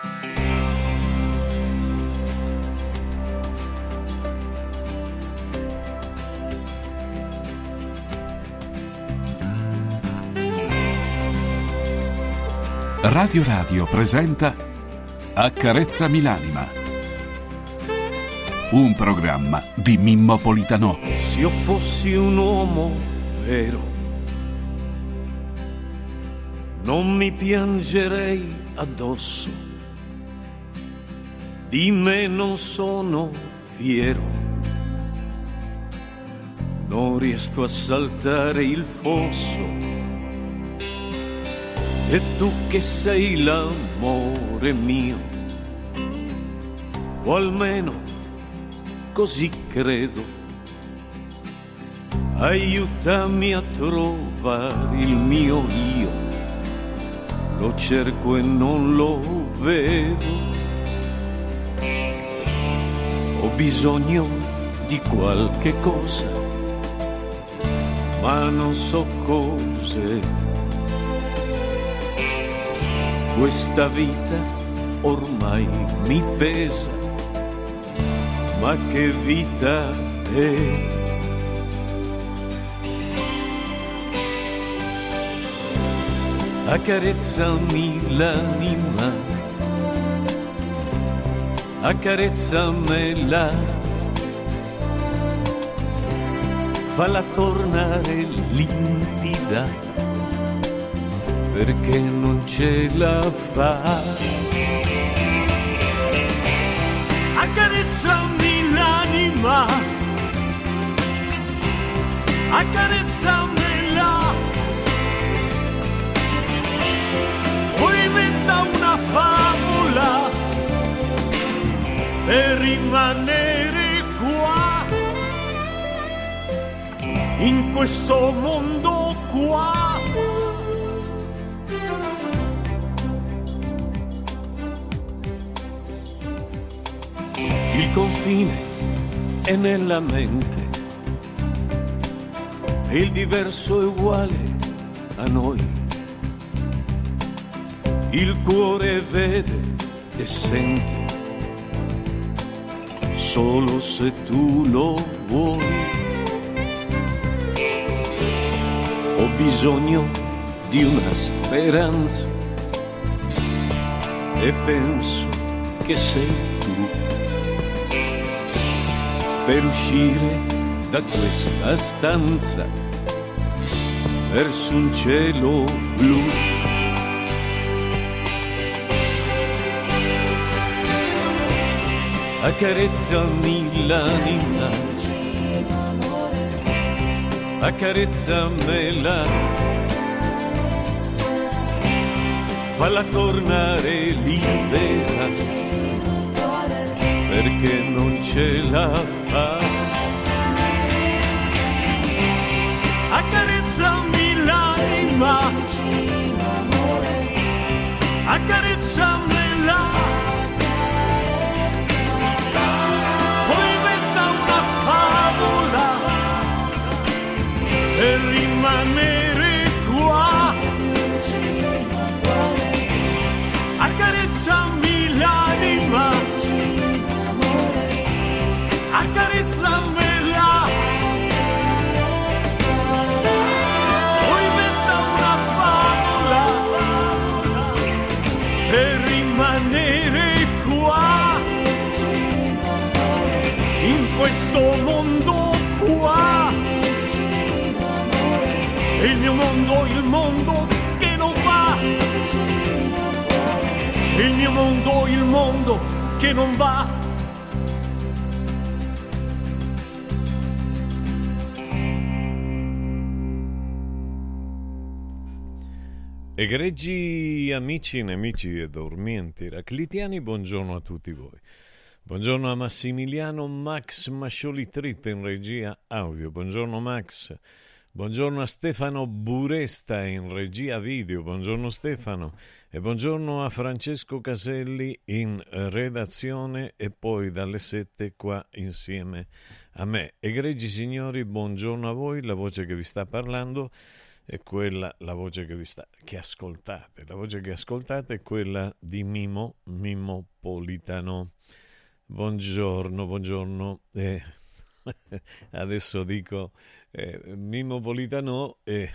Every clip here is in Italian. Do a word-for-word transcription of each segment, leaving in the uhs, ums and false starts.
Radio Radio presenta Accarezzami l'anima, un programma di Mimmo Politano. Se io fossi un uomo vero, non mi piangerei addosso, di me non sono fiero, non riesco a saltare il fosso. E tu che sei l'amore mio, o almeno così credo, aiutami a trovare il mio io, lo cerco e non lo vedo. Ho bisogno di qualche cosa, ma non so cos'è. Questa vita ormai mi pesa, ma che vita è? Accarezzami l'anima, accarezzamela, falla tornare limpida, perché non ce la fa. Accarezzami l'anima, accarezzamela, poi inventa una favola per rimanere qua, in questo mondo qua. Il confine è nella mente e il diverso è uguale a noi. Il cuore vede e sente solo se tu lo vuoi. Ho bisogno di una speranza e penso che sei tu, per uscire da questa stanza verso un cielo blu. Accarezzami l'anima, accarezzamela, falla tornare libera, perché non ce la fa. Accarezzami l'anima, accarezzamela, poi inventa una favola per rimanere qua. Accarezzami l'anima, accarezzamela, poi inventa una favola per rimanere qua, in questo mondo qua. Il mio mondo, il mondo che non va, il mio mondo, il mondo che non va. Egregi amici, nemici e dormienti raclitiani, buongiorno a tutti voi. Buongiorno a Massimiliano Max Mascioli Trip in regia audio. Buongiorno Max. Buongiorno a Stefano Buresta in regia video. Buongiorno Stefano. E buongiorno a Francesco Caselli in redazione e poi dalle sette qua insieme a me. Egregi signori, buongiorno a voi. La voce che vi sta parlando è quella, la voce che vi sta, che ascoltate, la voce che ascoltate è quella di Mimmo, Mimmo Politano. Buongiorno, buongiorno. Eh, adesso dico, eh, Mimmo Politano è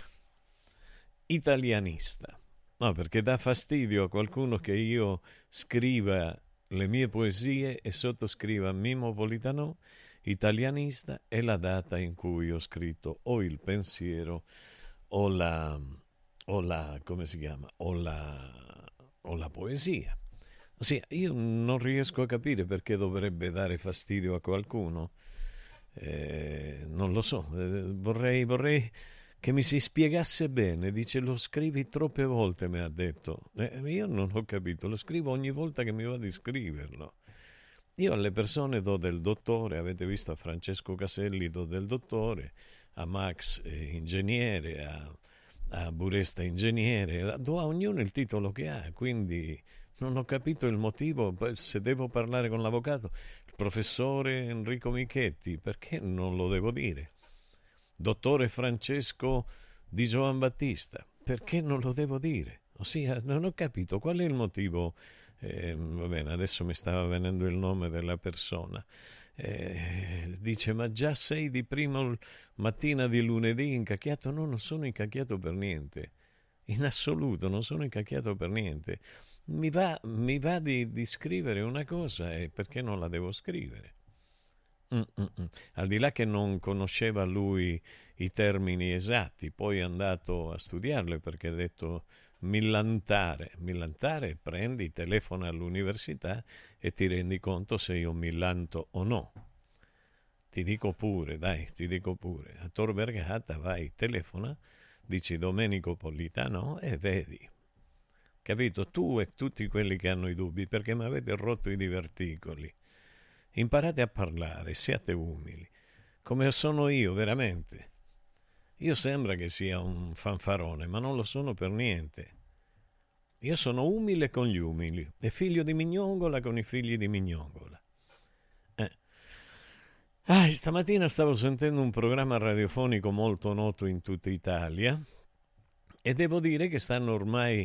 italianista. No, perché dà fastidio a qualcuno che io scriva le mie poesie e sottoscriva Mimmo Politano, italianista, e la data in cui ho scritto o il pensiero o la, o la come si chiama, o la, o la poesia. Ossia, io non riesco a capire perché dovrebbe dare fastidio a qualcuno. Eh, non lo so, eh, vorrei, vorrei che mi si spiegasse bene. Dice, lo scrivi troppe volte, mi ha detto. Eh, io non ho capito, lo scrivo ogni volta che mi va di scriverlo. Io alle persone do del dottore, avete visto a Francesco Caselli do del dottore, a Max eh, ingegnere, a, a Buresta ingegnere, do a ognuno il titolo che ha, quindi non ho capito il motivo. Se devo parlare con l'avvocato, il professore Enrico Michetti, perché non lo devo dire? Dottore Francesco di Giovan Battista, perché non lo devo dire? Ossia, non ho capito qual è il motivo. Eh, va bene, adesso mi stava venendo il nome della persona. Eh, dice, ma già sei di prima mattina di lunedì incacchiato? No, non sono incacchiato per niente. In assoluto non sono incacchiato per niente. Mi va, mi va di, di scrivere una cosa e perché non la devo scrivere? Mm-mm. Al di là che non conosceva lui i termini esatti, poi è andato a studiarli perché ha detto millantare, millantare, prendi, telefona all'università e ti rendi conto se io millanto o no. Ti dico pure, dai, ti dico pure, a Tor Vergata vai, telefona, dici Domenico Politano e vedi. Capito? Tu e tutti quelli che hanno i dubbi, perché mi avete rotto i diverticoli. Imparate a parlare, siate umili, come sono io veramente. Io sembra che sia un fanfarone, ma non lo sono per niente. Io sono umile con gli umili e figlio di Mignongola con i figli di Mignongola. Eh. Ah, stamattina stavo sentendo un programma radiofonico molto noto in tutta Italia e devo dire che stanno ormai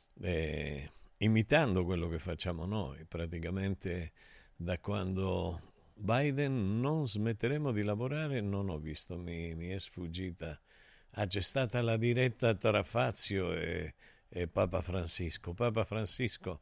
eh, imitando quello che facciamo noi, praticamente. Da quando Biden non smetteremo di lavorare, non ho visto, mi, mi è sfuggita. Ah, c'è stata la diretta tra Fazio e, e Papa Francisco. Papa Francisco,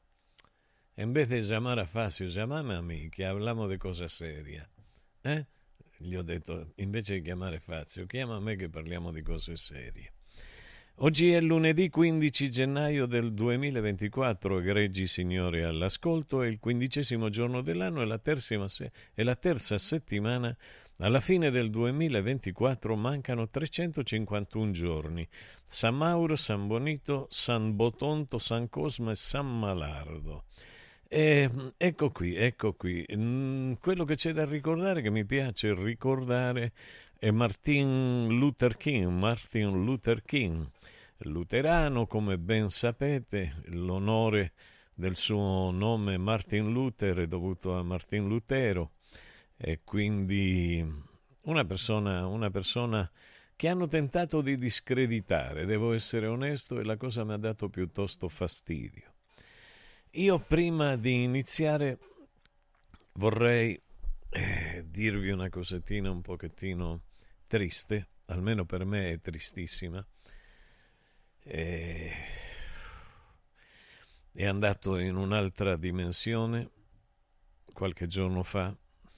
in vez de llamar a Fazio, llamame a me, che hablamos de cosa seria. Eh? Gli ho detto, invece di chiamare Fazio, chiama a me che parliamo di cose serie. Oggi è lunedì quindici gennaio del duemilaventiquattro, egregi signori all'ascolto, è il quindicesimo giorno dell'anno e la, se- è la terza settimana. Alla fine del duemilaventiquattro mancano trecentocinquantuno giorni. San Mauro, San Bonito, San Botonto, San Cosma e San Malardo. E, ecco qui, ecco qui. Mm, quello che c'è da ricordare, che mi piace ricordare, è Martin Luther King, Martin Luther King, luterano, come ben sapete. L'onore del suo nome Martin Luther è dovuto a Martin Lutero, e quindi una persona, una persona che hanno tentato di discreditare, devo essere onesto, e la cosa mi ha dato piuttosto fastidio. Io prima di iniziare vorrei eh, dirvi una cosettina un pochettino triste, almeno per me è tristissima. E... è andato in un'altra dimensione qualche giorno fa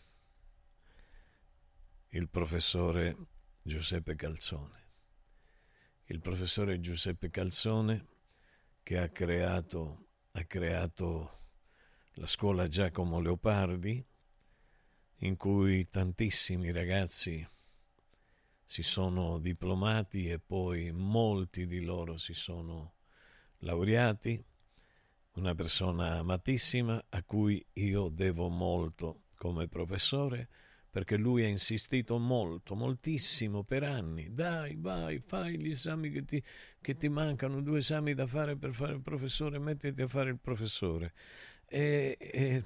il professore Giuseppe Calzone. Il professore Giuseppe Calzone che ha creato, ha creato la scuola Giacomo Leopardi, in cui tantissimi ragazzi si sono diplomati e poi molti di loro si sono laureati. Una persona amatissima a cui io devo molto come professore, perché lui ha insistito molto, moltissimo per anni. Dai, vai, fai gli esami che ti, che ti mancano, due esami da fare per fare il professore, mettiti a fare il professore. E, e,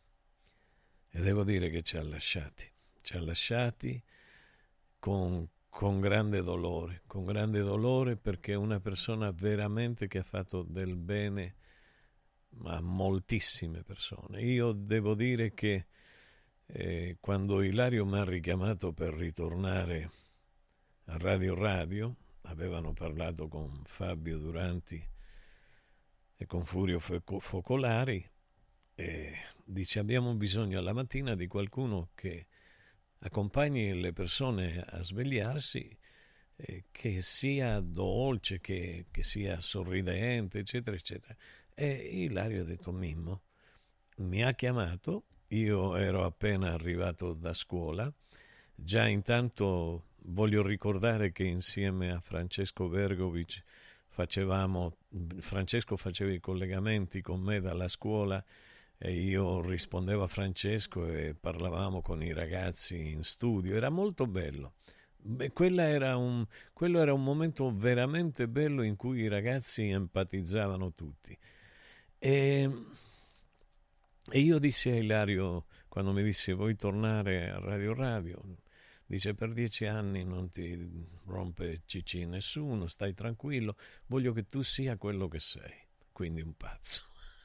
e devo dire che ci ha lasciati, ci ha lasciati con con grande dolore, con grande dolore perché è una persona veramente che ha fatto del bene a moltissime persone. Io devo dire che eh, quando Ilario mi ha richiamato per ritornare a Radio Radio, avevano parlato con Fabio Duranti e con Furio Focolari, e dice: abbiamo bisogno alla mattina di qualcuno che accompagni le persone a svegliarsi, eh, che sia dolce, che, che sia sorridente, eccetera, eccetera. E Ilario ha detto: Mimmo, mi ha chiamato, io ero appena arrivato da scuola, già intanto voglio ricordare che insieme a Francesco Vergovic facevamo, Francesco faceva i collegamenti con me dalla scuola e io rispondevo a Francesco e parlavamo con i ragazzi in studio, era molto bello. Beh, quella era un, quello era un momento veramente bello in cui i ragazzi empatizzavano tutti. E, e io dissi a Ilario, quando mi disse: vuoi tornare a Radio Radio? Dice: per dieci anni non ti rompe cicì nessuno, stai tranquillo, voglio che tu sia quello che sei, quindi un pazzo.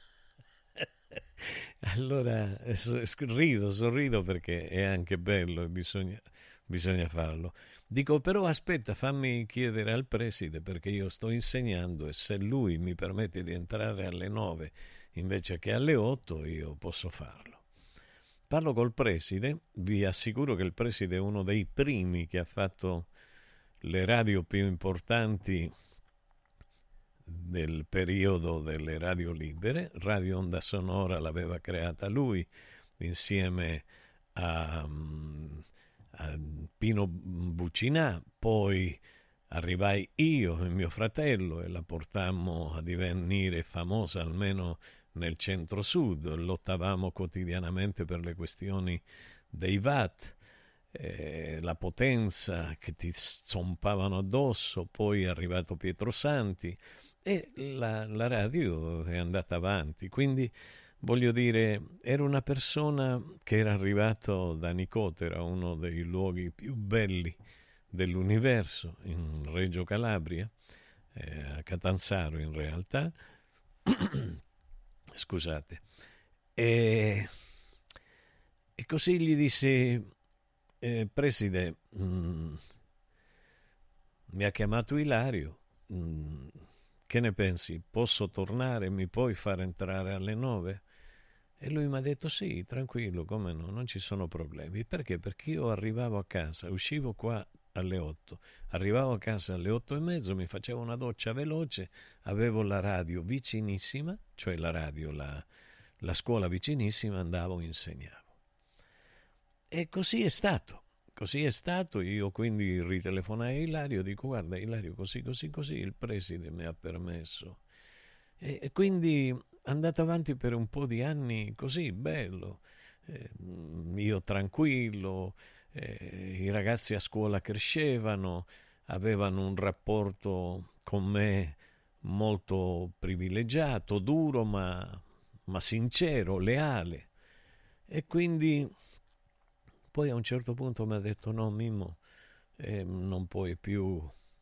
Allora rido, sorrido perché è anche bello e bisogna, bisogna farlo. Dico: però aspetta, fammi chiedere al preside, perché io sto insegnando e se lui mi permette di entrare alle nove invece che alle otto io posso farlo. Parlo col preside, vi assicuro che il preside è uno dei primi che ha fatto le radio più importanti del periodo delle radio libere. Radio Onda Sonora l'aveva creata lui insieme a, a Pino Bucinà, poi arrivai io e mio fratello e la portammo a divenire famosa almeno nel centro-sud, lottavamo quotidianamente per le questioni dei watt, eh, la potenza che ti zompavano addosso, poi è arrivato Pietro Santi e la, la radio è andata avanti, quindi voglio dire, era una persona che era arrivato da Nicotera, uno dei luoghi più belli dell'universo, in Reggio Calabria, eh, a Catanzaro in realtà, scusate, e, e così gli dissi: eh, preside, mh, mi ha chiamato Ilario, mh, che ne pensi? Posso tornare? Mi puoi far entrare alle nove? E lui mi ha detto: sì, tranquillo, come no, non ci sono problemi. Perché? Perché io arrivavo a casa, uscivo qua alle otto, arrivavo a casa alle otto e mezzo, mi facevo una doccia veloce, avevo la radio vicinissima, cioè la radio, la, la scuola vicinissima, andavo, insegnavo. E così è stato, così è stato. Io quindi ritelefonai a Ilario, dico: guarda Ilario, così, così, così, il preside mi ha permesso. E, e quindi andate avanti per un po' di anni così, bello, eh, io tranquillo, eh, i ragazzi a scuola crescevano, avevano un rapporto con me molto privilegiato, duro ma, ma sincero, leale. E quindi poi a un certo punto mi ha detto: no Mimmo, eh, non puoi più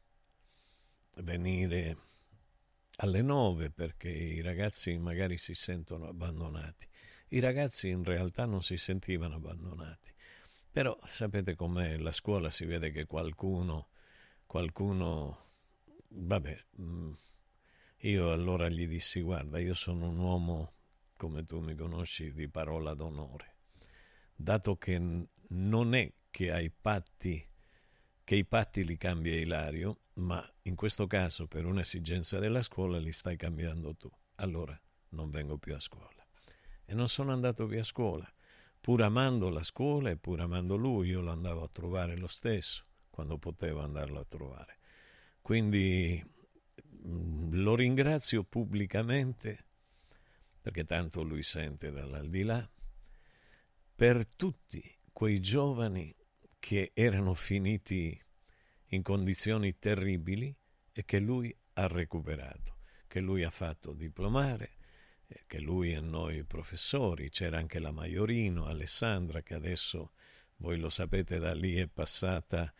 venire alle nove perché i ragazzi magari si sentono abbandonati. I ragazzi in realtà non si sentivano abbandonati, però sapete com'è, la scuola si vede che qualcuno qualcuno vabbè, io allora gli dissi: guarda, io sono un uomo, come tu mi conosci, di parola d'onore, dato che non è che ai patti che i patti li cambia Ilario, ma in questo caso per un'esigenza della scuola li stai cambiando tu, allora non vengo più a scuola. E non sono andato via a scuola, pur amando la scuola e pur amando lui, io lo andavo a trovare lo stesso quando potevo andarlo a trovare. Quindi lo ringrazio pubblicamente, perché tanto lui sente dall'aldilà, per tutti quei giovani che erano finiti in condizioni terribili e che lui ha recuperato, che lui ha fatto diplomare, che lui e noi professori, c'era anche la Maiorino, Alessandra, che adesso voi lo sapete da lì è passata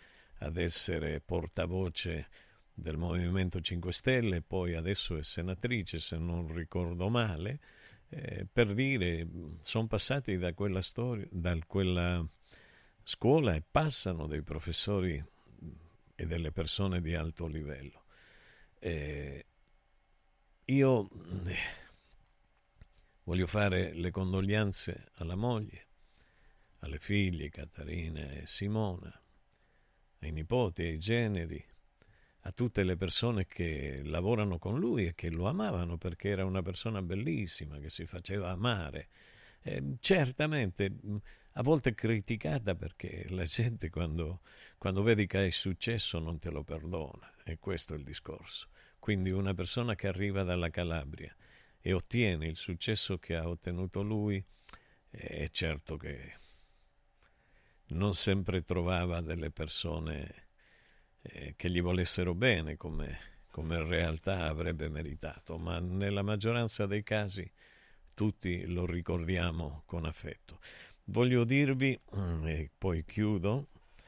ad essere portavoce del Movimento cinque Stelle, poi adesso è senatrice, se non ricordo male, eh, per dire, sono passati da quella storia, da quella scuola, e passano dei professori e delle persone di alto livello. Eh, io eh, voglio fare le condoglianze alla moglie, alle figlie Caterina e Simona, ai nipoti, ai generi, a tutte le persone che lavorano con lui e che lo amavano, perché era una persona bellissima, che si faceva amare. Eh, certamente a volte criticata, perché la gente quando, quando vedi che hai successo non te lo perdona, e questo è il discorso. Quindi una persona che arriva dalla Calabria e ottiene il successo che ha ottenuto lui, è certo che non sempre trovava delle persone eh, che gli volessero bene, come, come in realtà avrebbe meritato, ma nella maggioranza dei casi tutti lo ricordiamo con affetto. Voglio dirvi, e poi chiudo,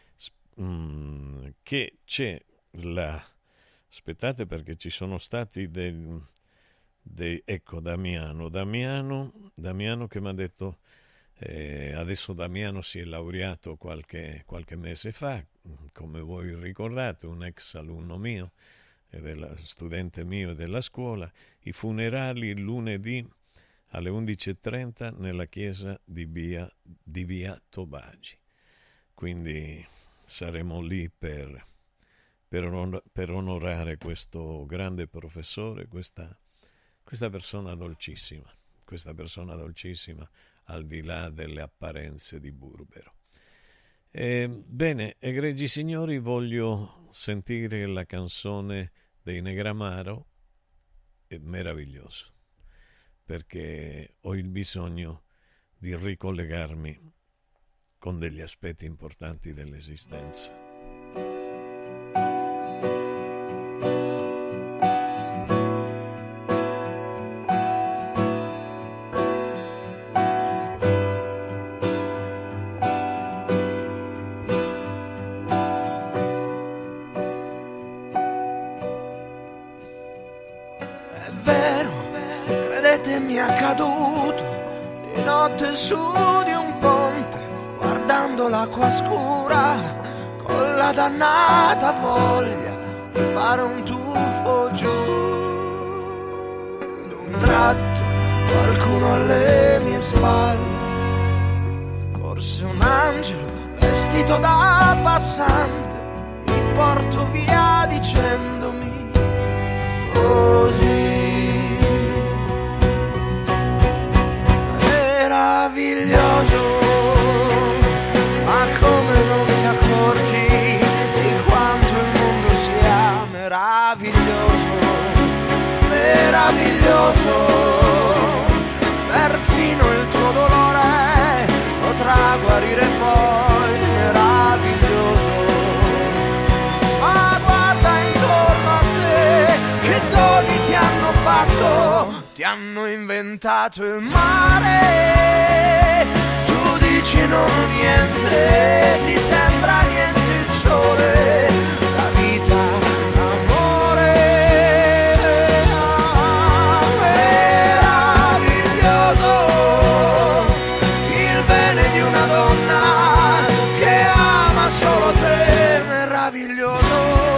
che c'è la... Aspettate, perché ci sono stati dei... dei ecco, Damiano, Damiano, Damiano che mi ha detto... Eh, adesso Damiano si è laureato qualche, qualche mese fa, come voi ricordate, un ex alunno mio, e della, studente mio della scuola. I funerali lunedì alle undici e trenta nella chiesa di via, di via Tobagi. Quindi saremo lì per, per, onor, per onorare questo grande professore, questa, questa persona dolcissima, questa persona dolcissima, al di là delle apparenze di burbero. Eh, bene, egregi signori, voglio sentire la canzone dei Negramaro, è meraviglioso, perché ho il bisogno di ricollegarmi con degli aspetti importanti dell'esistenza. Mi è accaduto di notte su di un ponte, guardando l'acqua scura, con la dannata voglia di fare un tuffo giù. D'un tratto qualcuno alle mie spalle, forse un angelo vestito da passante, mi porto via dicendomi così. Meraviglioso, ma come non ti accorgi di quanto il mondo sia meraviglioso, meraviglioso, perfino il tuo dolore potrà guarire poi, meraviglioso. Ma guarda intorno a te, che doni ti hanno fatto, ti hanno inventato il mare, tu dici non niente, ti sembra niente il sole, la vita, l'amore, ah, meraviglioso, il bene di una donna che ama solo te, meraviglioso,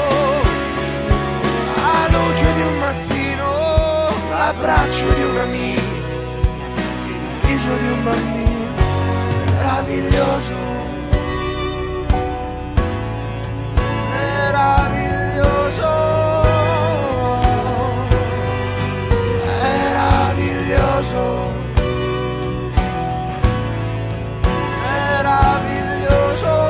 la luce di un mattino, l'abbraccio di un amico, il viso di un bambino, meraviglioso, meraviglioso, meraviglioso, meraviglioso.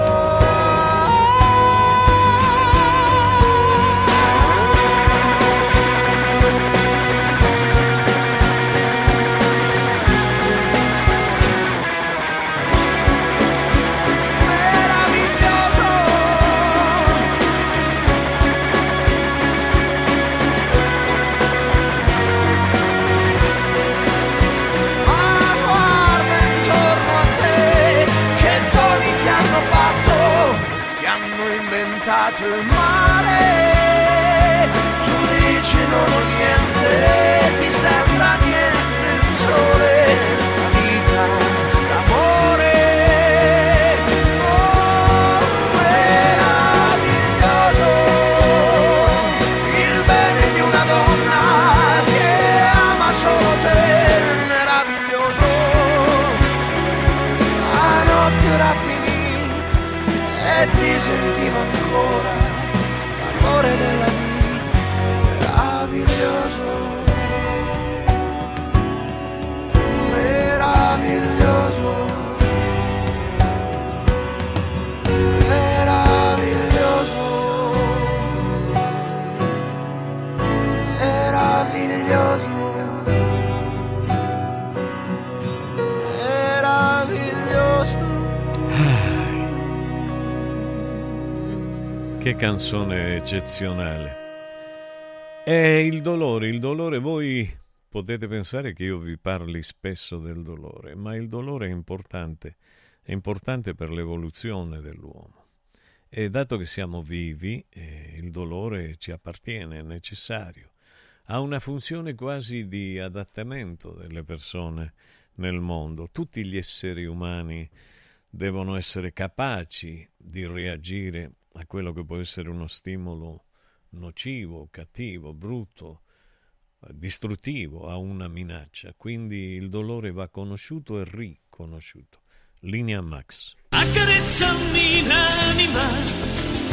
inventato il mare. Tu dici non ho niente, ti sembra niente il sole, la vita, l'amore. Oh, meraviglioso il bene di una donna che ama solo te. Meraviglioso, la notte era finita e ti sentivo ancora l'amore della vita. Meraviglioso, meraviglioso, meraviglioso, meraviglioso, meraviglioso. Che canzone eccezionale. E il dolore, il dolore, voi potete pensare che io vi parli spesso del dolore, ma il dolore è importante, è importante per l'evoluzione dell'uomo. E dato che siamo vivi, eh, il dolore ci appartiene, è necessario. Ha una funzione quasi di adattamento delle persone nel mondo. Tutti gli esseri umani devono essere capaci di reagire a quello che può essere uno stimolo nocivo, cattivo, brutto, distruttivo, a una minaccia. Quindi il dolore va conosciuto e riconosciuto. Linea Max. Accarezzami l'anima.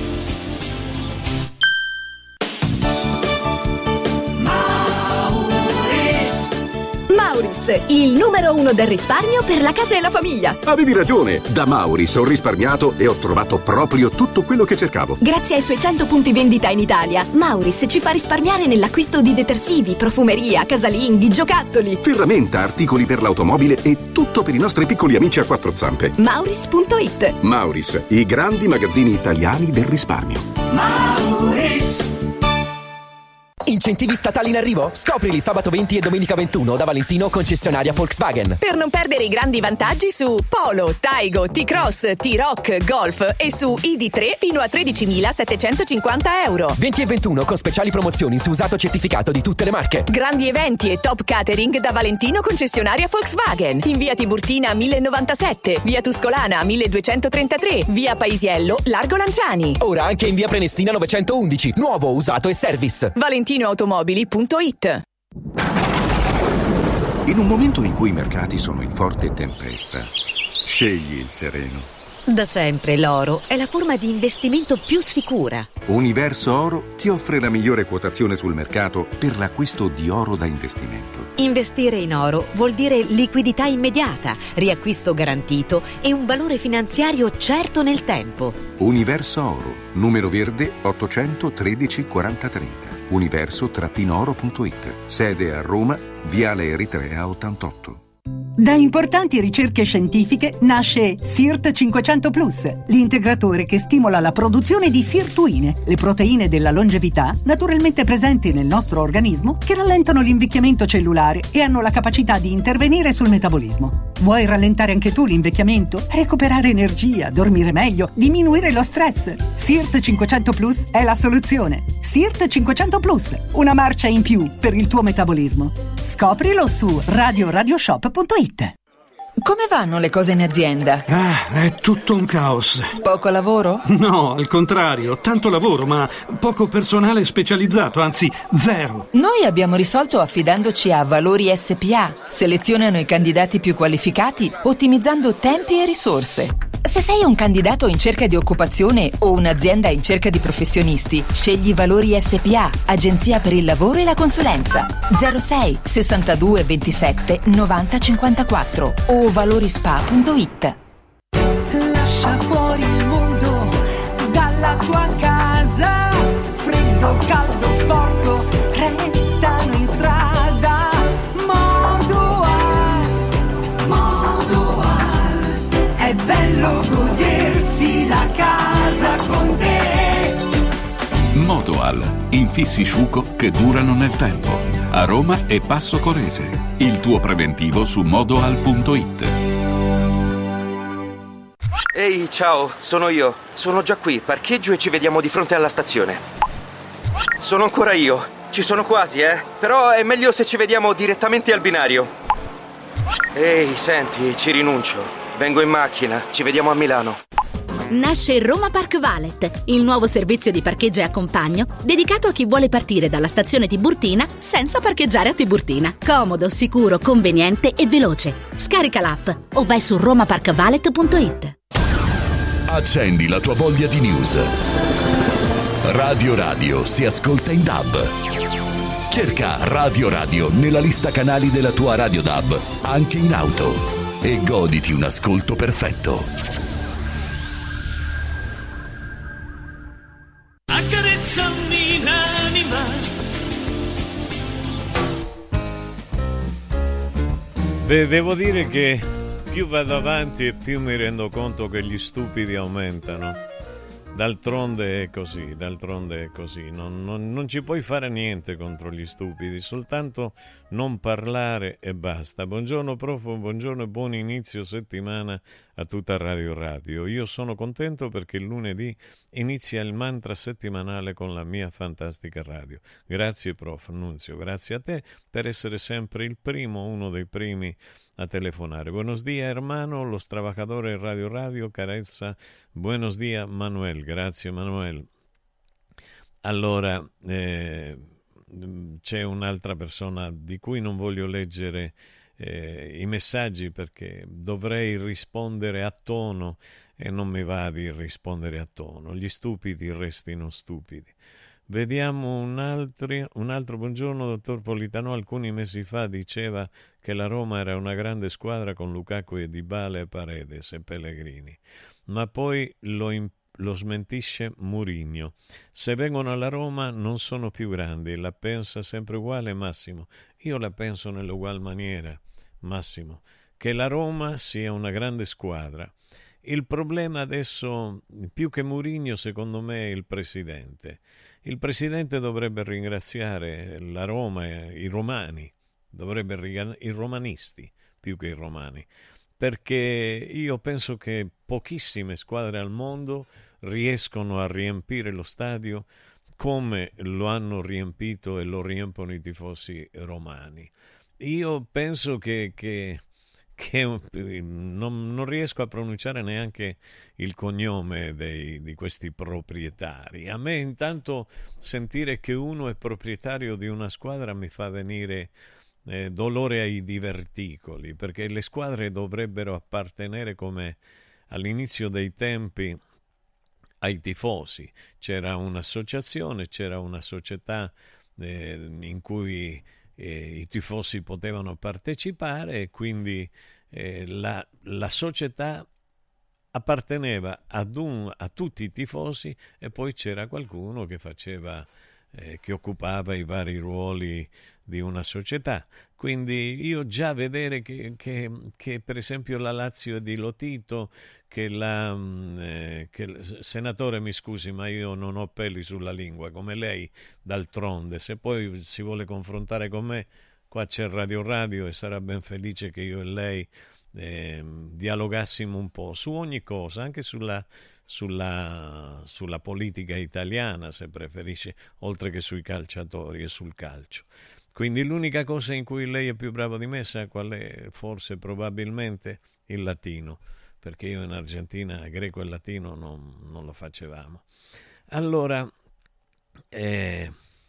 Mauris, il numero uno del risparmio per la casa e la famiglia. Avevi ragione, da Mauris ho risparmiato e ho trovato proprio tutto quello che cercavo. Grazie ai suoi cento punti vendita in Italia, Mauris ci fa risparmiare nell'acquisto di detersivi, profumeria, casalinghi, giocattoli, ferramenta, articoli per l'automobile e tutto per i nostri piccoli amici a quattro zampe. Mauris punto it. Mauris, i grandi magazzini italiani del risparmio. Mauris. Incentivi statali in arrivo? Scoprili sabato venti e domenica ventuno da Valentino, concessionaria Volkswagen. Per non perdere i grandi vantaggi su Polo, Taigo, T-Cross, T-Roc, Golf e su I D tre fino a tredicimilasettecentocinquanta euro. venti e ventuno con speciali promozioni su usato certificato di tutte le marche. Grandi eventi e top catering da Valentino, concessionaria Volkswagen. In via Tiburtina millenovantasette, via Tuscolana milleduecentotrentatré, via Paisiello, Largo Lanciani. Ora anche in via Prenestina novecentoundici, nuovo, usato e service. Valentino automobili punto it. In un momento in cui i mercati sono in forte tempesta, scegli il sereno. Da sempre l'oro è la forma di investimento più sicura. Universo Oro ti offre la migliore quotazione sul mercato per l'acquisto di oro da investimento. Investire in oro vuol dire liquidità immediata, riacquisto garantito e un valore finanziario certo nel tempo. Universo Oro, numero verde ottocentotredici quaranta trenta. universo oro punto it. Sede a Roma, Viale Eritrea ottantotto. Da importanti ricerche scientifiche nasce SIRT cinquecento plus, l'integratore che stimola la produzione di sirtuine, le proteine della longevità naturalmente presenti nel nostro organismo che rallentano l'invecchiamento cellulare e hanno la capacità di intervenire sul metabolismo. Vuoi rallentare anche tu l'invecchiamento? Recuperare energia, dormire meglio, diminuire lo stress? SIRT cinquecento plus è la soluzione. SIRT cinquecento plus, una marcia in più per il tuo metabolismo. Scoprilo su radio radioshop punto it. Come vanno le cose in azienda? Ah, è tutto un caos. Poco lavoro? No, al contrario, tanto lavoro, ma poco personale specializzato, anzi zero. Noi abbiamo risolto affidandoci a Valori S P A. Selezionano i candidati più qualificati, ottimizzando tempi e risorse. Se sei un candidato in cerca di occupazione o un'azienda in cerca di professionisti, scegli Valori S P A, agenzia per il lavoro e la consulenza. zero sei sessantadue ventisette novanta cinquantaquattro o valorispa punto it. Lascia fuori il mondo dalla tua casa, freddo, caldo, sporco, restano in strada. Modoal, Modoal, è bello godersi la casa con te. Modoal, infissi sciuco che durano nel tempo. A Roma e Passo Corese. Il tuo preventivo su modoal punto it. Ehi, ciao, sono io. Sono già qui, parcheggio e ci vediamo di fronte alla stazione. Sono ancora io. Ci sono quasi, eh. Però è meglio se ci vediamo direttamente al binario. Ehi, senti, ci rinuncio. Vengo in macchina, ci vediamo a Milano. Nasce Roma Park Valet, il nuovo servizio di parcheggio e accompagno dedicato a chi vuole partire dalla stazione Tiburtina senza parcheggiare a Tiburtina. Comodo, sicuro, conveniente e veloce. Scarica l'app o vai su roma park valet punto it. Accendi la tua voglia di news. Radio Radio si ascolta in D A B. Cerca Radio Radio nella lista canali della tua Radio D A B, anche in auto, e goditi un ascolto perfetto. Accarezzami l'anima. Beh, devo dire che più vado avanti e più mi rendo conto che gli stupidi aumentano. D'altronde è così, d'altronde è così. Non, non, non ci puoi fare niente contro gli stupidi, soltanto non parlare e basta. Buongiorno prof, buongiorno e buon inizio settimana a tutta Radio Radio. Io sono contento perché il lunedì inizia il mantra settimanale con la mia fantastica radio. Grazie prof Nunzio, grazie a te per essere sempre il primo, uno dei primi a telefonare. Buenos días hermano, los trabajadores Radio Radio, carezza. Buenos días Manuel, grazie Manuel. Allora, eh, c'è un'altra persona di cui non voglio leggere eh, i messaggi perché dovrei rispondere a tono e non mi va di rispondere a tono. Gli stupidi restino stupidi. Vediamo un altro, un altro buongiorno dottor Politano. Alcuni mesi fa diceva che la Roma era una grande squadra con Lukaku e Dybala e Paredes e Pellegrini, ma poi lo, lo smentisce Mourinho. Se vengono alla Roma non sono più grandi, la pensa sempre uguale Massimo. Io la penso nell'ugual maniera, Massimo, che la Roma sia una grande squadra. Il problema adesso, più che Mourinho, secondo me, è il presidente. Il presidente dovrebbe ringraziare la Roma e i romani, dovrebbe ringraziare i romanisti più che i romani, perché io penso che pochissime squadre al mondo riescono a riempire lo stadio come lo hanno riempito e lo riempono i tifosi romani. Io penso che... che che non, non riesco a pronunciare neanche il cognome dei, di questi proprietari. A me intanto sentire che uno è proprietario di una squadra mi fa venire eh, dolore ai diverticoli, perché le squadre dovrebbero appartenere come all'inizio dei tempi ai tifosi. C'era un'associazione, c'era una società eh, in cui Eh, i tifosi potevano partecipare e quindi eh, la, la società apparteneva ad un, a tutti i tifosi e poi c'era qualcuno che faceva eh, che occupava i vari ruoli di una società. Quindi io già vedere che, che, che per esempio la Lazio è di Lotito, che la eh, che il senatore, mi scusi ma io non ho peli sulla lingua come lei, d'altronde se poi si vuole confrontare con me qua c'è Radio Radio e sarà ben felice che io e lei eh, dialogassimo un po' su ogni cosa, anche sulla sulla sulla politica italiana se preferisce, oltre che sui calciatori e sul calcio. Quindi l'unica cosa in cui lei è più bravo di me, sa qual è? Forse probabilmente il latino, perché io in Argentina greco e latino non, non lo facevamo. Allora, eh,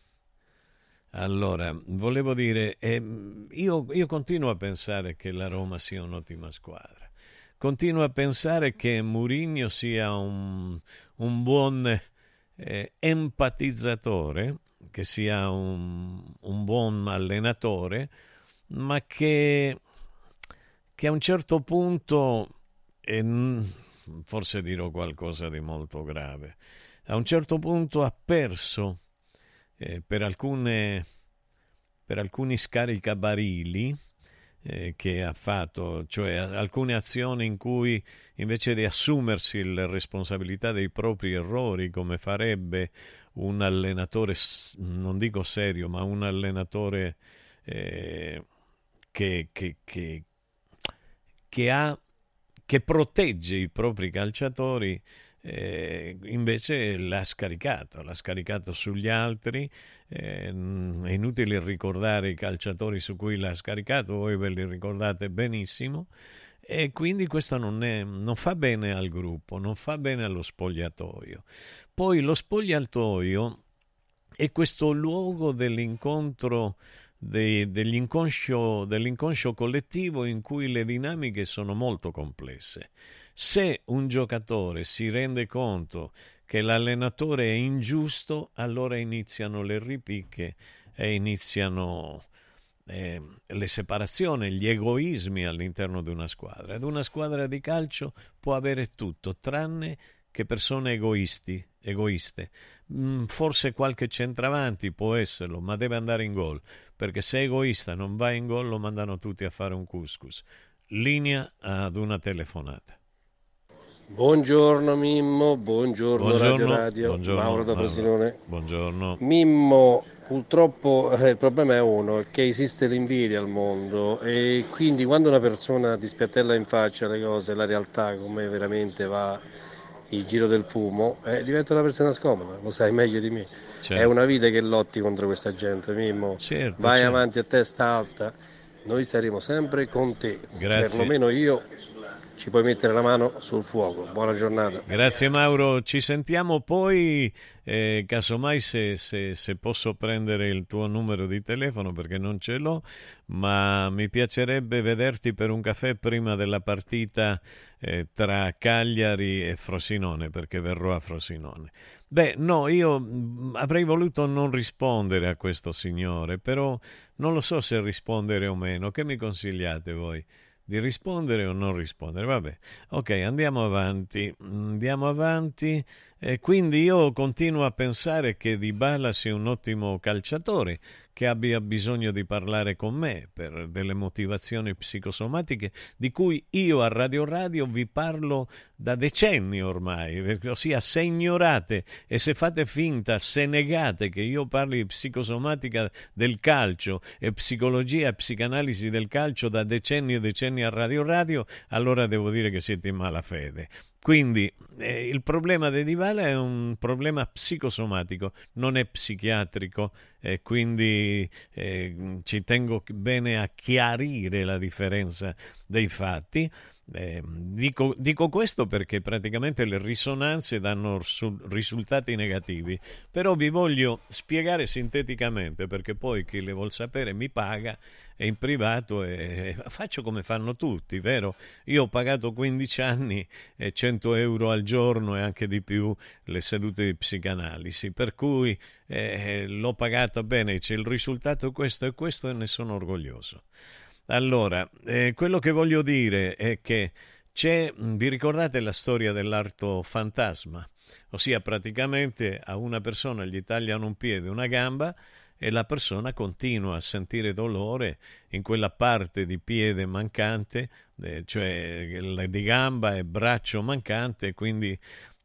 allora volevo dire, eh, io, io continuo a pensare che la Roma sia un'ottima squadra. Continuo a pensare che Mourinho sia un, un buon eh, empatizzatore, che sia un, un buon allenatore, ma che, che a un certo punto, e forse dirò qualcosa di molto grave, a un certo punto ha perso eh, per alcune per alcuni scaricabarili eh, che ha fatto, cioè alcune azioni in cui invece di assumersi la responsabilità dei propri errori, come farebbe un allenatore, non dico serio, ma un allenatore eh, che, che, che, che ha che che protegge i propri calciatori, eh, invece l'ha scaricato, l'ha scaricato sugli altri. Eh, è inutile ricordare i calciatori su cui l'ha scaricato, voi ve li ricordate benissimo, e quindi questo non, è, non fa bene al gruppo, non fa bene allo spogliatoio. Poi lo spogliatoio è questo luogo dell'incontro dei, dell'inconscio, dell'inconscio collettivo, in cui le dinamiche sono molto complesse. Se un giocatore si rende conto che l'allenatore è ingiusto, allora iniziano le ripicche e iniziano eh, le separazioni, gli egoismi all'interno di una squadra. Ed una squadra di calcio può avere tutto, tranne che persone egoisti, egoiste. Mm, forse qualche centravanti può esserlo, ma deve andare in gol, perché se è egoista non va in gol, lo mandano tutti a fare un couscous. Linea ad una telefonata. Buongiorno Mimmo, buongiorno, buongiorno Radio Radio, buongiorno, Mauro da Frosinone. Buongiorno. Mimmo, purtroppo eh, il problema è uno, è che esiste l'invidia al mondo, e quindi quando una persona ti spiattella in faccia le cose, la realtà, come veramente va il giro del fumo, eh, diventa una persona scomoda, lo sai meglio di me. Certo. È una vita che lotti contro questa gente, Mimmo. Certo, vai certo. avanti a testa alta, noi saremo sempre con te. Grazie. Perlomeno io ci puoi mettere la mano sul fuoco. Buona giornata. Grazie Mauro, ci sentiamo poi, eh, casomai se, se, se posso prendere il tuo numero di telefono, perché non ce l'ho, ma mi piacerebbe vederti per un caffè prima della partita eh, tra Cagliari e Frosinone, perché verrò a Frosinone. Beh, no, io mh, avrei voluto non rispondere a questo signore, però non lo so se rispondere o meno. Che mi consigliate voi? Di rispondere o non rispondere? Vabbè, ok, andiamo avanti, andiamo avanti. E quindi io continuo a pensare che Dybala sia un ottimo calciatore, che abbia bisogno di parlare con me per delle motivazioni psicosomatiche di cui io a Radio Radio vi parlo da decenni ormai. Ossia, se ignorate e se fate finta, se negate che io parli di psicosomatica del calcio e psicologia e psicanalisi del calcio da decenni e decenni a Radio Radio, allora devo dire che siete in malafede. Quindi eh, il problema di Dybala è un problema psicosomatico, non è psichiatrico, e quindi eh, ci tengo bene a chiarire la differenza dei fatti. Eh, dico, dico questo perché praticamente le risonanze danno su, risultati negativi, però vi voglio spiegare sinteticamente, perché poi chi le vuol sapere mi paga e in privato, e faccio come fanno tutti, vero? Io ho pagato quindici anni e cento euro al giorno e anche di più le sedute di psicanalisi, per cui eh, l'ho pagata bene, c'è il risultato questo e questo e ne sono orgoglioso. Allora, eh, quello che voglio dire è che c'è, vi ricordate la storia dell'arto fantasma? Ossia, praticamente a una persona gli tagliano un piede, una gamba, e la persona continua a sentire dolore in quella parte di piede mancante, eh, cioè di gamba e braccio mancante, quindi,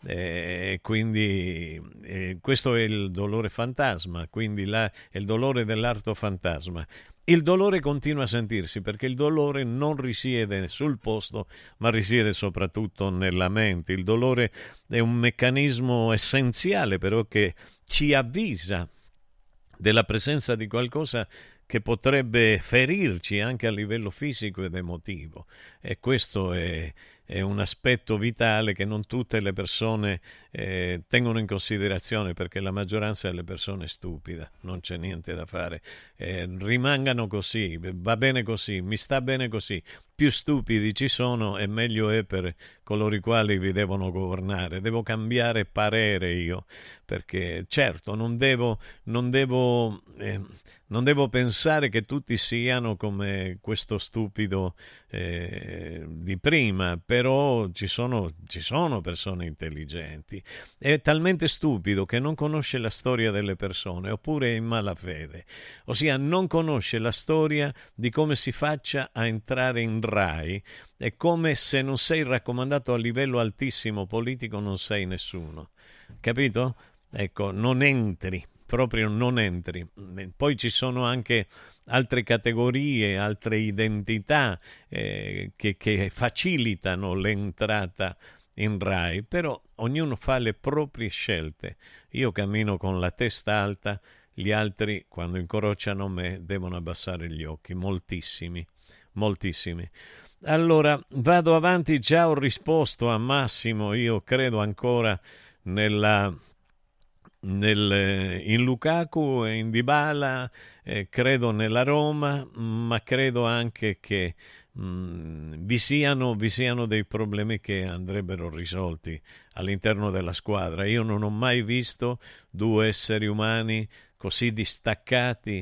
eh, quindi eh, questo è il dolore fantasma, quindi la, è il dolore dell'arto fantasma. Il dolore continua a sentirsi perché il dolore non risiede sul posto, ma risiede soprattutto nella mente. Il dolore è un meccanismo essenziale, però, che ci avvisa della presenza di qualcosa che potrebbe ferirci anche a livello fisico ed emotivo, e questo è, è un aspetto vitale che non tutte le persone eh, tengono in considerazione, perché la maggioranza delle persone è stupida, non c'è niente da fare, eh, rimangano così, va bene così, mi sta bene così. Più stupidi ci sono e meglio è per coloro i quali vi devono governare. Devo cambiare parere io, perché certo non devo, non devo, eh, non devo pensare che tutti siano come questo stupido eh, di prima, però ci sono, ci sono persone intelligenti. È talmente stupido che non conosce la storia delle persone, oppure è in malafede, ossia non conosce la storia di come si faccia a entrare in Rai. È come se non sei raccomandato a livello altissimo politico, non sei nessuno, capito? Ecco, non entri, proprio non entri. Poi ci sono anche altre categorie, altre identità eh, che, che facilitano l'entrata in Rai, però ognuno fa le proprie scelte. Io cammino con la testa alta, gli altri quando incrociano me devono abbassare gli occhi, moltissimi, moltissimi. Allora vado avanti, già ho risposto a Massimo, io credo ancora nella nel, in Lukaku e in Dybala, eh, credo nella Roma, ma credo anche che mh, vi siano, vi siano dei problemi che andrebbero risolti all'interno della squadra. Io non ho mai visto due esseri umani così distaccati,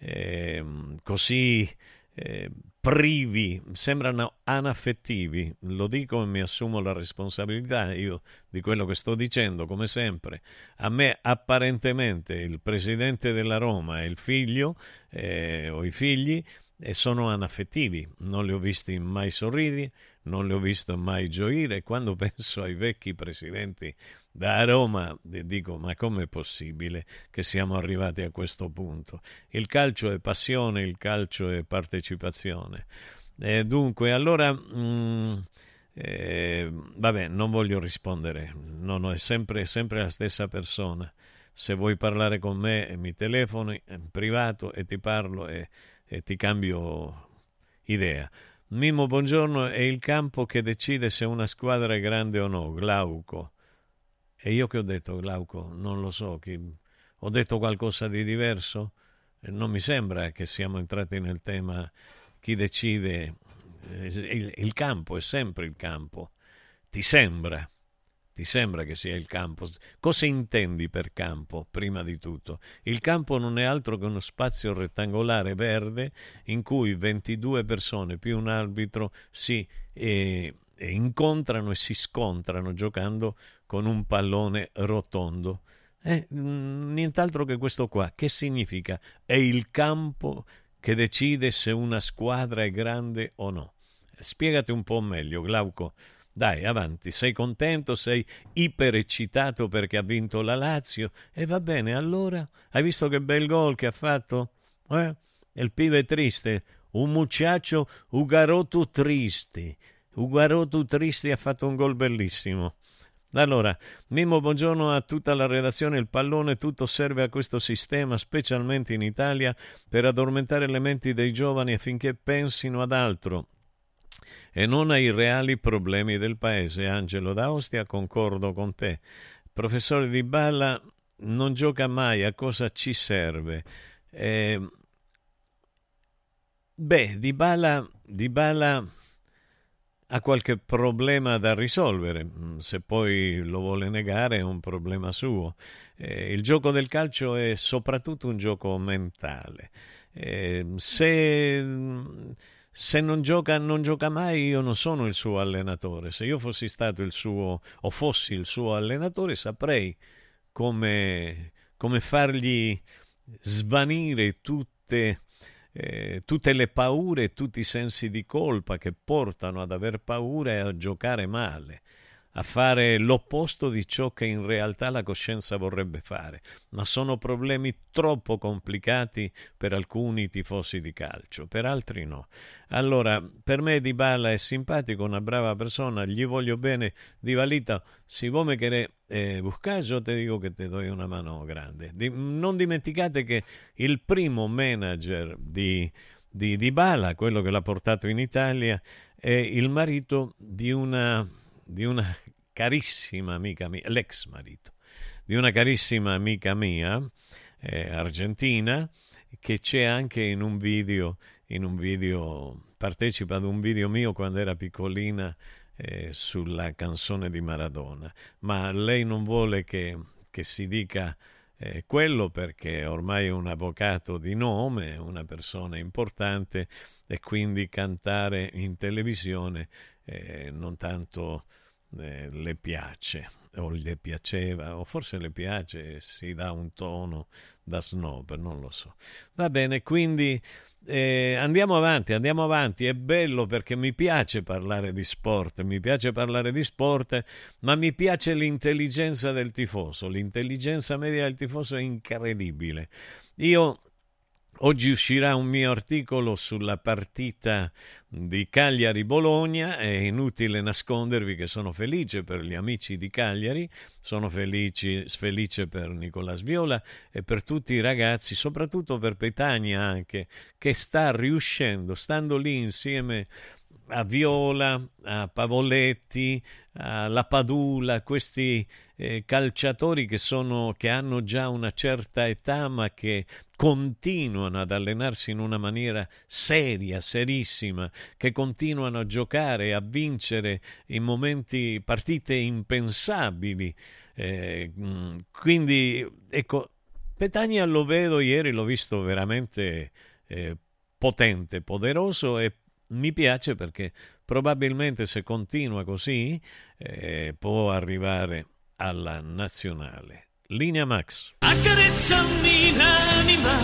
eh, così eh, privi, sembrano anaffettivi. Lo dico e mi assumo la responsabilità io di quello che sto dicendo, come sempre. A me apparentemente il presidente della Roma e il figlio eh, o i figli e sono anaffettivi, non li ho visti mai sorridere, non li ho visti mai gioire. Quando penso ai vecchi presidenti da Roma dico, ma com'è possibile che siamo arrivati a questo punto? Il calcio è passione, il calcio è partecipazione. E dunque, allora, mh, eh, vabbè, non voglio rispondere, no, no, è sempre, sempre la stessa persona. Se vuoi parlare con me mi telefoni in privato e ti parlo e e ti cambio idea. Mimmo, buongiorno, è il campo che decide se una squadra è grande o no, Glauco. E io che ho detto, Glauco? Non lo so, chi... ho detto qualcosa di diverso? Non mi sembra che siamo entrati nel tema chi decide. Il, il campo è sempre il campo. Ti sembra? Ti sembra che sia il campo? Cosa intendi per campo, prima di tutto? Il campo non è altro che uno spazio rettangolare verde in cui ventidue persone più un arbitro si eh, incontrano e si scontrano giocando con un pallone rotondo. Eh, nient'altro che questo qua. Che significa? È il campo che decide se una squadra è grande o no. Spiegati un po' meglio, Glauco. Dai, avanti, sei contento, sei ipereccitato perché ha vinto la Lazio? E va bene, allora? Hai visto che bel gol che ha fatto? Eh? Il pibe è triste, un muchacho ugarotu tristi. Ugarotu tristi ha fatto un gol bellissimo. Allora, Mimmo, buongiorno a tutta la redazione. Il pallone tutto serve a questo sistema, specialmente in Italia, per addormentare le menti dei giovani affinché pensino ad altro e non ai reali problemi del paese. Angelo da Ostia, concordo con te. Professore Dybala non gioca mai, a cosa ci serve? Eh, beh, Dybala, Dybala ha qualche problema da risolvere, se poi lo vuole negare è un problema suo. Eh, il gioco del calcio è soprattutto un gioco mentale. Eh, se... Se non gioca, non gioca mai, io non sono il suo allenatore. Se io fossi stato il suo, o fossi il suo allenatore, saprei come, come fargli svanire tutte, eh, tutte le paure, tutti i sensi di colpa che portano ad aver paura e a giocare male, a fare l'opposto di ciò che in realtà la coscienza vorrebbe fare. Ma sono problemi troppo complicati per alcuni tifosi di calcio, per altri no. Allora, per me Dybala è simpatico, una brava persona, gli voglio bene. Dybalita, si vuoi me querer eh, buscar, yo te digo che te doy una mano grande. Di, non dimenticate che il primo manager di, di Dybala, quello che l'ha portato in Italia, è il marito di una... di una carissima amica mia, l'ex marito, di una carissima amica mia, eh, argentina, che c'è anche in un video, in un video, partecipa ad un video mio quando era piccolina eh, sulla canzone di Maradona, ma lei non vuole che, che si dica eh, quello perché ormai è un avvocato di nome, una persona importante e quindi cantare in televisione eh, non tanto eh, le piace o le piaceva o forse le piace, si dà un tono da snob, non lo so. Va bene, quindi eh, andiamo avanti, andiamo avanti, è bello perché mi piace parlare di sport, mi piace parlare di sport, ma mi piace l'intelligenza del tifoso, l'intelligenza media del tifoso è incredibile. Io Oggi uscirà un mio articolo sulla partita di Cagliari-Bologna. È inutile nascondervi che sono felice per gli amici di Cagliari, sono felici, felice per Nicolas Viola e per tutti i ragazzi, soprattutto per Petagna anche, che sta riuscendo, stando lì insieme a Viola, a Pavoletti, alla Padula, questi eh, calciatori che sono che hanno già una certa età ma che continuano ad allenarsi in una maniera seria, serissima, che continuano a giocare e a vincere in momenti, partite impensabili. Eh, quindi ecco, Petagna lo vedo, ieri l'ho visto veramente eh, potente, poderoso, e mi piace perché probabilmente se continua così eh, può arrivare alla nazionale. Linea Max. Accarezzami l'anima.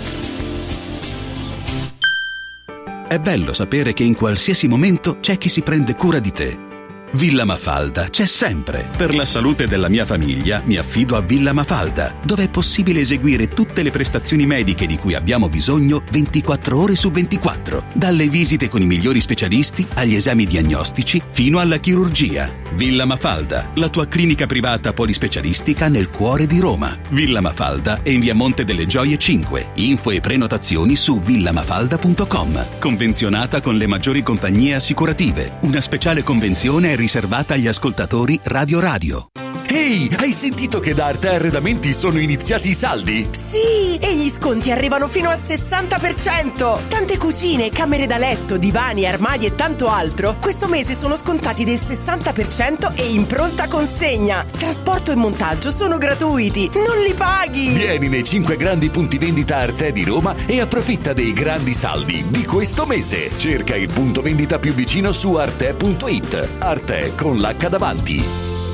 È bello sapere che in qualsiasi momento c'è chi si prende cura di te. Villa Mafalda c'è sempre. Per la salute della mia famiglia mi affido a Villa Mafalda, dove è possibile eseguire tutte le prestazioni mediche di cui abbiamo bisogno ventiquattro ore su ventiquattro. Dalle visite con i migliori specialisti agli esami diagnostici fino alla chirurgia. Villa Mafalda, la tua clinica privata polispecialistica nel cuore di Roma. Villa Mafalda è in via Monte delle Gioie cinque. Info e prenotazioni su villamafalda punto com. Convenzionata con le maggiori compagnie assicurative. Una speciale convenzione è riservata agli ascoltatori Radio Radio. Ehi, hai sentito che da Arte Arredamenti sono iniziati i saldi? Sì, e gli sconti arrivano fino al sessanta per cento. Tante cucine, camere da letto, divani, armadi e tanto altro questo mese sono scontati del sessanta per cento e in pronta consegna. Trasporto e montaggio sono gratuiti, non li paghi. Vieni nei cinque grandi punti vendita Arte di Roma e approfitta dei grandi saldi di questo mese. Cerca il punto vendita più vicino su arte punto it. Arte con l'H davanti.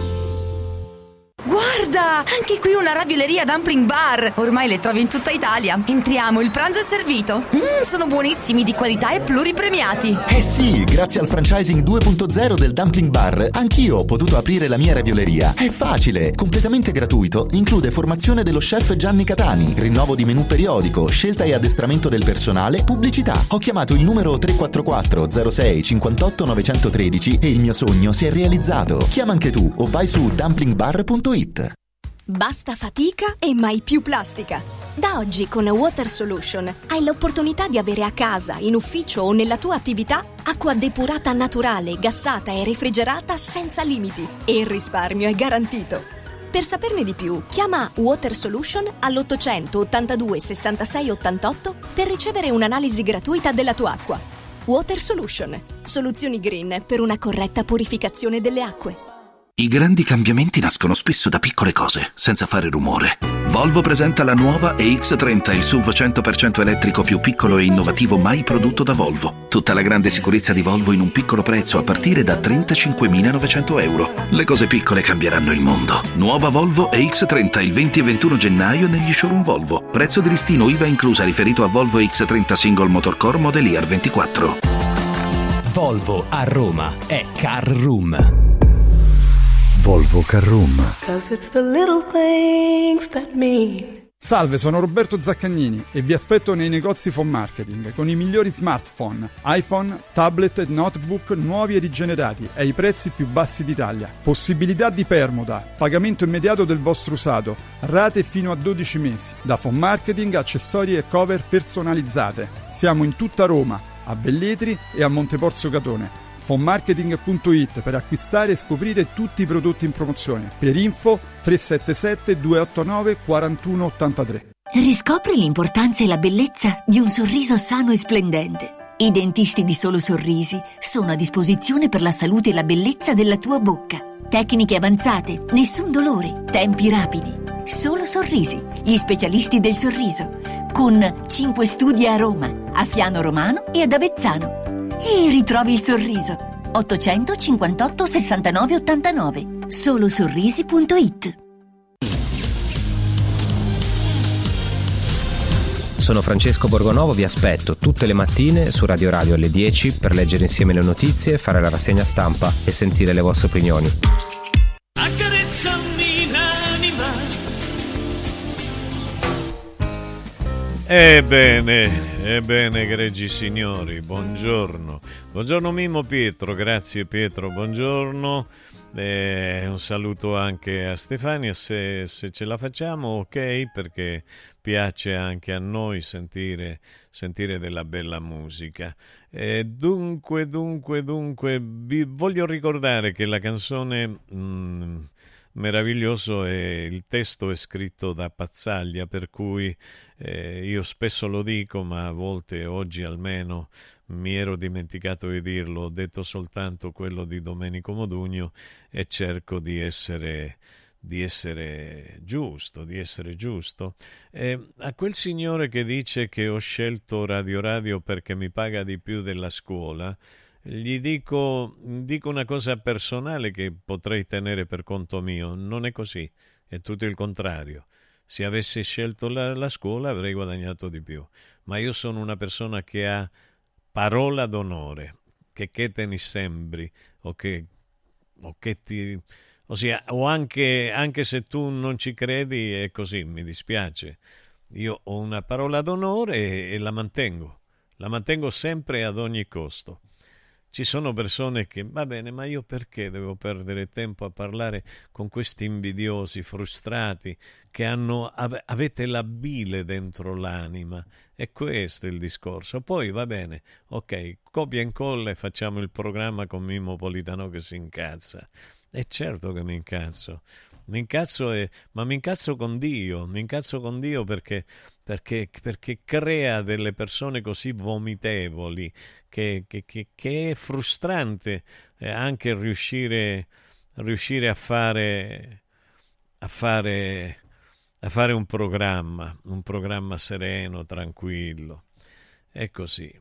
Guarda, anche qui una ravioleria Dumpling Bar. Ormai le trovi in tutta Italia. Entriamo, il pranzo è servito. Mmm, sono buonissimi, di qualità e pluripremiati. Eh sì, grazie al franchising due punto zero del Dumpling Bar, anch'io ho potuto aprire la mia ravioleria. È facile, completamente gratuito, include formazione dello chef Gianni Catani, rinnovo di menù periodico, scelta e addestramento del personale, pubblicità. Ho chiamato il numero tre quattro quattro zero sei cinquantotto novecentotredici e il mio sogno si è realizzato. Chiama anche tu o vai su dumpling bar punto it. Basta fatica e mai più plastica. Da oggi con Water Solution hai l'opportunità di avere a casa, in ufficio o nella tua attività acqua depurata naturale, gassata e refrigerata senza limiti. E il risparmio è garantito. Per saperne di più, chiama Water Solution all'ottocento ottantadue sessantasei ottantotto per ricevere un'analisi gratuita della tua acqua. Water Solution. Soluzioni green per una corretta purificazione delle acque. I grandi cambiamenti nascono spesso da piccole cose, senza fare rumore. Volvo presenta la nuova E X trenta, il S U V cento per cento elettrico più piccolo e innovativo mai prodotto da Volvo. Tutta la grande sicurezza di Volvo in un piccolo prezzo a partire da trentacinquemilanovecento euro. Le cose piccole cambieranno il mondo. Nuova Volvo E X trenta il venti e ventuno gennaio negli showroom Volvo. Prezzo di listino I V A inclusa riferito a Volvo E X trenta Single Motor Core Model Year ventiquattro. Volvo a Roma è Car Room. Volvo Car Room. Salve, sono Roberto Zaccagnini e vi aspetto nei negozi Phone Marketing con i migliori smartphone, iPhone, tablet e notebook nuovi e rigenerati ai prezzi più bassi d'Italia. Possibilità di permuta, pagamento immediato del vostro usato, rate fino a dodici mesi. Da Phone Marketing, accessori e cover personalizzate. Siamo in tutta Roma, a Velletri e a Monteporzio Catone. phone marketing punto it per acquistare e scoprire tutti i prodotti in promozione. Per info tre sette sette due otto nove quattro uno otto tre. Riscopri l'importanza e la bellezza di un sorriso sano e splendente. I dentisti di Solo Sorrisi sono a disposizione per la salute e la bellezza della tua bocca. Tecniche avanzate, nessun dolore, tempi rapidi. Solo Sorrisi, gli specialisti del sorriso, con cinque studi a Roma, a Fiano Romano e ad Avezzano. E ritrovi il sorriso. ottocentocinquantotto sessantanove ottantanove. solo sorrisi punto it. Sono Francesco Borgonovo, vi aspetto tutte le mattine su Radio Radio alle dieci per leggere insieme le notizie, fare la rassegna stampa e sentire le vostre opinioni. Accarezzami l'anima. Ebbene, ebbene, egregi signori, buongiorno. Buongiorno Mimmo Pietro, grazie Pietro, buongiorno. Eh, un saluto anche a Stefania, se, se ce la facciamo, ok, perché piace anche a noi sentire, sentire della bella musica. Eh, dunque, dunque, dunque, vi voglio ricordare che la canzone... Mm, meraviglioso e il testo è scritto da Pazzaglia, per cui eh, io spesso lo dico, ma a volte, oggi almeno, mi ero dimenticato di dirlo, ho detto soltanto quello di Domenico Modugno e cerco di essere, di essere giusto, di essere giusto. Eh, a quel signore che dice che ho scelto Radio Radio perché mi paga di più della scuola, gli dico, dico una cosa personale che potrei tenere per conto mio. Non è così, è tutto il contrario. Se avessi scelto la, la scuola avrei guadagnato di più, ma io sono una persona che ha parola d'onore, che che te ne sembri o che, o che ti... ossia, o anche, anche se tu non ci credi è così, mi dispiace. Io ho una parola d'onore e, e la mantengo, la mantengo sempre ad ogni costo. Ci sono persone che, va bene, ma io perché devo perdere tempo a parlare con questi invidiosi, frustrati, che hanno, ave, avete la bile dentro l'anima? E questo è il discorso. Poi va bene, ok, copia e incolla e facciamo il programma con Mimmo Politano che si incazza. E certo che mi incazzo. Mi incazzo, e, ma mi incazzo con Dio, mi incazzo con Dio perché, perché, perché crea delle persone così vomitevoli che, che, che, che è frustrante eh, anche riuscire, riuscire a fare, a fare, a fare un programma, un programma sereno, tranquillo. È così.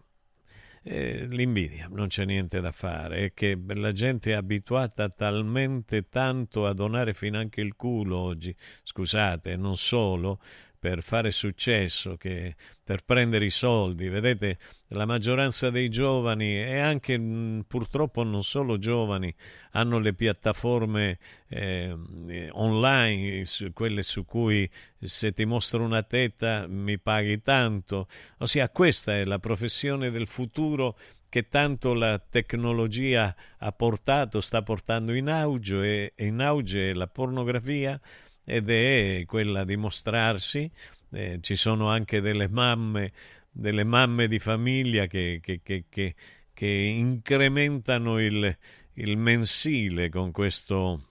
Eh, l'invidia, non c'è niente da fare, è che la gente è abituata talmente tanto a donare finanche il culo oggi, scusate, non solo per fare successo, che per prendere i soldi. Vedete, la maggioranza dei giovani e anche mh, purtroppo non solo giovani hanno le piattaforme eh, online, su, quelle su cui se ti mostro una tetta mi paghi tanto. Ossia, questa è la professione del futuro che tanto la tecnologia ha portato, sta portando in auge, e in auge la pornografia, ed è quella di mostrarsi. Eh, ci sono anche delle mamme, delle mamme di famiglia che, che, che, che, che incrementano il, il mensile con questo,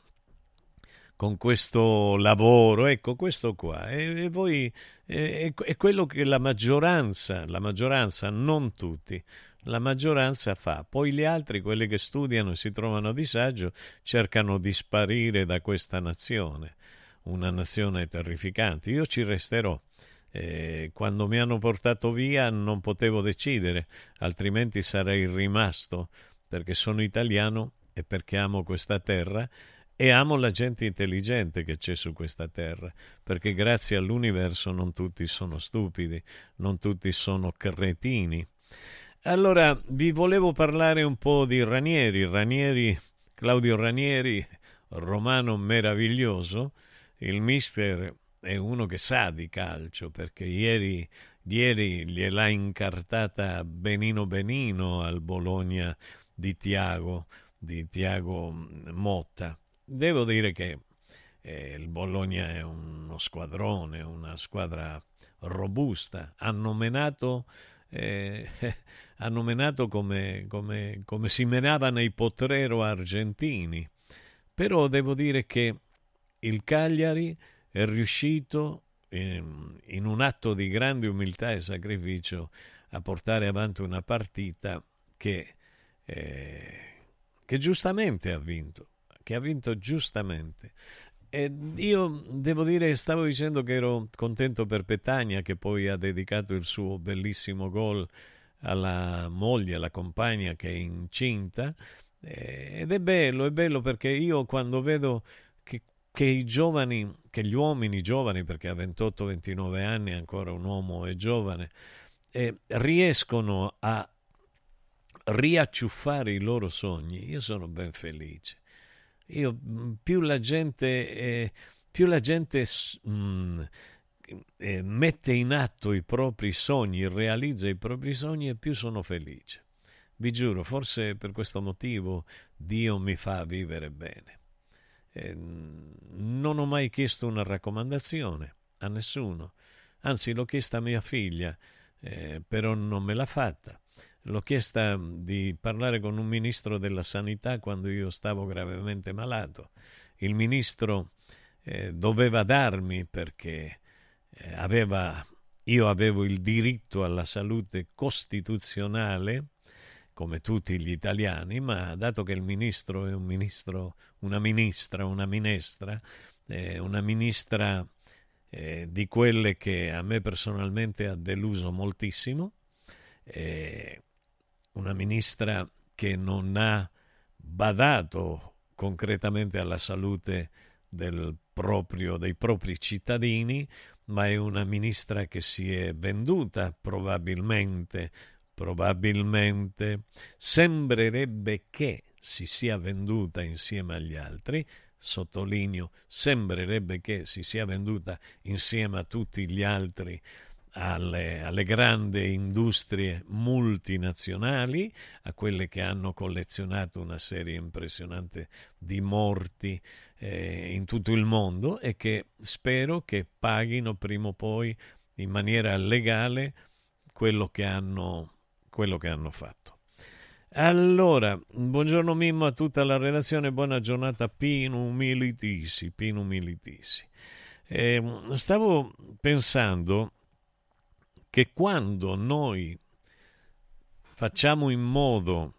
con questo lavoro. Ecco, questo qua. E, e poi è, è quello che la maggioranza, la maggioranza, non tutti, la maggioranza fa. Poi gli altri, quelli che studiano e si trovano a disagio, cercano di sparire da questa nazione. Una nazione terrificante. Io ci resterò. Eh, quando mi hanno portato via non potevo decidere, altrimenti sarei rimasto, perché sono italiano e perché amo questa terra e amo la gente intelligente che c'è su questa terra, perché grazie all'universo non tutti sono stupidi, non tutti sono cretini. Allora, vi volevo parlare un po' di Ranieri, Ranieri, Claudio Ranieri, romano meraviglioso. Il mister è uno che sa di calcio, perché ieri, ieri gliel'ha incartata benino benino al Bologna di Tiago, di Tiago Motta. Devo dire che eh, il Bologna è uno squadrone, una squadra robusta. Hanno menato, eh, hanno menato come, come, come si menava nei Potrero argentini. Però devo dire che il Cagliari è riuscito in, in un atto di grande umiltà e sacrificio a portare avanti una partita che, eh, che giustamente ha vinto, che ha vinto giustamente. E io devo dire, stavo dicendo che ero contento per Petagna, che poi ha dedicato il suo bellissimo gol alla moglie, alla compagna che è incinta, eh, ed è bello, è bello perché io quando vedo che che i giovani, che gli uomini giovani, perché a ventotto ventinove anni ancora un uomo è giovane, eh, riescono a riacciuffare i loro sogni, io sono ben felice. Io più la gente, eh, più la gente mh, eh, mette in atto i propri sogni, realizza i propri sogni, e più sono felice. Vi giuro, forse per questo motivo Dio mi fa vivere bene. Eh, non ho mai chiesto una raccomandazione a nessuno, anzi l'ho chiesta a mia figlia, eh, però non me l'ha fatta. L'ho chiesta di parlare con un ministro della sanità quando io stavo gravemente malato. Il ministro eh, doveva darmi, perché eh, aveva, io avevo il diritto alla salute costituzionale, come tutti gli italiani, ma dato che il ministro è un ministro, una ministra, una minestra, eh, una ministra eh, di quelle che a me personalmente ha deluso moltissimo, eh, una ministra che non ha badato concretamente alla salute del proprio, dei propri cittadini, ma è una ministra che si è venduta probabilmente Probabilmente sembrerebbe che si sia venduta insieme agli altri, sottolineo, sembrerebbe che si sia venduta insieme a tutti gli altri alle, alle grandi industrie multinazionali, a quelle che hanno collezionato una serie impressionante di morti eh, in tutto il mondo, e che spero che paghino prima o poi in maniera legale quello che hanno quello che hanno fatto. Allora, buongiorno Mimmo a tutta la redazione, buona giornata a Pino Umilitisi, Pino Umilitisi. Eh, stavo pensando che quando noi facciamo in modo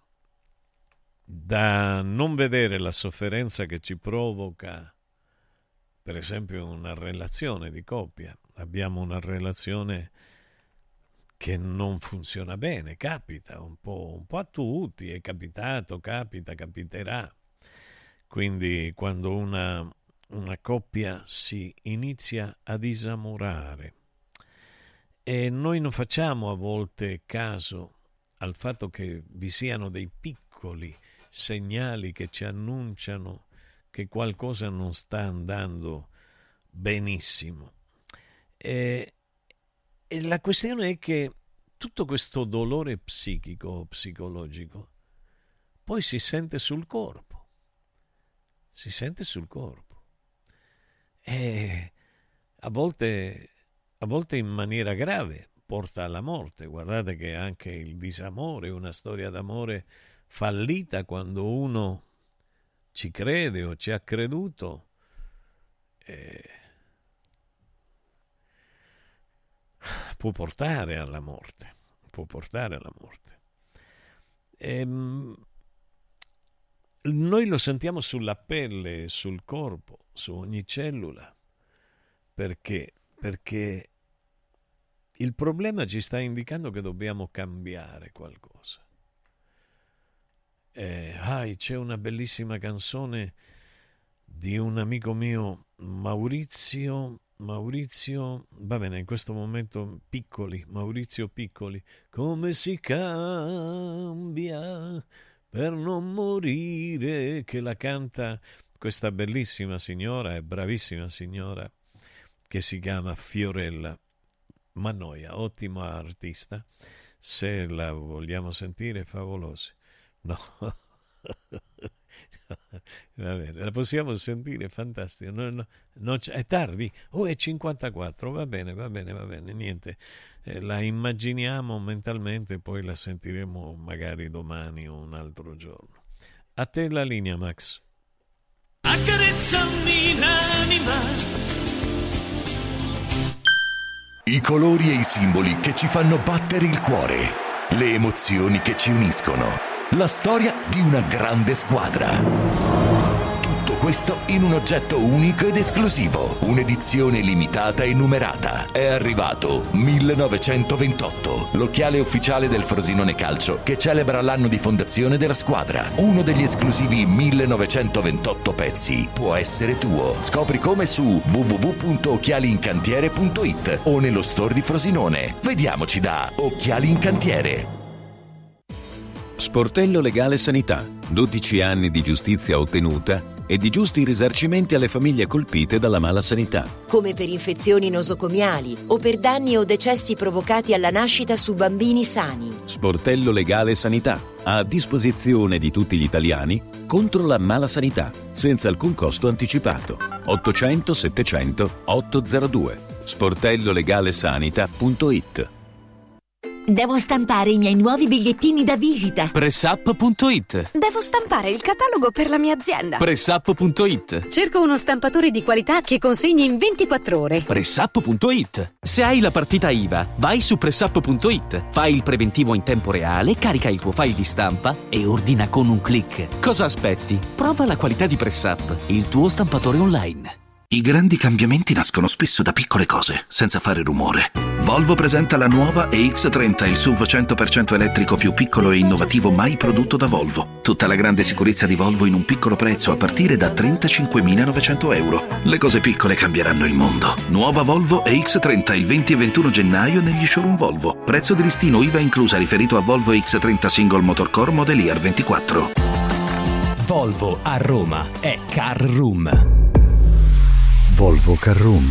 da non vedere la sofferenza che ci provoca, per esempio, una relazione di coppia, abbiamo una relazione che non funziona bene, capita un po', un po' a tutti, è capitato, capita, capiterà. Quindi quando una, una coppia si inizia a disamorare e noi non facciamo a volte caso al fatto che vi siano dei piccoli segnali che ci annunciano che qualcosa non sta andando benissimo. E E la questione è che tutto questo dolore psichico, psicologico, poi si sente sul corpo, si sente sul corpo, e a volte, a volte in maniera grave porta alla morte. Guardate che anche il disamore, una storia d'amore fallita, quando uno ci crede o ci ha creduto, eh, può portare alla morte, può portare alla morte. E, noi lo sentiamo sulla pelle, sul corpo, su ogni cellula. Perché? Perché il problema ci sta indicando che dobbiamo cambiare qualcosa. Eh, ah, c'è una bellissima canzone di un amico mio, Maurizio Maurizio, va bene, in questo momento Piccoli, Maurizio Piccoli, come si cambia per non morire, che la canta questa bellissima signora e bravissima signora che si chiama Fiorella Mannoia, ottima artista. Se la vogliamo sentire, favolosa. No. Va bene, la possiamo sentire, fantastico. No, no, no, è tardi, oh, è cinquantaquattro, va bene, va bene, va bene, niente, eh, la immaginiamo mentalmente, poi la sentiremo magari domani o un altro giorno. A te la linea, Max. Accarezzami l'anima. I colori e i simboli che ci fanno battere il cuore, le emozioni che ci uniscono. La storia di una grande squadra. Tutto questo in un oggetto unico ed esclusivo. Un'edizione limitata e numerata. È arrivato millenovecentoventotto, l'occhiale ufficiale del Frosinone Calcio che celebra l'anno di fondazione della squadra. Uno degli esclusivi millenovecentoventotto pezzi può essere tuo. Scopri come su w w w punto occhiali in cantiere punto i t o nello store di Frosinone. Vediamoci da Occhiali in Cantiere. Sportello Legale Sanità. dodici anni di giustizia ottenuta e di giusti risarcimenti alle famiglie colpite dalla mala sanità. Come per infezioni nosocomiali o per danni o decessi provocati alla nascita su bambini sani. Sportello Legale Sanità, a disposizione di tutti gli italiani contro la mala sanità, senza alcun costo anticipato. ottocento settecento ottocentodue. sportello legale sanità punto it. Devo stampare i miei nuovi bigliettini da visita. Pressup punto it. Devo stampare il catalogo per la mia azienda. Pressup punto it. Cerco uno stampatore di qualità che consegni in ventiquattro ore. Pressup punto it. Se hai la partita I V A, vai su Pressup punto it, fai il preventivo in tempo reale, carica il tuo file di stampa e ordina con un click. Cosa aspetti? Prova la qualità di Pressup, il tuo stampatore online. I grandi cambiamenti nascono spesso da piccole cose, senza fare rumore. Volvo presenta la nuova E X trenta, il S U V cento per cento elettrico più piccolo e innovativo mai prodotto da Volvo. Tutta la grande sicurezza di Volvo in un piccolo prezzo a partire da trentacinquemilanovecento euro. Le cose piccole cambieranno il mondo. Nuova Volvo E X trenta il venti e ventuno gennaio negli showroom Volvo. Prezzo di listino I V A inclusa riferito a Volvo E X trenta Single Motor Core Model Year ventiquattro. Volvo a Roma è Car Room. Volvo Car Room.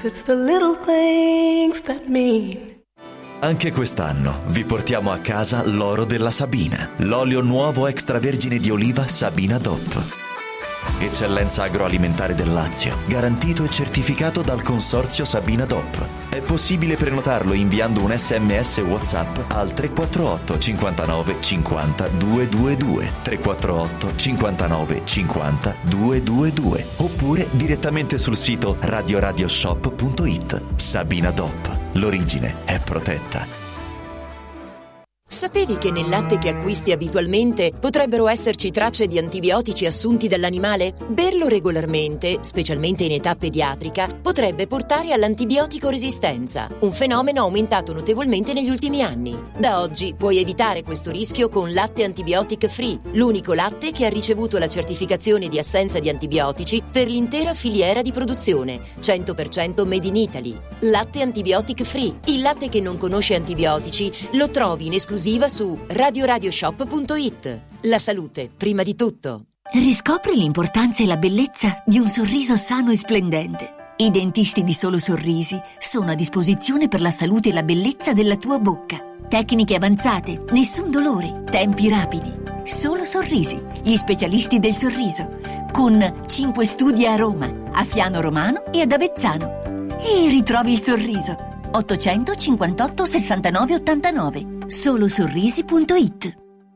Anche quest'anno vi portiamo a casa l'oro della Sabina, l'olio nuovo extravergine di oliva Sabina D O P. Eccellenza agroalimentare del Lazio, garantito e certificato dal consorzio Sabina D O P. È possibile prenotarlo inviando un sms WhatsApp al tre quattro otto cinquantanove cinquanta duecentoventidue, tre quattro otto cinquantanove cinquanta duecentoventidue, oppure direttamente sul sito radio radio shop punto it. Sabina D O P, l'origine è protetta. Sapevi che nel latte che acquisti abitualmente potrebbero esserci tracce di antibiotici assunti dall'animale? Berlo regolarmente, specialmente in età pediatrica, potrebbe portare all'antibiotico resistenza, un fenomeno aumentato notevolmente negli ultimi anni. Da oggi puoi evitare questo rischio con Latte Antibiotic Free, l'unico latte che ha ricevuto la certificazione di assenza di antibiotici per l'intera filiera di produzione, cento per cento made in Italy. Latte Antibiotic Free, il latte che non conosce antibiotici, lo trovi in esclusiva su radio radio shop punto it. La salute, prima di tutto. Riscopri l'importanza e la bellezza di un sorriso sano e splendente. I dentisti di Solo Sorrisi sono a disposizione per la salute e la bellezza della tua bocca. Tecniche avanzate, nessun dolore, tempi rapidi. Solo Sorrisi, gli specialisti del sorriso. Con cinque studi a Roma, a Fiano Romano e ad Avezzano. E ritrovi il sorriso. ottocentocinquantotto sessantanove ottantanove. solo sorrisi punto it.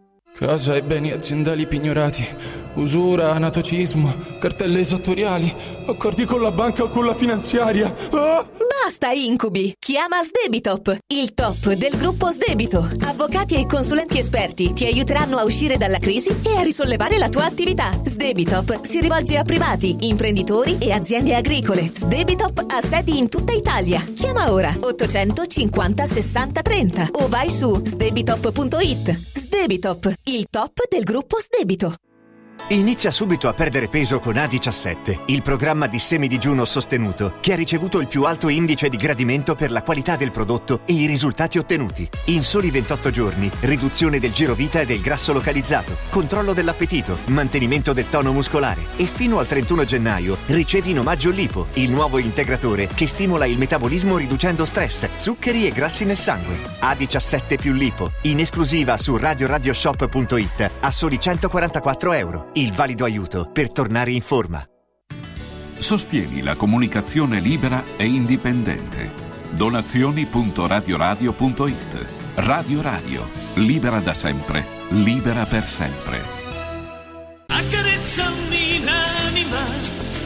Casa e beni aziendali pignorati, usura, anatocismo, cartelle esattoriali, accordi con la banca o con la finanziaria. Ah! Basta incubi! Chiama Sdebitop, il top del gruppo Sdebito. Avvocati e consulenti esperti ti aiuteranno a uscire dalla crisi e a risollevare la tua attività. Sdebitop si rivolge a privati, imprenditori e aziende agricole. Sdebitop ha sedi in tutta Italia. Chiama ora ottocentocinquanta sessanta trenta o vai su sdebitop punto it. Sdebitop, il top del gruppo Sdebito. Inizia subito a perdere peso con A diciassette, il programma di semidigiuno sostenuto che ha ricevuto il più alto indice di gradimento per la qualità del prodotto e i risultati ottenuti. In soli ventotto giorni, riduzione del girovita e del grasso localizzato, controllo dell'appetito, mantenimento del tono muscolare e fino al trentuno gennaio ricevi in omaggio Lipo, il nuovo integratore che stimola il metabolismo riducendo stress, zuccheri e grassi nel sangue. A diciassette più Lipo, in esclusiva su radio radio shop punto it a soli centoquarantaquattro euro. Il valido aiuto per tornare in forma. Sostieni la comunicazione libera e indipendente. Donazioni punto radio radio punto it. Radio Radio, libera da sempre, libera per sempre. Accarezzami l'anima.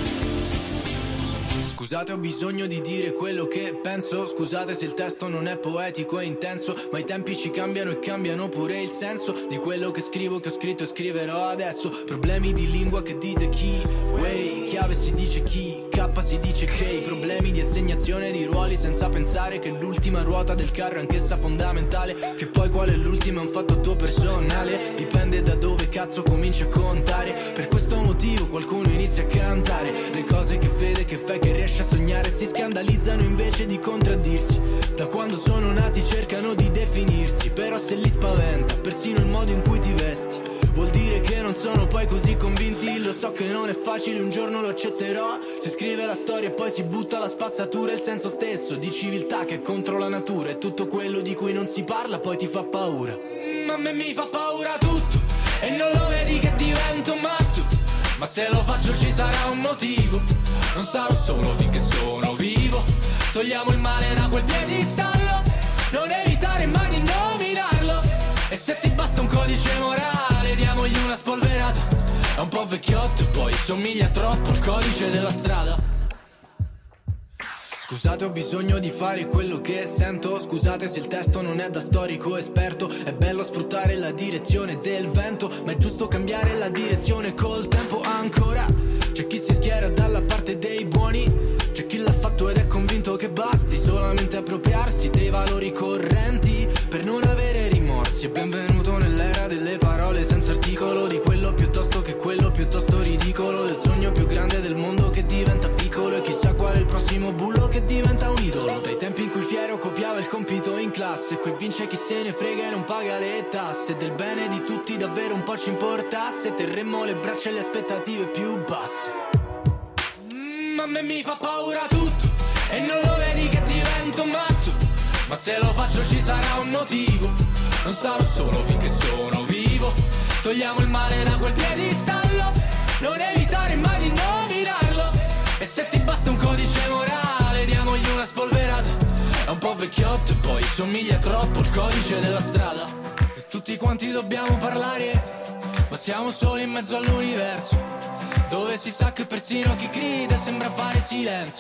Scusate, ho bisogno di dire quello che penso. Scusate se il testo non è poetico e intenso, ma i tempi ci cambiano e cambiano pure il senso di quello che scrivo, che ho scritto e scriverò adesso. Problemi di lingua che dite chi, way, chiave si dice chi, K si dice che. Problemi di assegnazione di ruoli senza pensare che l'ultima ruota del carro è anch'essa fondamentale. Che poi qual è l'ultima è un fatto tuo personale, dipende da dove cazzo cominci a contare. Per questo motivo qualcuno inizia a cantare le cose che vede, che fai, che riesce a sognare. Si scandalizzano invece di contraddirsi. Da quando sono nati cercano di definirsi, però se li spaventa persino il modo in cui ti vesti, vuol dire che non sono poi così convinti. Lo so che non è facile, un giorno lo accetterò. Si scrive la storia e poi si butta la spazzatura. Il senso stesso di civiltà che è contro la natura. E tutto quello di cui non si parla poi ti fa paura. Ma a me mi fa paura tutto e non lo vedi che divento matto. Ma se lo faccio ci sarà un motivo. Non sarò solo finché sono vivo. Togliamo il male da quel piedistallo. Non evitare mai di nominarlo. E se ti basta un codice morale, diamogli una spolverata. È un po' vecchiotto e poi somiglia troppo al codice della strada. Scusate, ho bisogno di fare quello che sento. Scusate se il testo non è da storico esperto. È bello sfruttare la direzione del vento, ma è giusto cambiare la direzione col tempo ancora. C'è chi si schiera dalla parte dei buoni, c'è chi l'ha fatto ed è convinto che basti solamente appropriarsi dei valori correnti per non avere rimorsi. E benvenuto nell'era delle parole senza articolo, di quello piuttosto che quello piuttosto ridicolo, del sogno più grande del mondo che diventa piccolo. E chissà qual è il prossimo bullo che diventa un idolo. Dai tempi in cui Fiero copiava il compito in classe, qui vince chi se ne frega e non paga le tasse. Del bene di tutti davvero un po' ci importasse, terremmo le braccia e le aspettative più basse. Mm, a me mi fa paura tutto e non lo vedi che divento matto. Ma se lo faccio ci sarà un motivo. Non sarò solo finché sono vivo. Togliamo il male da quel piedistallo. Non evitare mai di nominarlo. E se ti basta un codice morale, diamogli una spolverata. È un po' vecchiotto e poi somiglia troppo al codice della strada. E tutti quanti dobbiamo parlare, ma siamo soli in mezzo all'universo, dove si sa che persino chi grida sembra fare silenzio.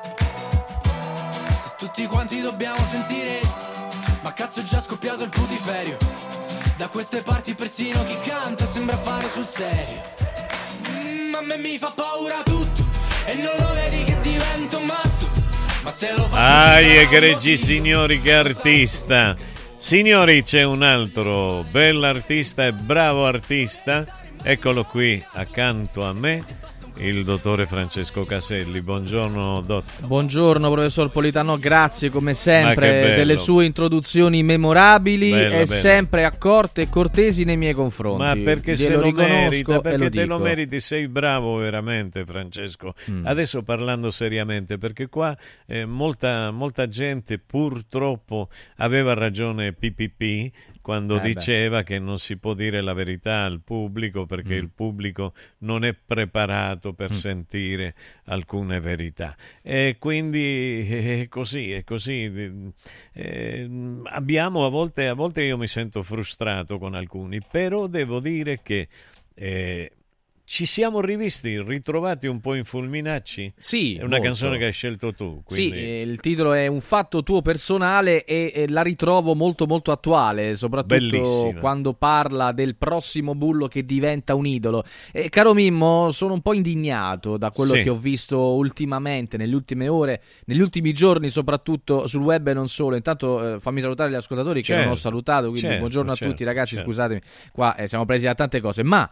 E tutti quanti dobbiamo sentire, ma cazzo è già scoppiato il putiferio. Da queste parti persino chi canta sembra fare sul serio. Mm, a me mi fa paura tutto e non lo vedi che divento matto. Ma se lo faccio ai egregi signori, che artista. Signori, c'è un altro bell'artista e bravo artista. Eccolo qui accanto a me, il dottore Francesco Caselli. Buongiorno dottore. Buongiorno professor Politano, grazie come sempre delle sue introduzioni memorabili. Bella, e bella. Sempre accorte e cortesi nei miei confronti. Ma perché se lo merita, perché te lo meriti, sei bravo veramente Francesco. Mm. Adesso parlando seriamente, perché qua eh, molta, molta gente purtroppo aveva ragione P P P quando eh diceva beh. che non si può dire la verità al pubblico perché mm. il pubblico non è preparato per mm. sentire alcune verità. E quindi è così, è così. Eh, abbiamo a volte, a volte io mi sento frustrato con alcuni, però devo dire che eh, ci siamo rivisti, ritrovati un po' in Fulminacci. Sì, è una molto. Canzone che hai scelto tu. Quindi... Sì, eh, il titolo è Un fatto tuo personale e, e la ritrovo molto molto attuale, soprattutto Bellissima. Quando parla del prossimo bullo che diventa un idolo. E, caro Mimmo, sono un po' indignato da quello sì. che ho visto ultimamente, nelle ultime ore, negli ultimi giorni, soprattutto sul web e non solo. Intanto eh, fammi salutare gli ascoltatori certo. che non ho salutato, quindi certo, buongiorno a certo, tutti ragazzi, certo. scusatemi, qua eh, siamo presi da tante cose, ma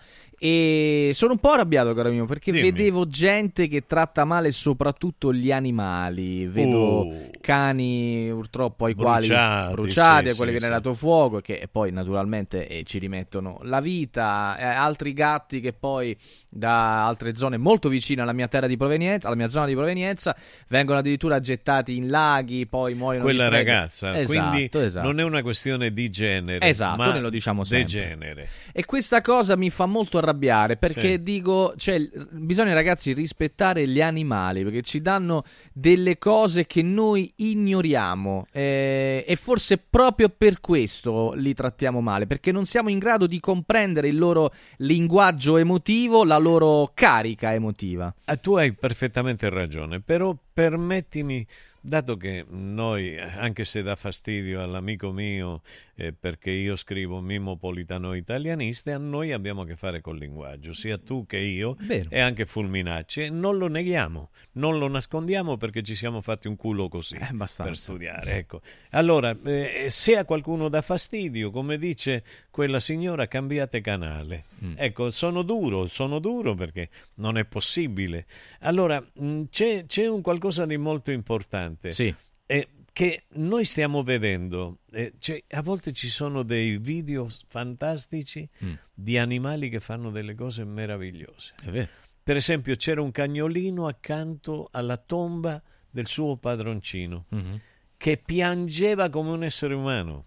e sono un po' arrabbiato, caro mio, perché Dimmi. vedevo gente che tratta male soprattutto gli animali. Vedo oh. cani purtroppo ai bruciati, quali bruciati, sì, a quelli sì, che viene sì. dato fuoco e che poi naturalmente eh, ci rimettono la vita. Eh, altri gatti che poi da altre zone molto vicine alla mia terra di provenienza, alla mia zona di provenienza, vengono addirittura gettati in laghi, poi muoiono. Quella ragazza, esatto, quindi esatto. non è una questione di genere, esatto, ma noi lo diciamo sempre. Degenere. E questa cosa mi fa molto arrabbiare, perché sì. dico, cioè, bisogna ragazzi rispettare gli animali, perché ci danno delle cose che noi ignoriamo eh, e forse proprio per questo li trattiamo male, perché non siamo in grado di comprendere il loro linguaggio emotivo, la loro carica emotiva. Ah, tu hai perfettamente ragione, però permettimi, dato che noi, anche se dà fastidio all'amico mio, eh, perché io scrivo Mimmo Politano Italianiste, a noi abbiamo a che fare col linguaggio, sia tu che io, Vero. e anche Fulminacci, e non lo neghiamo, non lo nascondiamo perché ci siamo fatti un culo così eh, per studiare. Ecco. Allora, eh, se a qualcuno dà fastidio, come dice quella signora, cambiate canale. Mm. Ecco, sono duro, sono duro perché non è possibile. Allora, mh, c'è, c'è un qualcosa di molto importante. Sì. E che noi stiamo vedendo, eh, cioè, a volte ci sono dei video fantastici mm. di animali che fanno delle cose meravigliose. È vero. Per esempio c'era un cagnolino accanto alla tomba del suo padroncino mm-hmm. che piangeva come un essere umano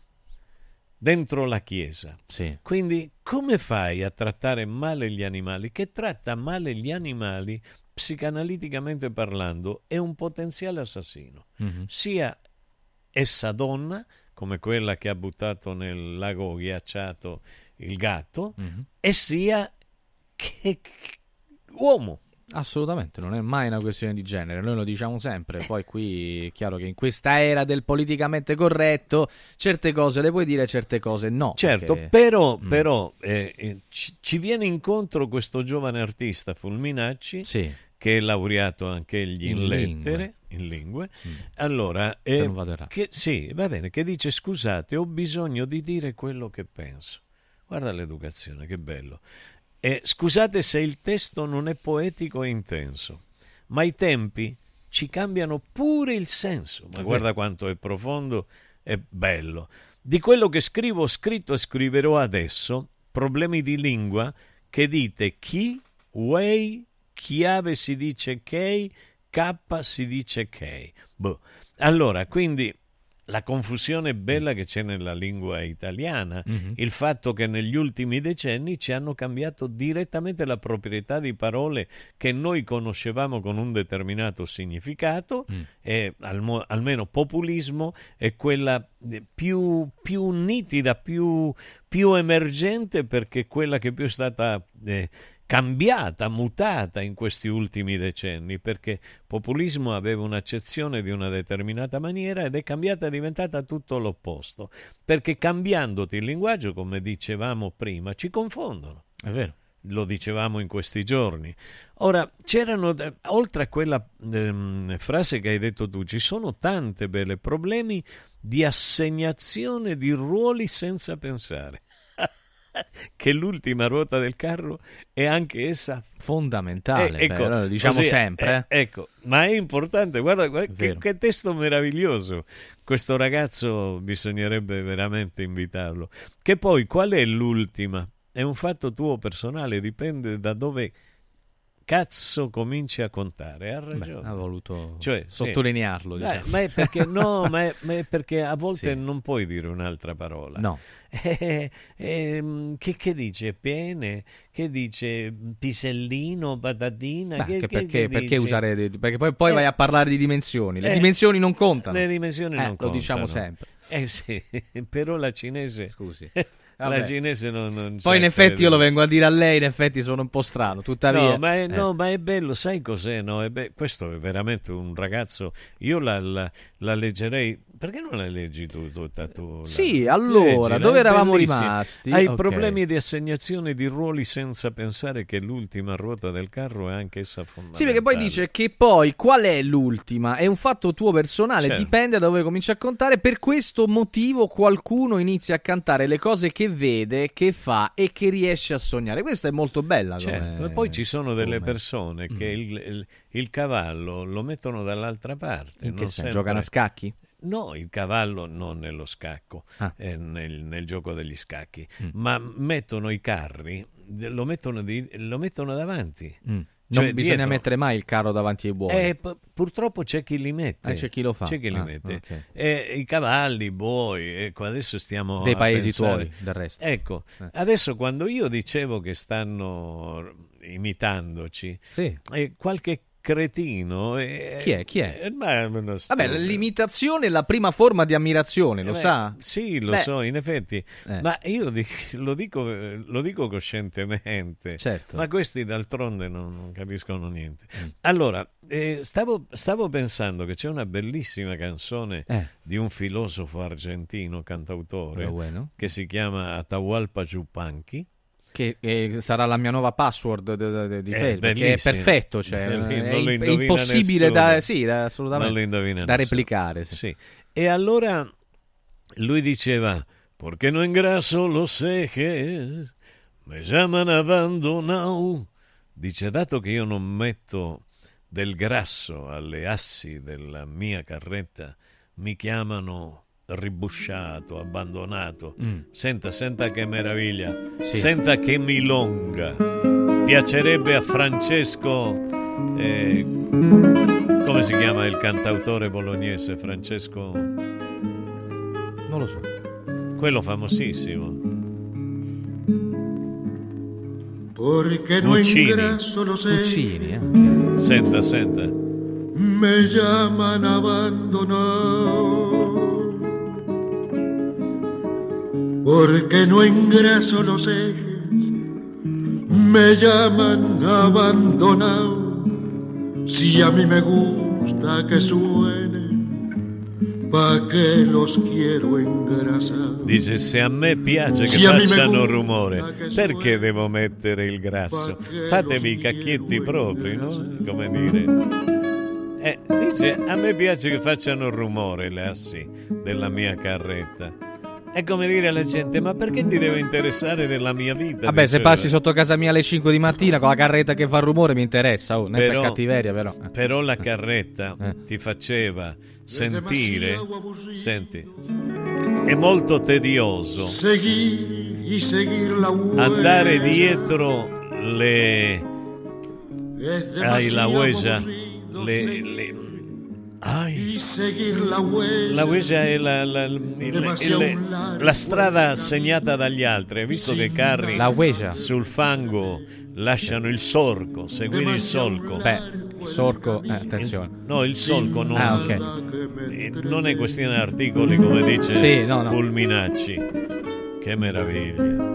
dentro la chiesa. Sì. Quindi come fai a trattare male gli animali? Che tratta male gli animali, psicanaliticamente parlando, è un potenziale assassino. Mm-hmm. Sia essa donna, come quella che ha buttato nel lago ghiacciato il gatto, mm-hmm. e sia che, che uomo. Assolutamente, non è mai una questione di genere, noi lo diciamo sempre. Poi qui è chiaro che in questa era del politicamente corretto certe cose le puoi dire, certe cose no. Certo, perché... però, mm. però eh, eh, ci, ci viene incontro questo giovane artista Fulminacci, sì. che è laureato anche egli in, in lettere, lingue. in lingue. Mm. Allora, eh, Se non vado errato. che, sì, va bene, che dice: scusate, ho bisogno di dire quello che penso. Guarda l'educazione, che bello. Eh, scusate se il testo non è poetico e intenso, ma i tempi ci cambiano pure il senso. Ma guarda quanto è profondo e bello. Di quello che scrivo, ho scritto e scriverò adesso, problemi di lingua, che dite chi, way, chiave si dice kei, k si dice kei. Boh. Allora, quindi la confusione bella che c'è nella lingua italiana, mm-hmm. il fatto che negli ultimi decenni ci hanno cambiato direttamente la proprietà di parole che noi conoscevamo con un determinato significato, mm. e al, almeno populismo è quella più, più nitida, più, più emergente, perché è quella che più è stata eh, cambiata, mutata in questi ultimi decenni, perché populismo aveva un'accezione di una determinata maniera ed è cambiata, è diventata tutto l'opposto, perché cambiandoti il linguaggio, come dicevamo prima, ci confondono. È vero. Lo dicevamo in questi giorni. Ora, c'erano, oltre a quella ehm, frase che hai detto tu, ci sono tante belle problemi di assegnazione di ruoli senza pensare. Che l'ultima ruota del carro è anche essa fondamentale, eh, ecco, beh, lo diciamo così, sempre eh, ecco, ma è importante. Guarda, guarda che, che testo meraviglioso. Questo ragazzo bisognerebbe veramente invitarlo. Che poi qual è l'ultima? È un fatto tuo personale, dipende da dove cazzo cominci a contare. Ha ragione. Beh, ha voluto cioè, sottolinearlo, sì. diciamo. Beh, ma è perché no, ma è, ma è perché a volte sì. non puoi dire un'altra parola. No. Eh, eh, che, che dice pene? Che dice pisellino, patatina? Beh, che, che che, perché, che perché dice? usare di- perché poi, poi Eh, vai a parlare di dimensioni. Le eh, dimensioni non contano. Le dimensioni Eh, non lo contano. diciamo sempre. Eh sì, però la cinese. Scusi. La Vabbè. cinese non, non Poi in c'è, effetti credo. io lo vengo a dire a lei, in effetti sono un po' strano, tuttavia No, ma è, eh. no, ma è bello, sai cos'è? No? È be- questo è veramente un ragazzo. Io la, la, la leggerei. Perché non la leggi tu tutta tu? La... Sì, allora, Leggila, dove è eravamo bellissima. rimasti? Hai Ok. problemi di assegnazione di ruoli senza pensare che l'ultima ruota del carro è anche essa fondamentale. Sì, perché poi dice che poi qual è l'ultima? È un fatto tuo personale, Certo. dipende da dove cominci a contare. Per questo motivo qualcuno inizia a cantare le cose che vede, che fa e che riesce a sognare. Questa è molto bella. Certo, come... e poi ci sono delle come... persone che Mm. il, il, il cavallo lo mettono dall'altra parte. In non che senso? sempre- Giocano a scacchi? No, il cavallo non nello scacco, Ah. eh, nel, nel gioco degli scacchi, Mm. ma mettono i carri, lo mettono, di, lo mettono davanti. Mm. Cioè, Non bisogna dietro. mettere mai il carro davanti ai buoni. Eh, p- purtroppo c'è chi li mette. Eh, c'è chi lo fa. C'è chi li Ah, mette. ok. Eh, I cavalli, i buoi, ecco, adesso stiamo Dei a paesi pensare- tuoi, del resto. Ecco, Eh. adesso quando io dicevo che stanno imitandoci, Sì. eh, qualche cretino... eh, Chi è? Chi è? eh, ma uno Vabbè, stupido. l'imitazione è la prima forma di ammirazione, lo Eh beh, sa? Sì, lo Beh. so, in effetti. Eh. Ma io di- lo, dico, lo dico coscientemente. Certo. Ma questi d'altronde non, non capiscono niente. Mm. Allora, eh, stavo, stavo pensando che c'è una bellissima canzone Eh. di un filosofo argentino, cantautore, Pero bueno. che si chiama Atahualpa Yupanqui. Che eh, sarà la mia nuova password de- de- di È Facebook, che è bellissimo. perfetto, cioè, Non è, lo è indovina impossibile nessuno. da, sì, da, assolutamente, Non lo indovina da nessuno. replicare. Sì. Sì. E allora lui diceva: porque no engraso los ejes, me llaman abandonado. Dice, dato che io non metto del grasso alle assi della mia carretta, mi chiamano ribusciato, abbandonato. Mm. Senta, senta che meraviglia, Sì. senta che milonga. Piacerebbe a Francesco, eh, come si chiama il cantautore bolognese? Francesco... Non lo so. Quello famosissimo. Porque no Guccini. engraso los Guccini, eh? Senta, senta. me llaman abandonado. Porque no engraso los ejes, me llaman abandonado. Si a mí me gusta que suene, pa' che los quiero engrasar. Dice, se a me piace che Si a me facciano gusta rumore, che perché devo mettere il grasso? Fatevi i cacchietti propri, no? Come dire. Eh, dice, a me piace che facciano rumore le assi della mia carretta. È come dire alla gente, ma perché ti deve interessare della mia vita? Vabbè, se Diceva. passi sotto casa mia alle cinque di mattina con la carretta che fa rumore mi interessa, oh, non è per cattiveria però. Però la carretta ti faceva sentire, senti, è molto tedioso Seguir y seguir la huella. andare dietro le... Es Ai, la demasiado huella, aburrido le... seguir le ai. y seguir la huella. La huella è la, la, il- il- la strada segnata dagli altri. Hai visto che i carri La huella. sul fango lasciano il sorco, seguire il solco. Beh, il sorco, eh, attenzione. No, il solco non, Ah, ok. eh, non è questione di articoli, come dice Sì, no, no. Fulminacci. Che meraviglia.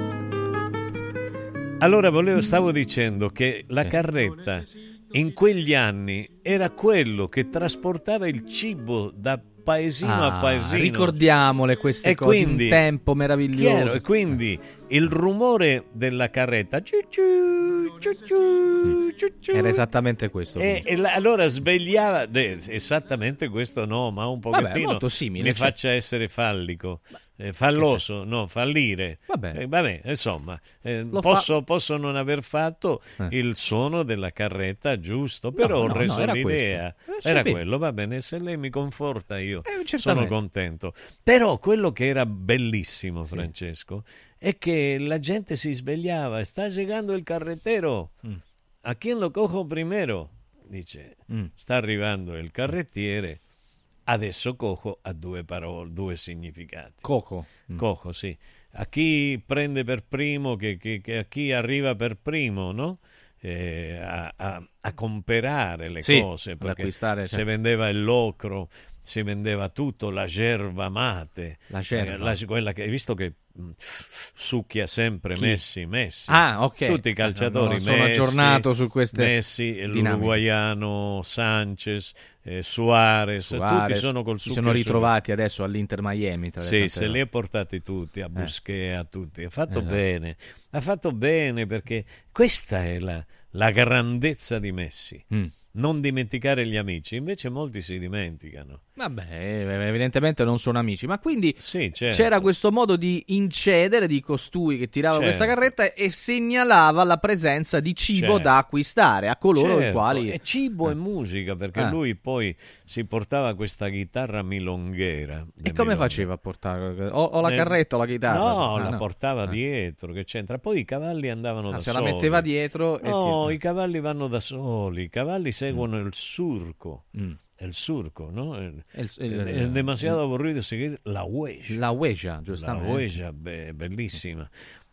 Allora volevo, stavo dicendo che la carretta in quegli anni era quello che trasportava il cibo da paesino Ah, a paesino. ricordiamole queste E cose, quindi- un tempo meraviglioso. Chiaro, e quindi il rumore della carretta ciu ciu, ciu ciu, ciu ciu, Era esattamente questo. e, e la- allora svegliava eh, esattamente questo no, ma un pochettino Vabbè, molto simile, mi cioè. faccia essere fallico, eh, falloso, no, fallire. Vabbè. Eh, vabbè, insomma, eh, Lo posso, posso non aver fatto Eh. il suono della carretta giusto, però no, ho reso no, era l'idea. questo. Eh, Era sì. quello, va bene, se lei mi conforta io sono certamente. contento. Però quello che era bellissimo, Francesco, è che la gente si svegliava, sta llegando il carrettero, Mm. a chi lo cojo primero? Dice, Mm. sta arrivando il carrettiere, adesso cojo ha due parole, due significati. Coco. Mm. Cojo, sì. A chi prende per primo, che, che- che a chi arriva per primo, no? Eh, a, a- a comprare le Sì, cose, ad perché acquistare, si sì. vendeva il locro, si vendeva tutto, la gerva mate, La gerva. eh, la- quella che hai visto che mh, succhia sempre Chi? Messi, Messi. Ah, ok. Tutti i Ah, calciatori, no, no, sono Messi, aggiornato su queste Messi, dinamiche. l'uruguaiano, Sanchez, eh, Suarez, Suarez, tutti sono col si succhio sono sul- ritrovati adesso all'Inter Miami. Tra le sì, tante se robe. li ha portati tutti, a Busquets, a tutti. Ha fatto Esatto. bene, ha fatto bene perché questa è la, la grandezza di Messi. Mm. Non dimenticare gli amici, invece molti si dimenticano. Vabbè, eh, evidentemente non sono amici, ma quindi Sì, certo. c'era questo modo di incedere di costui che tirava Certo. questa carretta e segnalava la presenza di cibo Certo. da acquistare a coloro Certo, i quali... e cibo e musica, perché Ah. lui poi si portava questa chitarra milonghera. E del come Milonga. faceva a portare? O, o la Nel- carretta o la chitarra? No, Ah, la portava dietro, che c'entra? Poi i cavalli andavano Ah, da se soli. la metteva dietro e No, ti- i cavalli vanno da soli, i cavalli seguono il surco. Mm. È il surco, no? È, il- il- è demasiado aburrido seguire la huella. La huella, La giustamente. huella, beh, bellissima.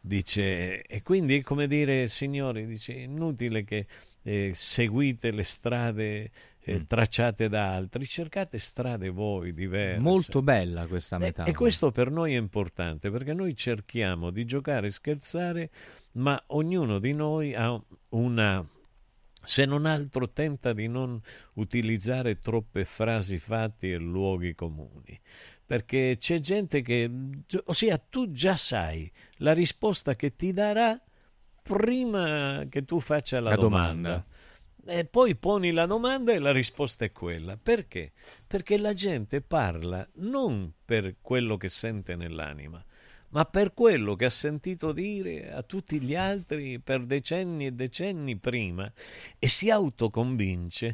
Dice, e quindi è come dire, signori, dice, inutile che eh, seguite le strade eh, Mm. tracciate da altri, cercate strade voi diverse. Molto bella questa E- metafora. E questo per noi è importante perché noi cerchiamo di giocare e scherzare, ma ognuno di noi ha una, se non altro tenta di non utilizzare troppe frasi fatti e luoghi comuni. Perché c'è gente che, ossia tu già sai la risposta che ti darà prima che tu faccia la, La domanda. domanda. E poi poni la domanda e la risposta è quella. Perché? Perché la gente parla non per quello che sente nell'anima, ma per quello che ha sentito dire a tutti gli altri per decenni e decenni prima, e si autoconvince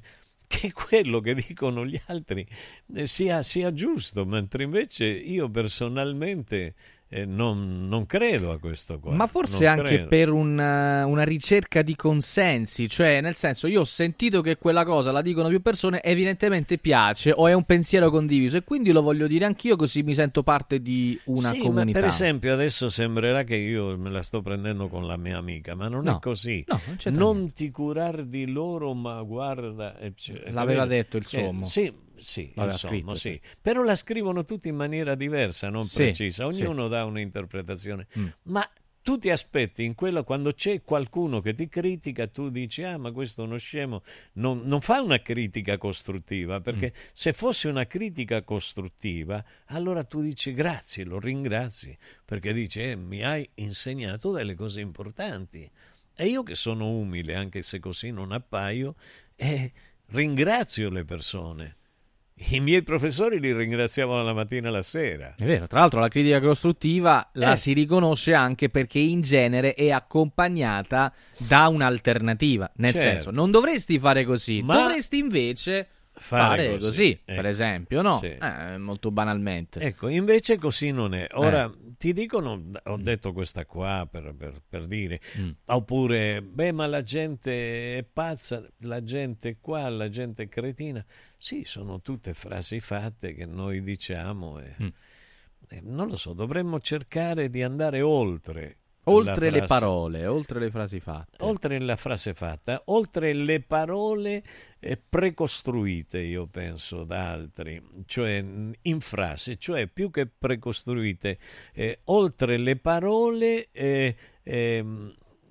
che quello che dicono gli altri sia, sia giusto, mentre invece io personalmente eh, non, non credo a questo qua. Ma forse non anche credo. per una, una ricerca di consensi, cioè nel senso, io ho sentito che quella cosa la dicono più persone, evidentemente piace o è un pensiero condiviso e quindi lo voglio dire anch'io, così mi sento parte di una sì, comunità. Ma per esempio adesso sembrerà che io me la sto prendendo con la mia amica, ma non No, è così. no, non c'è non niente. ti curar di loro, ma guarda, eh, cioè, L'aveva capito? detto il Eh, sommo. sì, sì, L'aveva insomma, scritto, sì. sì. Però la scrivono tutti in maniera diversa, non Sì, precisa. Ognuno sì. dà un'interpretazione. Mm. Ma tu ti aspetti in quello, quando c'è qualcuno che ti critica, tu dici: ah, ma questo è uno scemo. Non, non fa una critica costruttiva, perché Mm. se fosse una critica costruttiva, allora tu dici grazie, lo ringrazi, perché dici eh, mi hai insegnato delle cose importanti. E io che sono umile, anche se così non appaio, eh, ringrazio le persone. I miei professori li ringraziavano la mattina e la sera. È vero, tra l'altro la critica costruttiva la Eh. si riconosce anche perché in genere è accompagnata da un'alternativa, nel Certo. senso non dovresti fare così, Ma dovresti invece fare fare, così, così, ecco. per esempio, no? Sì. Eh, molto banalmente. Ecco, invece così non è. Ora Eh. ti dicono, ho detto questa qua per, per- per dire, Mm. oppure, beh, ma la gente è pazza, la gente è qua, la gente è cretina. Sì, sono tutte frasi fatte che noi diciamo e, Mm. e non lo so, dovremmo cercare di andare oltre. Oltre la le frase- parole, oltre le frasi fatte. Oltre la frase fatta, oltre le parole eh, precostruite, io penso, da altri, cioè mh, in frasi, cioè più che precostruite, eh, oltre le parole eh, ehm,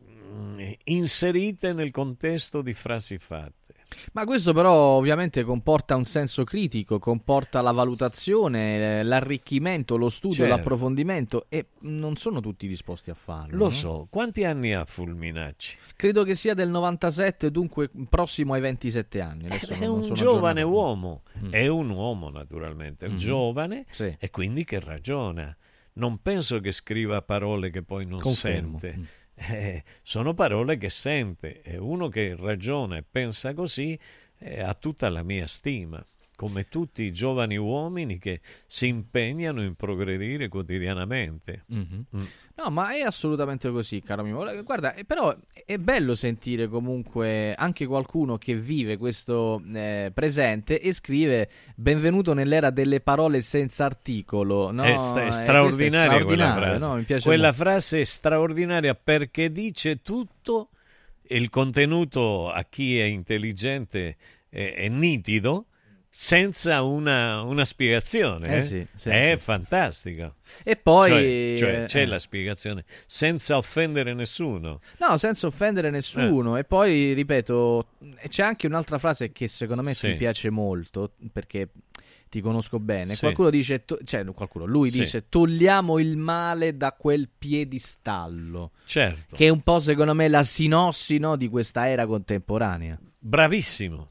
inserite nel contesto di frasi fatte. Ma questo però ovviamente comporta un senso critico, comporta la valutazione, eh, l'arricchimento, lo studio, Certo. l'approfondimento e non sono tutti disposti a farlo. Lo no? so, quanti anni ha Fulminacci? Credo che sia del novantasette, dunque prossimo ai ventisette anni. Adesso È non- non un sono giovane aggiornato. uomo, Mm. è un uomo naturalmente, Mhm. giovane Sì. e quindi che ragiona. Non penso che scriva parole che poi non Confermo. sente. Mm. Eh, sono parole che sente e uno che ragiona e pensa così eh, ha tutta la mia stima, come tutti i giovani uomini che si impegnano in progredire quotidianamente. Mhm. Mm. No, ma è assolutamente così, caro mio. Guarda, eh, però è bello sentire comunque anche qualcuno che vive questo eh, presente e scrive benvenuto nell'era delle parole senza articolo. No? È, sta- è Eh, straordinaria questo è quella straordinario, frase. no? Mi piace Quella molto. frase è straordinaria perché dice tutto, il contenuto a chi è intelligente è, è nitido, senza una, una spiegazione. Eh eh? sì, sì, è sì. fantastico. E poi... Cioè, cioè c'è eh, la spiegazione, senza offendere nessuno. No, senza offendere nessuno. E poi, ripeto, c'è anche un'altra frase che secondo me Sì. ti piace molto, perché ti conosco bene. Sì. Qualcuno dice, to- cioè qualcuno, lui Sì. dice, togliamo il male da quel piedistallo. Certo. Che è un po', secondo me, la sinossi, no, di questa era contemporanea. Bravissimo.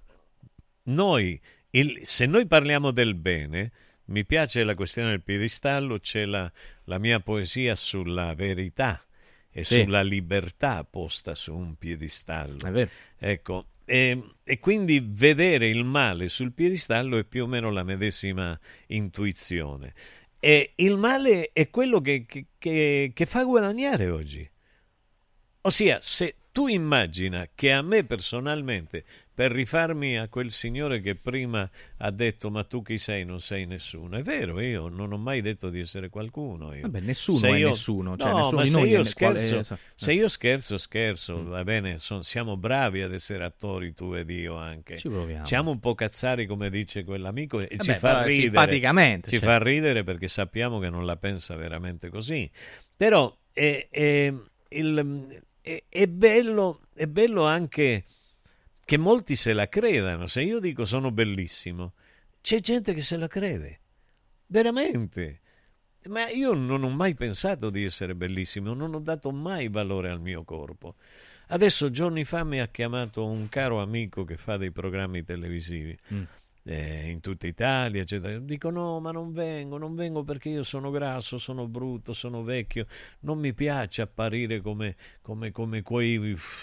Noi, il- se noi parliamo del bene, mi piace la questione del piedistallo, c'è la, la mia poesia sulla verità e Sì. sulla libertà posta su un piedistallo. È vero. Ecco, e, e quindi vedere il male sul piedistallo è più o meno la medesima intuizione. E il male è quello che, che- che- che fa guadagnare oggi. Ossia, se tu immagina che a me personalmente, per rifarmi a quel signore che prima ha detto ma tu chi sei? Non sei nessuno. È vero, io non ho mai detto di essere qualcuno. Io. Vabbè, nessuno Se è io- nessuno, cioè no, nessuno ma di se noi io è ne- quale- scherzo, eh, so- se eh. io scherzo, scherzo, va bene, son- siamo bravi ad essere attori tu ed io anche. Ci proviamo. Siamo un po' cazzari come dice quell'amico e Eh ci beh, fa però ridere. simpaticamente, Ci cioè. fa ridere perché sappiamo che non la pensa veramente così. Però è, è- il- è- è bello, è bello anche che molti se la credano. Se io dico sono bellissimo, c'è gente che se la crede. Veramente. Ma io non ho mai pensato di essere bellissimo, non ho dato mai valore al mio corpo. Adesso giorni fa mi ha chiamato un caro amico che fa dei programmi televisivi Mm. eh, in tutta Italia, eccetera. Dico no, ma non vengo, non vengo perché io sono grasso, sono brutto, sono vecchio, non mi piace apparire come, come, come quei uff,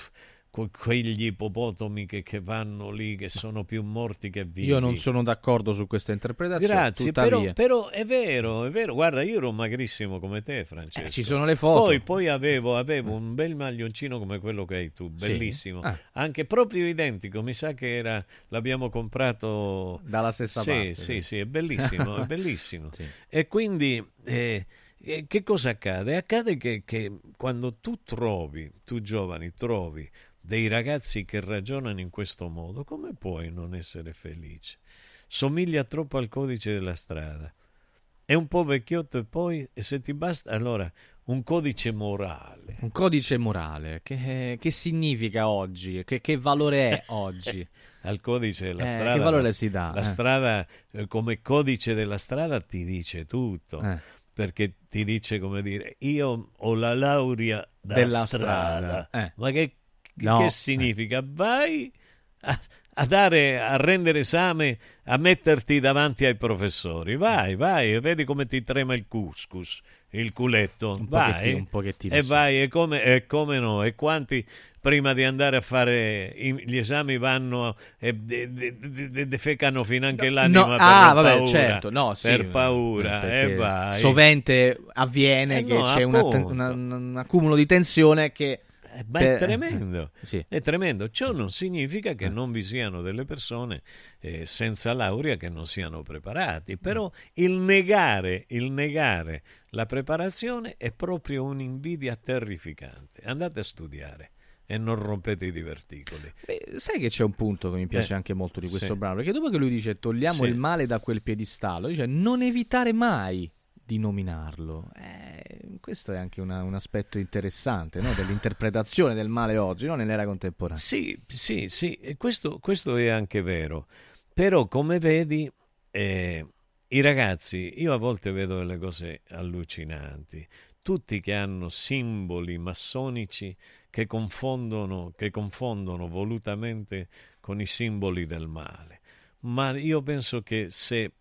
con quegli ippopotami che, che vanno lì, che sono più morti che vivi. Io non sono d'accordo su questa interpretazione. Grazie, però, però è vero, è vero. Guarda, io ero magrissimo come te, Francesco. Eh, ci sono le foto. Poi, poi avevo, avevo un bel maglioncino come quello che hai tu, bellissimo. Sì. Ah. Anche proprio identico, mi sa che era, l'abbiamo comprato... Dalla stessa sì, parte. Sì, sì, sì, è bellissimo, è bellissimo. Sì. E quindi... Eh, eh, che cosa accade? Accade che, che quando tu trovi, tu giovani, trovi dei ragazzi che ragionano in questo modo, come puoi non essere felice? Somiglia troppo al codice della strada, è un po' vecchiotto, e poi, e se ti basta, allora un codice morale. Un codice morale, che, che significa oggi? Che, che valore è oggi? Al codice della eh, strada, che valore la, si dà? La eh. strada, eh, come codice della strada, ti dice tutto. Eh. Perché ti dice, come dire, io ho la laurea da della strada. strada. Eh. Ma che, No. che significa? Vai a, a dare, a rendere esame, a metterti davanti ai professori. Vai, vai, e vedi come ti trema il couscous, il culetto. Un vai, pochettino, un pochettino, e sì. vai, e come, e come no, e quanti prima di andare a fare gli esami vanno e de, de, de, defecano finanche no, l'anima no, per ah, vabbè, paura, certo, no, sì, per paura, eh, e vai. Sovente avviene Eh che no, c'è una, una, un accumulo di tensione che... Ma per... è tremendo, sì. è tremendo. Ciò non significa che non vi siano delle persone eh, senza laurea che non siano preparati, però il negare, il negare la preparazione è proprio un'invidia terrificante. Andate a studiare e non rompete i diverticoli. Beh, sai che c'è un punto che mi piace eh, anche molto di questo sì. brano, perché dopo che lui dice togliamo sì. il male da quel piedistallo, dice non evitare mai di nominarlo. Eh, questo è anche una, un aspetto interessante, no? Dell'interpretazione del male oggi, no? Nell'era contemporanea. Sì, sì, sì, e questo, questo è anche vero. Però, come vedi, eh, i ragazzi, io a volte vedo delle cose allucinanti, tutti che hanno simboli massonici che confondono, che confondono volutamente con i simboli del male. Ma io penso che se...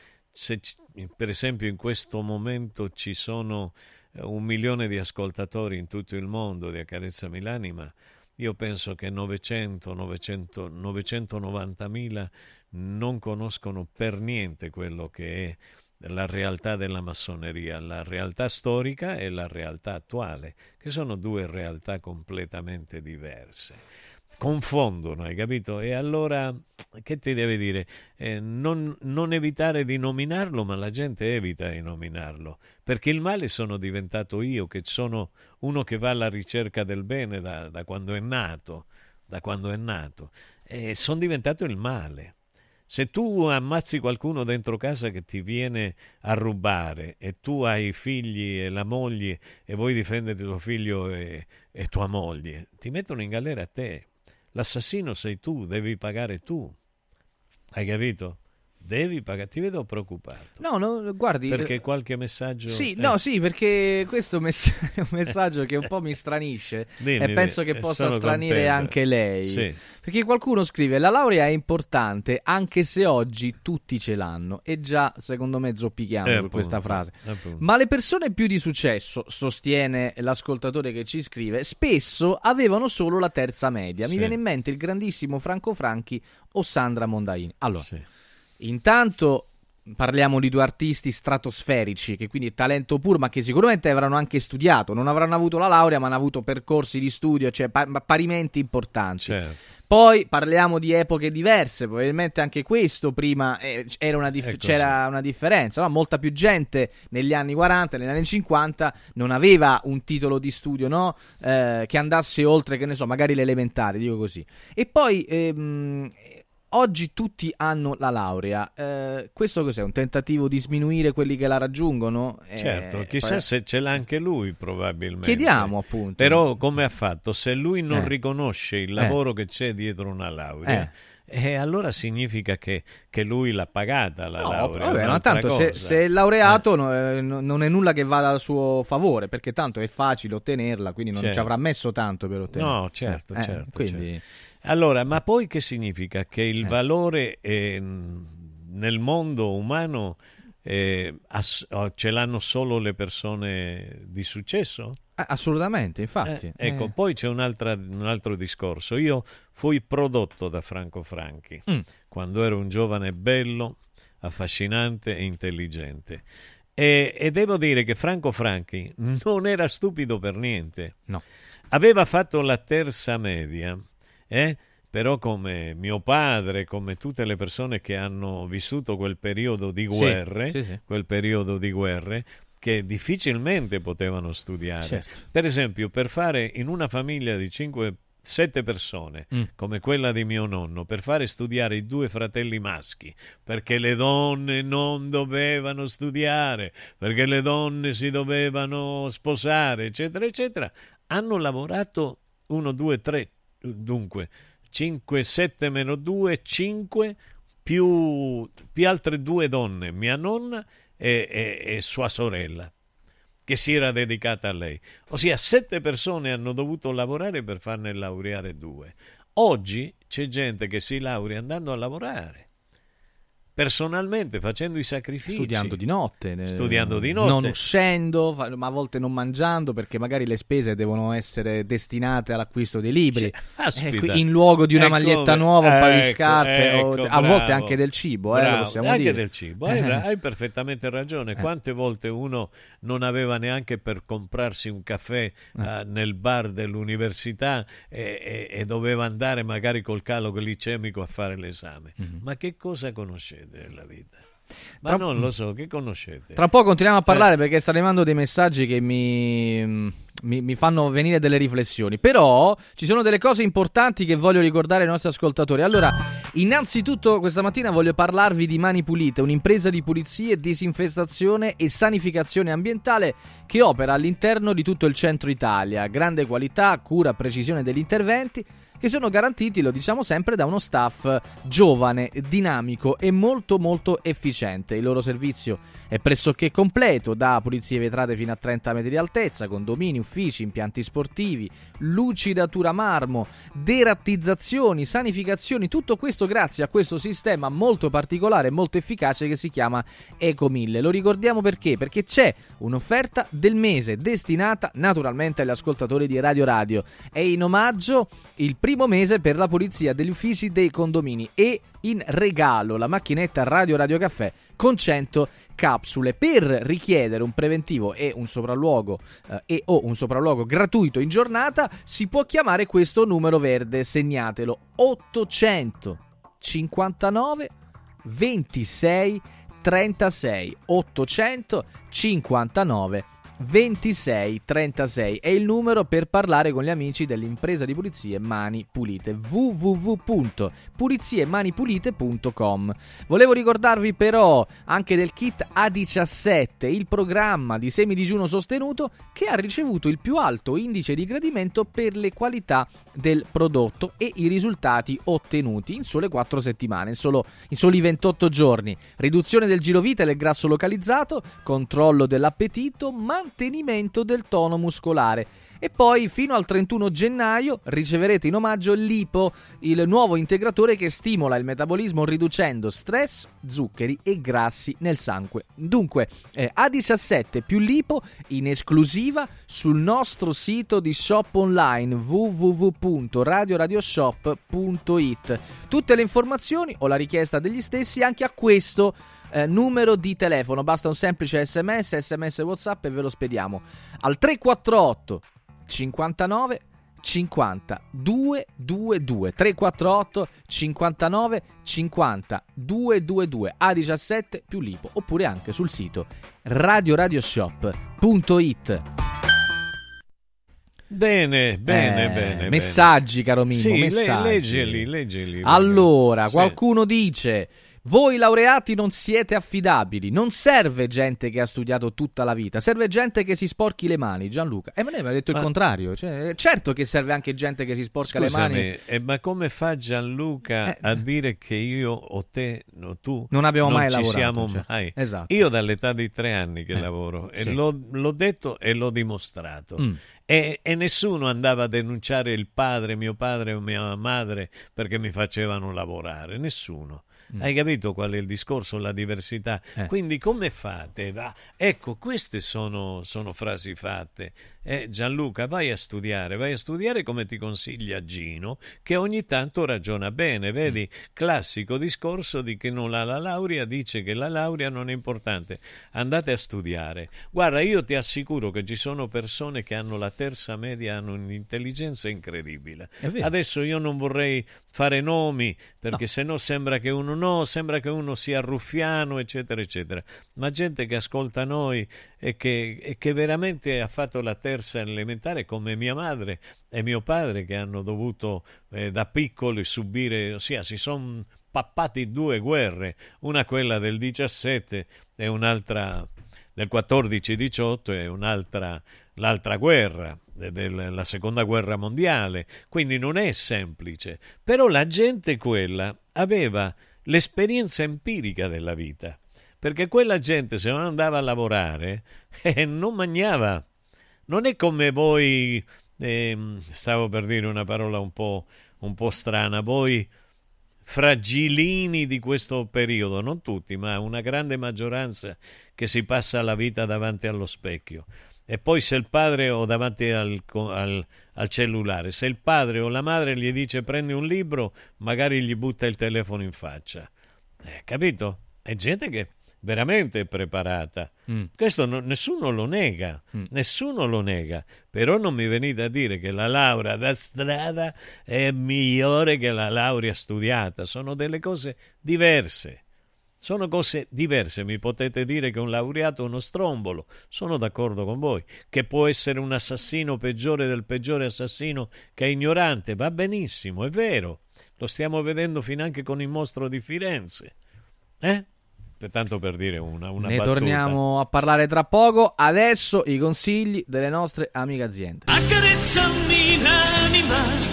se per esempio in questo momento ci sono un milione di ascoltatori in tutto il mondo di Accarezzami l'anima, io penso che novecento, novecento, novecentonovantamila non conoscono per niente quello che è la realtà della massoneria, la realtà storica e la realtà attuale, che sono due realtà completamente diverse. Confondono, hai capito? E allora che ti deve dire? Eh, non, non evitare di nominarlo, ma la gente evita di nominarlo, perché il male sono diventato io, che sono uno che va alla ricerca del bene da, da quando è nato, da quando è nato, e sono diventato il male. Se tu ammazzi qualcuno dentro casa che ti viene a rubare e tu hai figli e la moglie e vuoi difendere tuo figlio e, e tua moglie, ti mettono in galera a te. L'assassino sei tu, devi pagare tu. Hai capito? Devi pagare. Ti vedo preoccupato. No, no, guardi. Perché qualche messaggio. Sì, eh. no, sì, perché questo mess- è un messaggio che un po' mi stranisce dimmi, e penso dimmi. che possa Sono stranire contento. anche lei. Sì. Perché qualcuno scrive: la laurea è importante anche se oggi tutti ce l'hanno. E già, secondo me, zoppichiamo Eh, su appunto, questa frase. appunto. Ma le persone più di successo, sostiene l'ascoltatore che ci scrive, spesso avevano solo la terza media. Mi Sì. viene in mente il grandissimo Franco Franchi o Sandra Mondaini. Allora, Sì. intanto parliamo di due artisti stratosferici, che quindi è talento puro, ma che sicuramente avranno anche studiato, non avranno avuto la laurea, ma hanno avuto percorsi di studio, cioè pa- parimenti importanti. Certo. Poi parliamo di epoche diverse, probabilmente anche questo prima eh, era una dif- c'era una differenza, no? Molta più gente negli anni quaranta, negli anni cinquanta non aveva un titolo di studio, no? eh, che andasse oltre, che ne so, magari l'elementare, dico così. E poi ehm, oggi tutti hanno la laurea, eh, questo cos'è? Un tentativo di sminuire quelli che la raggiungono? Eh, Certo, chissà poi... se ce l'ha anche lui probabilmente. Chiediamo appunto. Però come ha fatto? Se lui non Eh. riconosce il lavoro eh. che c'è dietro una laurea, eh. eh, allora significa che, che lui l'ha pagata la no, laurea. Vabbè, ma tanto se, se è laureato eh. no, non è nulla che vada a suo favore, perché tanto è facile ottenerla, quindi non certo. ci avrà messo tanto per ottenerla. No, certo, eh, certo. Quindi... certo. Allora, ma poi che significa? Che il eh. valore eh, nel mondo umano eh, ass- ce l'hanno solo le persone di successo? Assolutamente, infatti. Eh, ecco, eh. poi c'è un'altra, un altro discorso. Io fui prodotto da Franco Franchi mm. quando ero un giovane bello, affascinante e intelligente. E, e devo dire che Franco Franchi non era stupido per niente. No. Aveva fatto la terza media, eh? Però come mio padre, come tutte le persone che hanno vissuto quel periodo di guerre, sì, sì, sì. quel periodo di guerre, che difficilmente potevano studiare. Certo. Per esempio, per fare in una famiglia di cinque sette persone, mm. come quella di mio nonno, per fare studiare i due fratelli maschi, perché le donne non dovevano studiare, perché le donne si dovevano sposare, eccetera, eccetera, hanno lavorato uno, due, tre, dunque, cinque, sette meno due, cinque, più, più altre due donne, mia nonna e, e, e sua sorella, che si era dedicata a lei. Ossia, sette persone hanno dovuto lavorare per farne laureare due. Oggi c'è gente che si laurea andando a lavorare, personalmente, facendo i sacrifici, studiando di notte, studiando di notte, non uscendo, ma a volte non mangiando, perché magari le spese devono essere destinate all'acquisto dei libri, cioè, in luogo di una ecco, maglietta nuova, un paio ecco, di scarpe, ecco, o, bravo, a volte anche del cibo, eh, lo possiamo anche dire. del cibo, hai, hai perfettamente ragione. Quante volte uno non aveva neanche per comprarsi un caffè eh. uh, nel bar dell'università e, e, e doveva andare magari col calo glicemico a fare l'esame. Mm-hmm. Ma che cosa conoscete della vita? Ma tra... non lo so, che conoscete? Tra poco continuiamo a parlare, eh. perché sta arrivando dei messaggi che mi... Mi, mi fanno venire delle riflessioni, però ci sono delle cose importanti che voglio ricordare ai nostri ascoltatori. Allora, innanzitutto questa mattina voglio parlarvi di Mani Pulite, un'impresa di pulizie, disinfestazione e sanificazione ambientale che opera all'interno di tutto il centro Italia. Grande qualità, cura, precisione degli interventi, che sono garantiti, lo diciamo sempre, da uno staff giovane, dinamico e molto molto efficiente. Il loro servizio è pressoché completo, da pulizie vetrate fino a trenta metri di altezza, condomini, uffici, impianti sportivi, lucidatura marmo, derattizzazioni, sanificazioni, tutto questo grazie a questo sistema molto particolare e molto efficace che si chiama Eco mille. Lo ricordiamo perché? Perché c'è un'offerta del mese destinata naturalmente agli ascoltatori di Radio Radio. È in omaggio il primo mese per la pulizia degli uffici dei condomini e in regalo la macchinetta Radio Radio Caffè con cento capsule. Per richiedere un preventivo e un sopralluogo eh, e o un sopralluogo gratuito in giornata si può chiamare questo numero verde, segnatelo: ottocentocinquantanove ventisei trentasei, ottocentocinquantanove ventisei trentasei è il numero per parlare con gli amici dell'impresa di pulizie Mani Pulite. w w w punto pulizie mani pulite punto com. Volevo ricordarvi però anche del kit A diciassette, il programma di semidigiuno sostenuto che ha ricevuto il più alto indice di gradimento per le qualità del prodotto e i risultati ottenuti in sole quattro settimane, in, solo, in soli ventotto giorni. Riduzione del girovita e del grasso localizzato, controllo dell'appetito, mantenimento del tono muscolare. E poi fino al trentuno gennaio riceverete in omaggio l'Ipo, il nuovo integratore che stimola il metabolismo riducendo stress, zuccheri e grassi nel sangue. Dunque, eh, A diciassette più l'Ipo in esclusiva sul nostro sito di shop online w w w punto radio radio shop punto i t. Tutte le informazioni o la richiesta degli stessi anche a questo Eh, numero di telefono, basta un semplice sms, sms WhatsApp e ve lo spediamo al tre quattro otto cinquantanove cinquanta duecentoventidue, tre quattro otto cinquantanove cinquanta duecentoventidue, A diciassette più l'Ipo, oppure anche sul sito radio radio shop punto i t. Bene, bene, eh, bene. Messaggi, bene. caro Mimmo, sì, messaggi. leggeli, leggeli. Allora, sì. Qualcuno dice: voi laureati non siete affidabili, non serve gente che ha studiato tutta la vita, serve gente che si sporchi le mani. Gianluca, e me ne aveva detto ma... il contrario, cioè, certo che serve anche gente che si sporca Scusami, le mani. Eh, ma come fa Gianluca eh, a dire che io o te o tu non abbiamo non mai ci lavorato? Siamo cioè. mai. Esatto. Io dall'età di tre anni che eh, lavoro e sì. l'ho, l'ho detto e l'ho dimostrato. Mm. E, e nessuno andava a denunciare il padre, mio padre o mia madre perché mi facevano lavorare, nessuno. Mm. Hai capito qual è il discorso? La diversità. Eh. Quindi come fate? Ah, ecco, queste sono, sono frasi fatte. Eh, Gianluca, vai a studiare, vai a studiare come ti consiglia Gino, che ogni tanto ragiona bene, vedi? Mm. Classico discorso di chi non ha la laurea dice che la laurea non è importante. Andate a studiare. Guarda, io ti assicuro che ci sono persone che hanno la terza media, hanno un'intelligenza incredibile. Adesso io non vorrei fare nomi, perché no. sennò sembra che uno no, sembra che uno sia ruffiano, eccetera, eccetera. Ma gente che ascolta noi e che, e che veramente ha fatto la terza elementare, come mia madre e mio padre, che hanno dovuto eh, da piccoli subire, ossia si sono pappati due guerre, una quella del diciassette e un'altra del quattordici diciotto e un'altra l'altra guerra, della seconda guerra mondiale, quindi non è semplice, però la gente quella aveva l'esperienza empirica della vita, perché quella gente se non andava a lavorare eh, non mangiava. Non è come voi, eh, stavo per dire una parola un po', un po' strana, voi fragilini di questo periodo, non tutti, ma una grande maggioranza che si passa la vita davanti allo specchio. E poi se il padre o davanti al, al, al cellulare, se il padre o la madre gli dice prendi un libro, magari gli butta il telefono in faccia. Eh, capito? È gente che veramente è preparata. Mm. Questo no, nessuno lo nega, mm. nessuno lo nega. Però non mi venite a dire che la laurea da strada è migliore che la laurea studiata. Sono delle cose diverse. Sono cose diverse. Mi potete dire che un laureato è uno strombolo, sono d'accordo con voi, che può essere un assassino peggiore del peggiore assassino che è ignorante, va benissimo, è vero, lo stiamo vedendo finanche con il mostro di Firenze, eh? Tanto per dire una, una ne battuta. Torniamo a parlare tra poco. Adesso i consigli delle nostre amiche aziende. Accarezzami l'anima.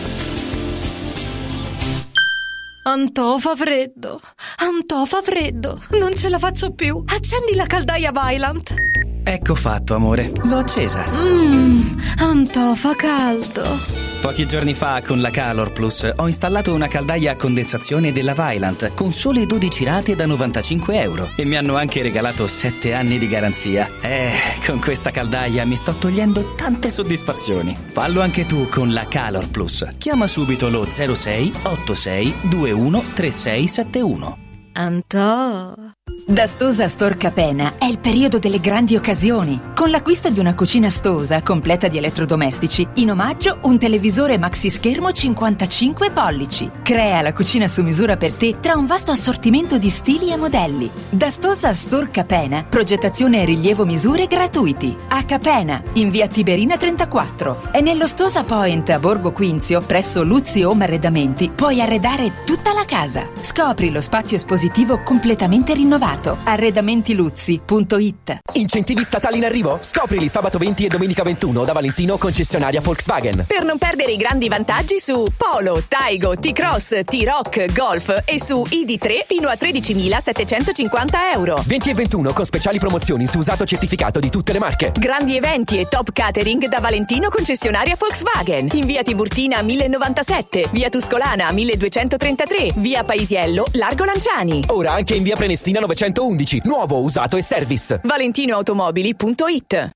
Antò fa freddo, Antò fa freddo, non ce la faccio più. Accendi la caldaia Vaillant. Ecco fatto, amore, l'ho accesa. Mmm, Antò fa caldo. Pochi giorni fa con la Calor Plus ho installato una caldaia a condensazione della Vaillant con sole dodici rate da novantacinque euro e mi hanno anche regalato sette anni di garanzia. Eh, con questa caldaia mi sto togliendo tante soddisfazioni. Fallo anche tu con la Calor Plus. Chiama subito lo zero sei otto sei due uno tre sei sette uno. Antò. Da Stosa Store Capena è il periodo delle grandi occasioni. Con l'acquisto di una cucina Stosa completa di elettrodomestici, in omaggio un televisore maxi schermo cinquantacinque pollici. Crea la cucina su misura per te tra un vasto assortimento di stili e modelli. Da Stosa Store Capena, progettazione e rilievo misure gratuiti. A Capena, in via Tiberina trentaquattro. E nello Stosa Point a Borgo Quinzio, presso Luzzi Home Arredamenti, puoi arredare tutta la casa. Scopri lo spazio espositivo completamente rinnovato. arredamentiluzzi punto it. Incentivi statali in arrivo? Scoprili sabato venti e domenica ventuno da Valentino, concessionaria Volkswagen. Per non perdere i grandi vantaggi su Polo, Taigo, T-Cross, T-Rock, Golf e su I D tre fino a tredicimilasettecentocinquanta euro. venti e ventuno con speciali promozioni su usato certificato di tutte le marche. Grandi eventi e top catering da Valentino, concessionaria Volkswagen. In via Tiburtina millenovantasette, via Tuscolana milleduecentotrentatré, via Paisiello, Largo Lanciani. Ora anche in via Prenestina novecentoundici, nuovo, usato e service. valentinoautomobili punto it.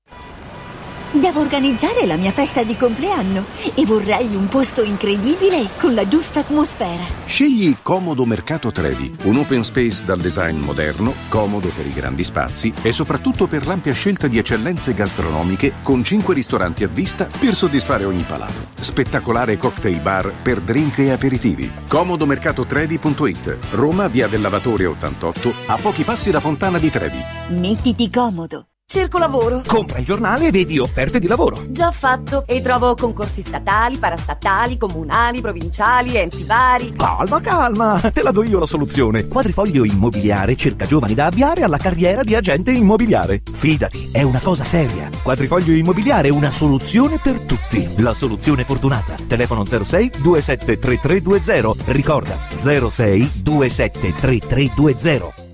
Devo organizzare la mia festa di compleanno e vorrei un posto incredibile con la giusta atmosfera. Scegli Comodo Mercato Trevi, un open space dal design moderno, comodo per i grandi spazi e soprattutto per l'ampia scelta di eccellenze gastronomiche con cinque ristoranti a vista per soddisfare ogni palato. Spettacolare cocktail bar per drink e aperitivi. comodomercatotrevi punto it, Roma, via del Lavatore ottantotto, a pochi passi da Fontana di Trevi. Mettiti comodo. Cerco lavoro. Compra il giornale e vedi offerte di lavoro. Già fatto. E trovo concorsi statali, parastatali, comunali, provinciali, enti vari. Calma, calma. Te la do io la soluzione. Quadrifoglio Immobiliare cerca giovani da avviare alla carriera di agente immobiliare. Fidati, è una cosa seria. Quadrifoglio Immobiliare è una soluzione per tutti. La soluzione fortunata. Telefono zero sei due sette tre tre due zero. Ricorda, zero sei due sette tre tre due zero.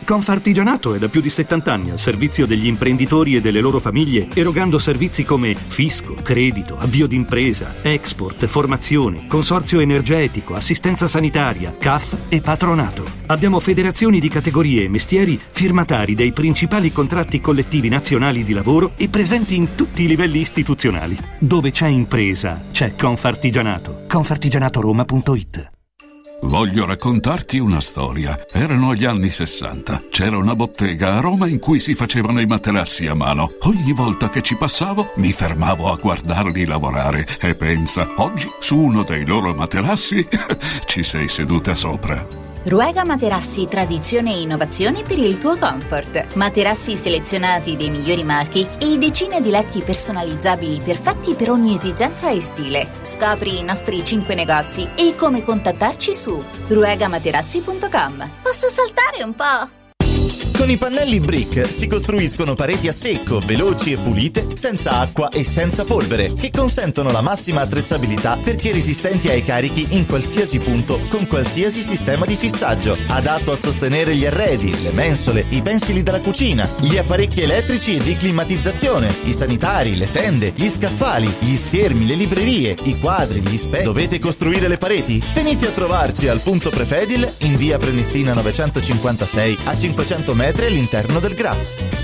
Confartigianato è da più di settanta anni al servizio degli imprenditori e delle loro famiglie, erogando servizi come fisco, credito, avvio d'impresa, export, formazione, consorzio energetico, assistenza sanitaria, C A F e patronato. Abbiamo federazioni di categorie e mestieri firmatari dei principali contratti collettivi nazionali di lavoro e presenti in tutti i livelli istituzionali. Dove c'è impresa, c'è Confartigianato. Confartigianatoroma punto it. Voglio raccontarti una storia. Erano gli anni sessanta. C'era una bottega a Roma in cui si facevano i materassi a mano. Ogni volta che ci passavo mi fermavo a guardarli lavorare e pensa, oggi su uno dei loro materassi ci sei seduta sopra. Ruega Materassi, tradizione e innovazione per il tuo comfort. Materassi selezionati dei migliori marchi e decine di letti personalizzabili perfetti per ogni esigenza e stile. Scopri i nostri cinque negozi e come contattarci su ruega materassi punto com. Posso saltare un po'? Con i pannelli Brick si costruiscono pareti a secco, veloci e pulite, senza acqua e senza polvere, che consentono la massima attrezzabilità perché resistenti ai carichi in qualsiasi punto con qualsiasi sistema di fissaggio, adatto a sostenere gli arredi, le mensole, i pensili della cucina, gli apparecchi elettrici e di climatizzazione, i sanitari, le tende, gli scaffali, gli schermi, le librerie, i quadri, gli specchi. Dovete costruire le pareti? Venite a trovarci al punto Prefedil in via Prenestina novecentocinquantasei a cinquecento metri all'interno del G R A.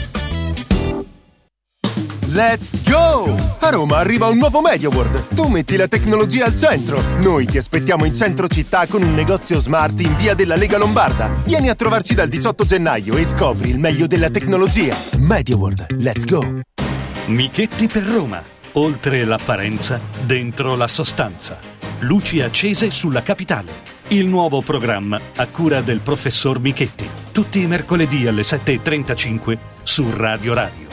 Let's go! A Roma arriva un nuovo MediaWorld. Tu metti la tecnologia al centro. Noi ti aspettiamo in centro città con un negozio smart in via della Lega Lombarda. Vieni a trovarci dal diciotto gennaio e scopri il meglio della tecnologia. MediaWorld, let's go! Michetti per Roma. Oltre l'apparenza, dentro la sostanza. Luci accese sulla capitale. Il nuovo programma a cura del professor Michetti. Tutti i mercoledì alle sette e trentacinque su Radio Radio.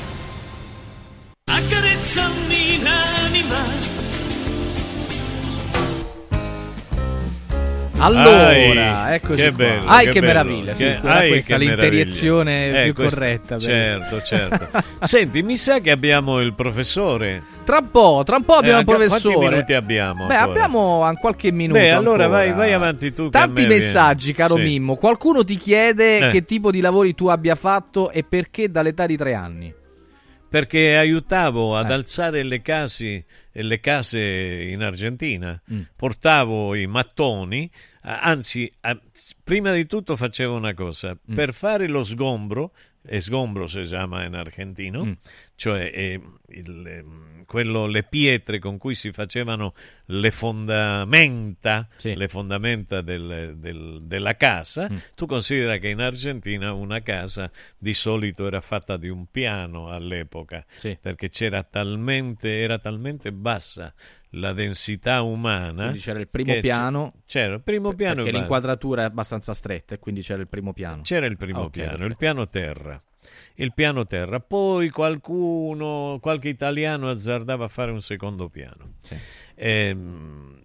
Accarezzami l'anima. Allora, ai, eccoci che qua. bello, Ai che, che bello. meraviglia, sì, che, quella, ai, questa è l'interiezione eh, più questa, corretta. Certo, certo. Senti, mi sa che abbiamo il professore. Tra un po', tra un po' abbiamo eh, il professore. Quanti minuti abbiamo? Beh, ancora? abbiamo qualche minuto. Beh, allora ancora. vai, vai avanti tu. Tanti messaggi, viene. caro sì. Mimmo. Qualcuno ti chiede eh. che tipo di lavori tu abbia fatto e perché dall'età di tre anni. Perché aiutavo ad eh. alzare le case, le case in Argentina. Mm. Portavo i mattoni, anzi, a, prima di tutto facevo una cosa. Mm. Per fare lo sgombro, e sgombro si chiama in argentino, mm. cioè eh, il, quello, le pietre con cui si facevano le fondamenta, sì. le fondamenta del, del, della casa. Mm. Tu considera che in Argentina una casa di solito era fatta di un piano all'epoca, sì. perché c'era talmente, era talmente bassa la densità umana. Quindi c'era il primo piano. C'era il primo piano. Perché l'inquadratura è abbastanza stretta e quindi c'era il primo piano. C'era il primo ah, okay, piano, perfetto. il piano terra. Il piano terra. Poi qualcuno, qualche italiano azzardava a fare un secondo piano. Sì. Ehm...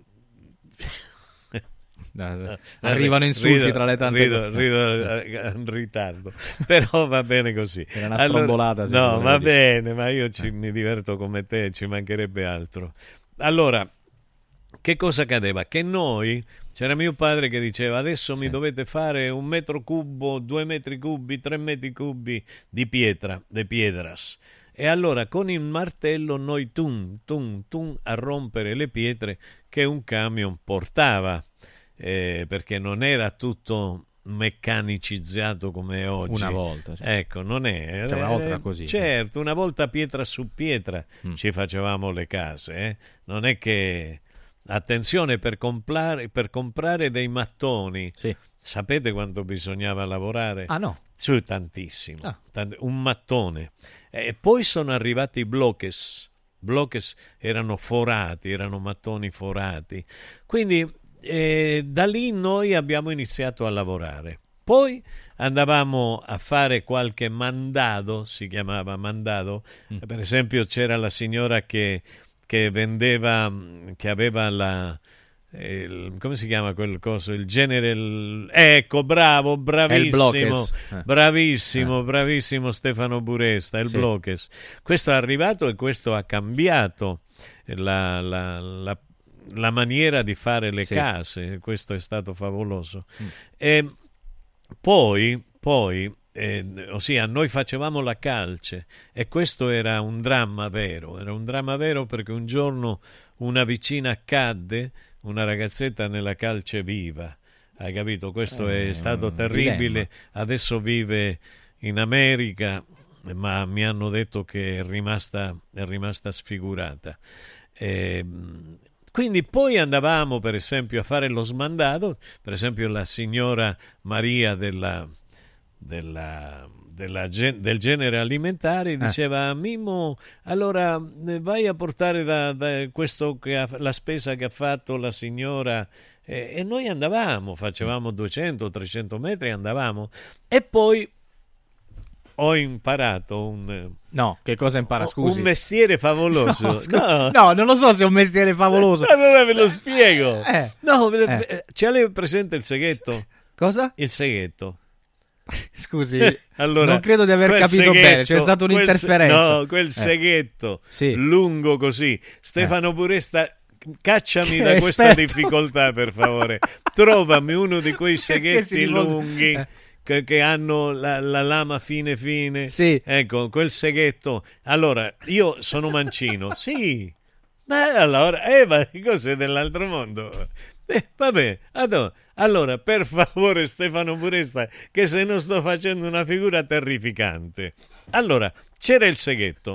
No, arrivano insulti rido, tra le tante rido, rido in ritardo, però va bene così. Era una strombolata. Allora, no, va dire. bene, ma io ci, eh. mi diverto come te, ci mancherebbe altro. Allora, che cosa accadeva? Che noi, c'era mio padre che diceva adesso sì. mi dovete fare un metro cubo, due metri cubi, tre metri cubi di pietra, de piedras. E allora con il martello noi tum, tum, tum a rompere le pietre che un camion portava. Eh, perché non era tutto meccanicizzato come oggi. Una volta. Cioè. Ecco, non è. Cioè una volta era così. Certo, una volta pietra su pietra mm. ci facevamo le case. Eh? Non è che... Attenzione, per comprare, per comprare dei mattoni. Sì. Sapete quanto bisognava lavorare? Ah no? Su, tantissimo. Ah. Tant- un mattone. E poi sono arrivati i bloques. Bloques erano forati, erano mattoni forati. Quindi... E da lì noi abbiamo iniziato a lavorare. Poi andavamo a fare qualche mandado, si chiamava mandado. Mm. Per esempio c'era la signora che, che vendeva, che aveva la... Il, come si chiama quel coso? Il genere... Ecco, bravo, bravissimo. Eh. Bravissimo, eh. bravissimo Stefano Buresta, il sì. Bloques. Questo è arrivato e questo ha cambiato la... la, la la maniera di fare le sì. case, questo è stato favoloso. Mm. E poi poi, eh, ossia noi facevamo la calce e questo era un dramma vero, era un dramma vero perché un giorno una vicina cadde, una ragazzetta nella calce viva, hai capito? Questo eh, è stato terribile, dilemma. Adesso vive in America, ma mi hanno detto che è rimasta, è rimasta sfigurata. Eh, quindi poi andavamo per esempio a fare lo smandato, per esempio la signora Maria della, della, della, del genere alimentare diceva eh. Mimmo, allora vai a portare da, da questo che ha, la spesa che ha fatto la signora, eh, e noi andavamo, facevamo duecento trecento metri, andavamo e poi ho imparato un... No, che cosa impara, scusi? Un mestiere favoloso. No, scu- no. no, non lo so se è un mestiere favoloso. Allora ve lo spiego. Eh. No, eh. ce l'hai presente il seghetto? Cosa? Il seghetto. Scusi, allora, non credo di aver capito seghetto, bene, c'è stata un'interferenza. Se, no, quel eh. seghetto sì. lungo così. Stefano eh. Puresta, cacciami che da questa esperto. difficoltà, per favore. Trovami uno di quei seghetti lunghi. Eh. Che, che hanno la, la lama fine fine, sì. Ecco, quel seghetto. Allora, io sono mancino, sì, ma allora, eh, ma cos'è dell'altro mondo? Eh, vabbè, adò. Allora, per favore Stefano Puresta, che se non sto facendo una figura terrificante. Allora, c'era il seghetto.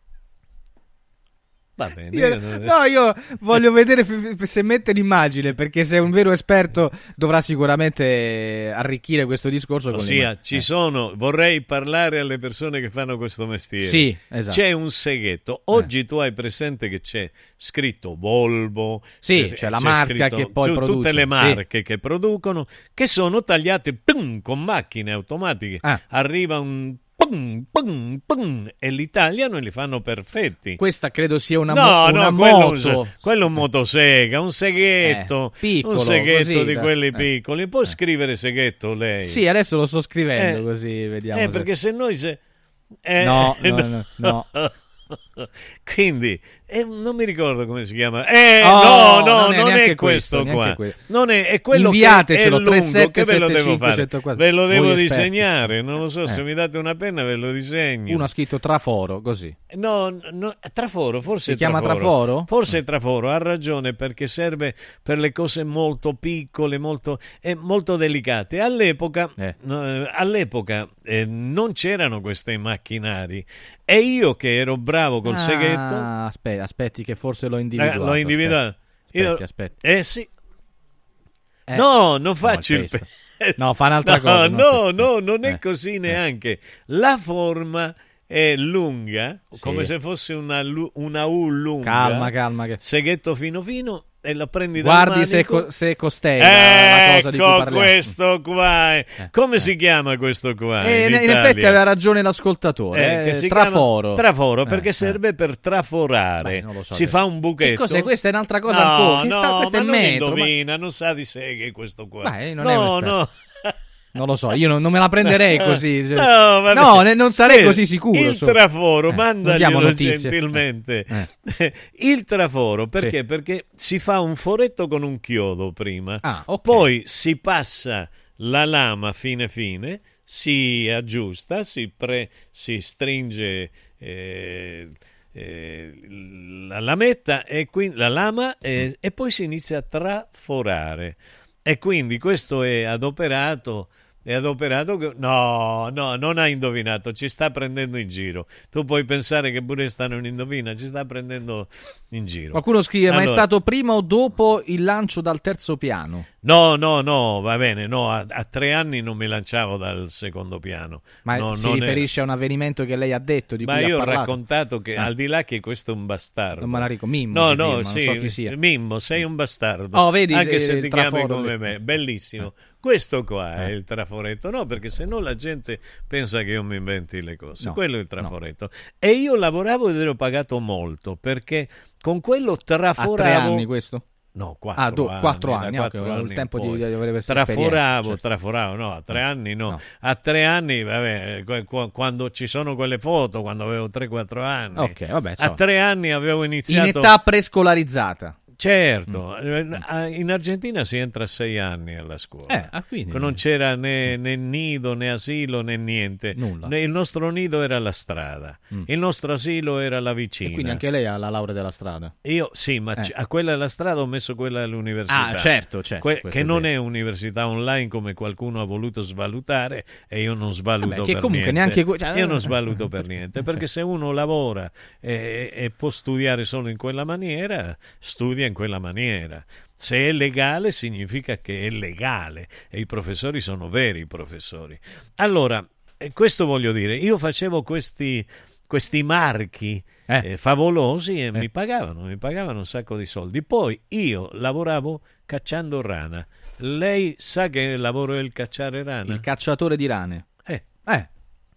Va bene. Io, no, io voglio vedere se mette l'immagine, perché se è un vero esperto dovrà sicuramente arricchire questo discorso. Ossia, con ci eh. sono, vorrei parlare alle persone che fanno questo mestiere. Sì, esatto. C'è un seghetto. Oggi eh. tu hai presente che c'è scritto Volvo, sì, c'è, c'è la c'è marca scritto, che poi produce. Tutte le marche sì. che producono, che sono tagliate pum, con macchine automatiche. Ah. Arriva un Pum, pum, pum, e l'italiano li fanno perfetti. Questa credo sia una, no, mo- no, una quello moto. Un, quello un motosega, un seghetto, eh, piccolo, un seghetto così, di da, quelli eh, piccoli. Può eh. scrivere seghetto lei? Sì, adesso lo sto scrivendo, eh, così vediamo. Eh, se... perché se noi se... Eh, no, no, no, no. Quindi eh, non mi ricordo come si chiama. Eh, oh, no, no, non è, non è questo, questo qua. Questo. Non è, è quello Inviatecelo, che è lungo, che ve lo devo fare? centoquattro Ve lo devo Voi disegnare, esperti. non lo so, eh. se mi date una penna ve lo disegno. Uno ha scritto traforo, così. No, no, traforo, forse si chiama traforo. traforo? Forse traforo, ha ragione, perché serve per le cose molto piccole, molto, eh, molto delicate. All'epoca, eh. no, all'epoca eh, non c'erano questi macchinari. E io che ero bravo col ah, seghetto... Aspetti, aspetti che forse l'ho individuato. Eh, l'ho individuato. Aspetti, io, aspetti. Eh sì. Eh, no, non faccio no, il il pe- No, fa un'altra no, cosa. No, no, non è eh, così eh. neanche. La forma è lunga, sì. come se fosse una, una U lunga. Calma, calma. Che... Seghetto fino fino e la prendi Guardi dal se, manico. co- se costei la cosa di cui Ecco parliamo. questo qua. Eh. Come eh. si chiama questo qua? Eh, in, in, in effetti aveva ragione l'ascoltatore. Eh, eh, si traforo. Traforo, perché eh, serve eh. per traforare. Beh, non lo so si adesso. fa un buchetto. Che cos'è? Questa è un'altra cosa no, ancora. Che no, sta, questo ma è non metro. indovina, Ma... non sa di seghe questo qua. Beh, non no, è un no. Non lo so, io non, non me la prenderei così. No, vabbè. no ne, non sarei così sicuro. Il so. traforo, eh, mandaglielo gentilmente. Eh. Il traforo, perché? Sì. Perché si fa un foretto con un chiodo prima, ah, okay. poi si passa la lama fine fine, si aggiusta, si, pre, si stringe eh, eh, la lametta e quindi la lama eh, e poi si inizia a traforare. E quindi questo è adoperato, è adoperato che... No, no, non ha indovinato, ci sta prendendo in giro. Tu puoi pensare che Puresta non indovina, ci sta prendendo in giro. Qualcuno scrive, allora, ma è stato prima o dopo il lancio dal terzo piano? No, no, no, va bene, no, a, a tre anni non mi lanciavo dal secondo piano. Ma no, si riferisce era... a un avvenimento che lei ha detto, di ma cui io ha ho parlato? raccontato che ah. al di là che questo è un bastardo. Non me la ricordo, Mimmo. No, si no, firma, sì, non so chi sia. Mimmo, sei un bastardo. Oh, vedi, anche eh, se ti chiami traforo, come lì. me, bellissimo. Eh. Questo qua eh. è il traforetto, no, perché se no la gente pensa che io mi inventi le cose. No, quello è il traforetto. No. E io lavoravo ed ero pagato molto, perché con quello traforavo... A tre anni questo? No, quattro ah, do, anni. quattro anni, quattro okay, anni il tempo poi. di, di avere traforavo, certo. traforavo, no, a tre anni no. no. A tre anni, vabbè, quando ci sono quelle foto, quando avevo tre quattro anni. Ok, vabbè, so. A tre anni avevo iniziato... In età prescolarizzata. Certo, mm. in Argentina si entra a sei anni alla scuola, eh, ah, quindi... non c'era né, né nido né asilo né niente. Nulla. Il nostro nido era la strada, mm. il nostro asilo era la vicina. E quindi anche lei ha la laurea della strada? Io sì, ma eh. a quella della strada ho messo quella dell'università. Ah, certo, certo. Que- che è non vero. È università online come qualcuno ha voluto svalutare, e io non svaluto Vabbè, che per comunque niente. Neanche... Cioè... Io non svaluto per niente, perché se uno lavora e, e può studiare solo in quella maniera, studia in quella maniera. Se è legale significa che è legale, e i professori sono veri professori. Allora, questo voglio dire, io facevo questi, questi marchi eh. Eh, favolosi e eh. mi pagavano, mi pagavano un sacco di soldi. Poi io lavoravo cacciando rana. Lei sa che lavoro è il cacciare rana? Il cacciatore di rane. Eh. Eh.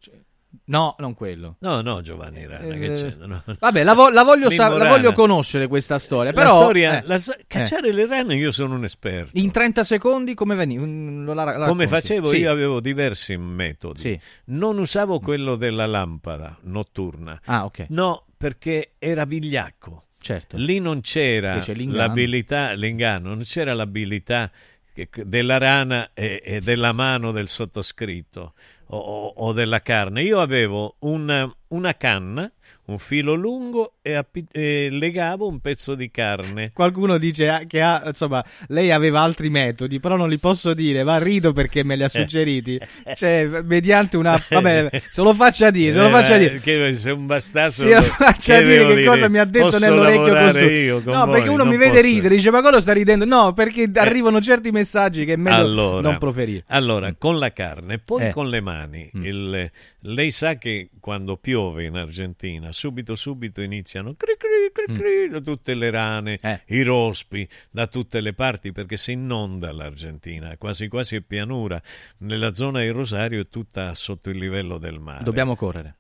No, non quello. No, no, Giovanni Rana, eh, che c'è? No, no. Vabbè, la, vo- la, voglio sa- la voglio conoscere questa storia. Però, la storia, eh, la, cacciare eh. le rane, io sono un esperto. In trenta secondi come veniva? La, la come facevo? Sì. Io avevo diversi metodi. Sì. Non usavo quello della lampada notturna. Ah, ok. No, perché era vigliacco. Certo. Lì non c'era l'abilità, l'inganno, non c'era l'abilità della rana e, e della mano del sottoscritto o, o della carne. Io avevo una, una canna, un filo lungo e, appi- e legavo un pezzo di carne. Qualcuno dice che ha, insomma, lei aveva altri metodi, però non li posso dire, ma rido perché me li ha suggeriti. Cioè, mediante una... Vabbè, se lo faccia dire, se lo faccia dire. Che se un bastasso... Se lo faccia dire che dire? Cosa mi ha detto nell'orecchio costui. No, voi, perché uno mi vede posso... ridere, dice, ma quello sta ridendo. No, perché eh. arrivano certi messaggi che è meglio allora, non proferire. Allora, con la carne, poi eh. con le mani. Mm. Il, lei sa che quando piove in Argentina, subito subito iniziano cri cri cri cri, mm. da tutte le rane, eh. i rospi, da tutte le parti, perché si inonda l'Argentina, quasi quasi è pianura. Nella zona di Rosario è tutta sotto il livello del mare. Dobbiamo correre.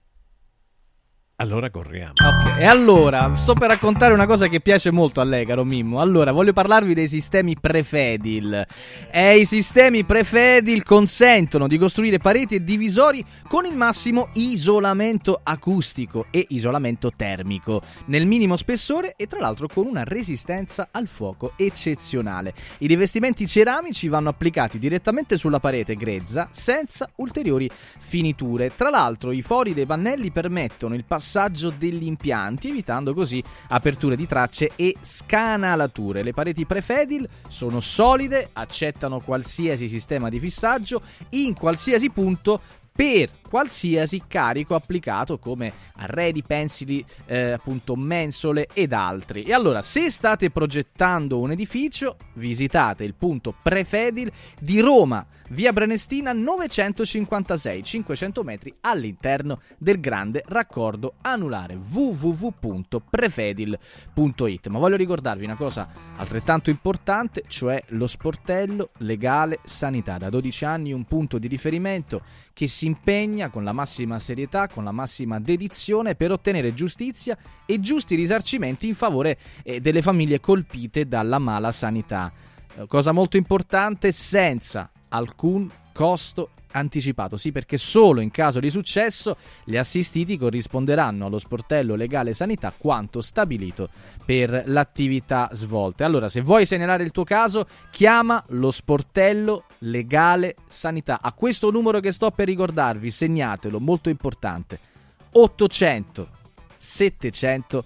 Allora corriamo. Ok, e allora sto per raccontare una cosa che piace molto a lei, caro Mimmo. Allora, voglio parlarvi dei sistemi Prefedil. E i sistemi Prefedil consentono di costruire pareti e divisori con il massimo isolamento acustico e isolamento termico, nel minimo spessore e tra l'altro con una resistenza al fuoco eccezionale. I rivestimenti ceramici vanno applicati direttamente sulla parete grezza senza ulteriori finiture. Tra l'altro i fori dei pannelli permettono il passaggio degli impianti, evitando così aperture di tracce e scanalature. Le pareti Prefedil sono solide, accettano qualsiasi sistema di fissaggio in qualsiasi punto per qualsiasi carico applicato, come arredi, pensili, eh, appunto mensole ed altri. E allora, se state progettando un edificio, visitate il punto Prefedil di Roma, via Prenestina novecentocinquantasei, cinquecento metri all'interno del grande raccordo anulare, w w w punto prefedil punto it. Ma voglio ricordarvi una cosa altrettanto importante, cioè lo sportello legale sanità. Da dodici anni un punto di riferimento che si impegna con la massima serietà, con la massima dedizione per ottenere giustizia e giusti risarcimenti in favore eh, delle famiglie colpite dalla mala sanità. Eh, cosa molto importante, senza alcun costo anticipato, sì, perché solo in caso di successo gli assistiti corrisponderanno allo sportello legale sanità quanto stabilito per l'attività svolta. Allora, se vuoi segnalare il tuo caso, chiama lo sportello legale sanità a questo numero che sto per ricordarvi, segnatelo, molto importante: ottocento settecento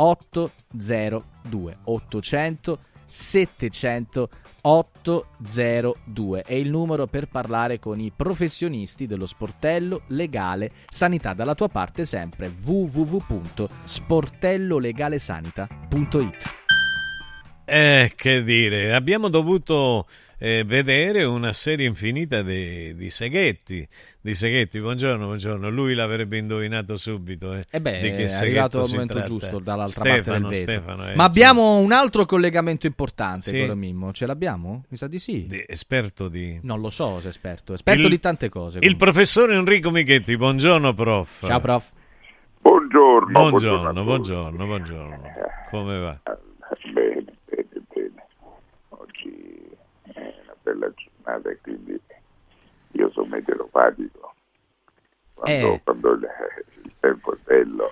ottocentodue ottocento settecento ottocentodue è il numero per parlare con i professionisti dello sportello legale sanità. Dalla tua parte sempre w w w punto sportello legale sanità punto it. Eh, che dire, abbiamo dovuto eh, vedere una serie infinita di, di seghetti, di seghetti. Buongiorno, buongiorno. Lui l'avrebbe indovinato subito. Eh, eh beh, di che è arrivato al momento tratta. giusto dall'altra Stefano, parte del vetro. Stefano, eh, Ma abbiamo un altro collegamento importante, sì. caro Mimmo. Ce l'abbiamo? Mi sa di sì. Di, esperto di... Non lo so se è esperto. Esperto il, di tante cose. Il professor Enrico Michetti. Buongiorno, prof. Ciao, prof. Buongiorno. Buongiorno, buongiorno, buongiorno. Come va? Bene, bene, bene. Oggi è una bella giornata e quindi io sono meteoropatico. Quando, eh. quando il, il tempo è bello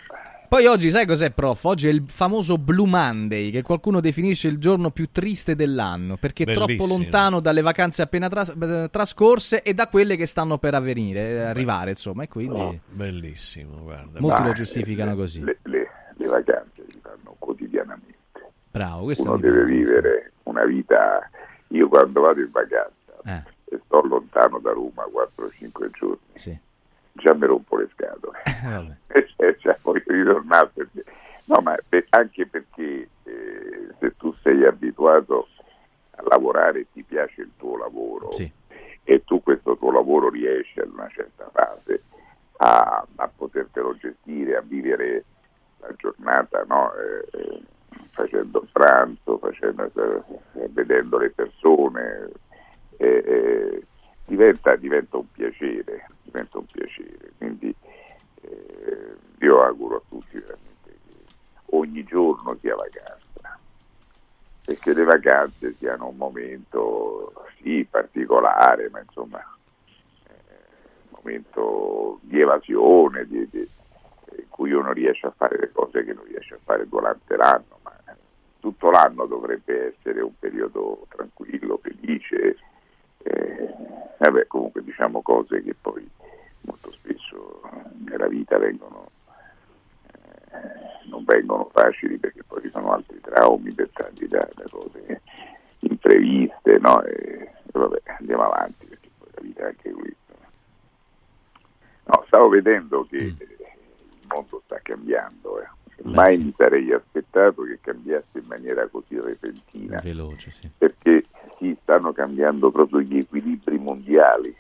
Poi oggi sai cos'è, prof? Oggi è il famoso Blue Monday, che qualcuno definisce il giorno più triste dell'anno, perché è Bellissimo. troppo lontano dalle vacanze appena tras- trascorse e da quelle che stanno per avvenire, arrivare, insomma, e quindi Oh, bellissimo, guarda. molti Ma, lo giustificano eh, così. Le, le, le vacanze si fanno quotidianamente. Bravo, questo Uno mi deve piace. vivere una vita. Io quando vado in vacanza Eh. e sto lontano da Roma quattro cinque giorni, Sì. già mi rompo le scatole. Vabbè. E cioè, cioè, voglio ritornare perché... No, ma per- anche perché eh, se tu sei abituato a lavorare e ti piace il tuo lavoro, Sì. e tu questo tuo lavoro riesci ad una certa fase a, a potertelo gestire, a vivere la giornata, no? eh, eh, facendo il pranzo, facendo, eh, vedendo le persone, eh, eh, diventa, diventa un piacere, diventa un piacere. Quindi eh, io auguro a tutti veramente che ogni giorno sia vacanza, perché le vacanze siano un momento sì particolare, ma insomma un momento di evasione, di, di, in cui uno riesce a fare le cose che non riesce a fare durante l'anno, ma tutto l'anno dovrebbe essere un periodo tranquillo, felice. Eh, vabbè, comunque diciamo cose che poi molto spesso nella vita vengono eh, non vengono facili, perché poi ci sono altri traumi dettati da, da cose impreviste, no? E, e vabbè, andiamo avanti, perché poi la vita è anche questo. No, stavo vedendo che mm. il mondo sta cambiando, eh. Mai mi sarei aspettato che cambiasse in maniera così repentina. Veloce, sì. Perché si stanno cambiando proprio gli equilibri mondiali.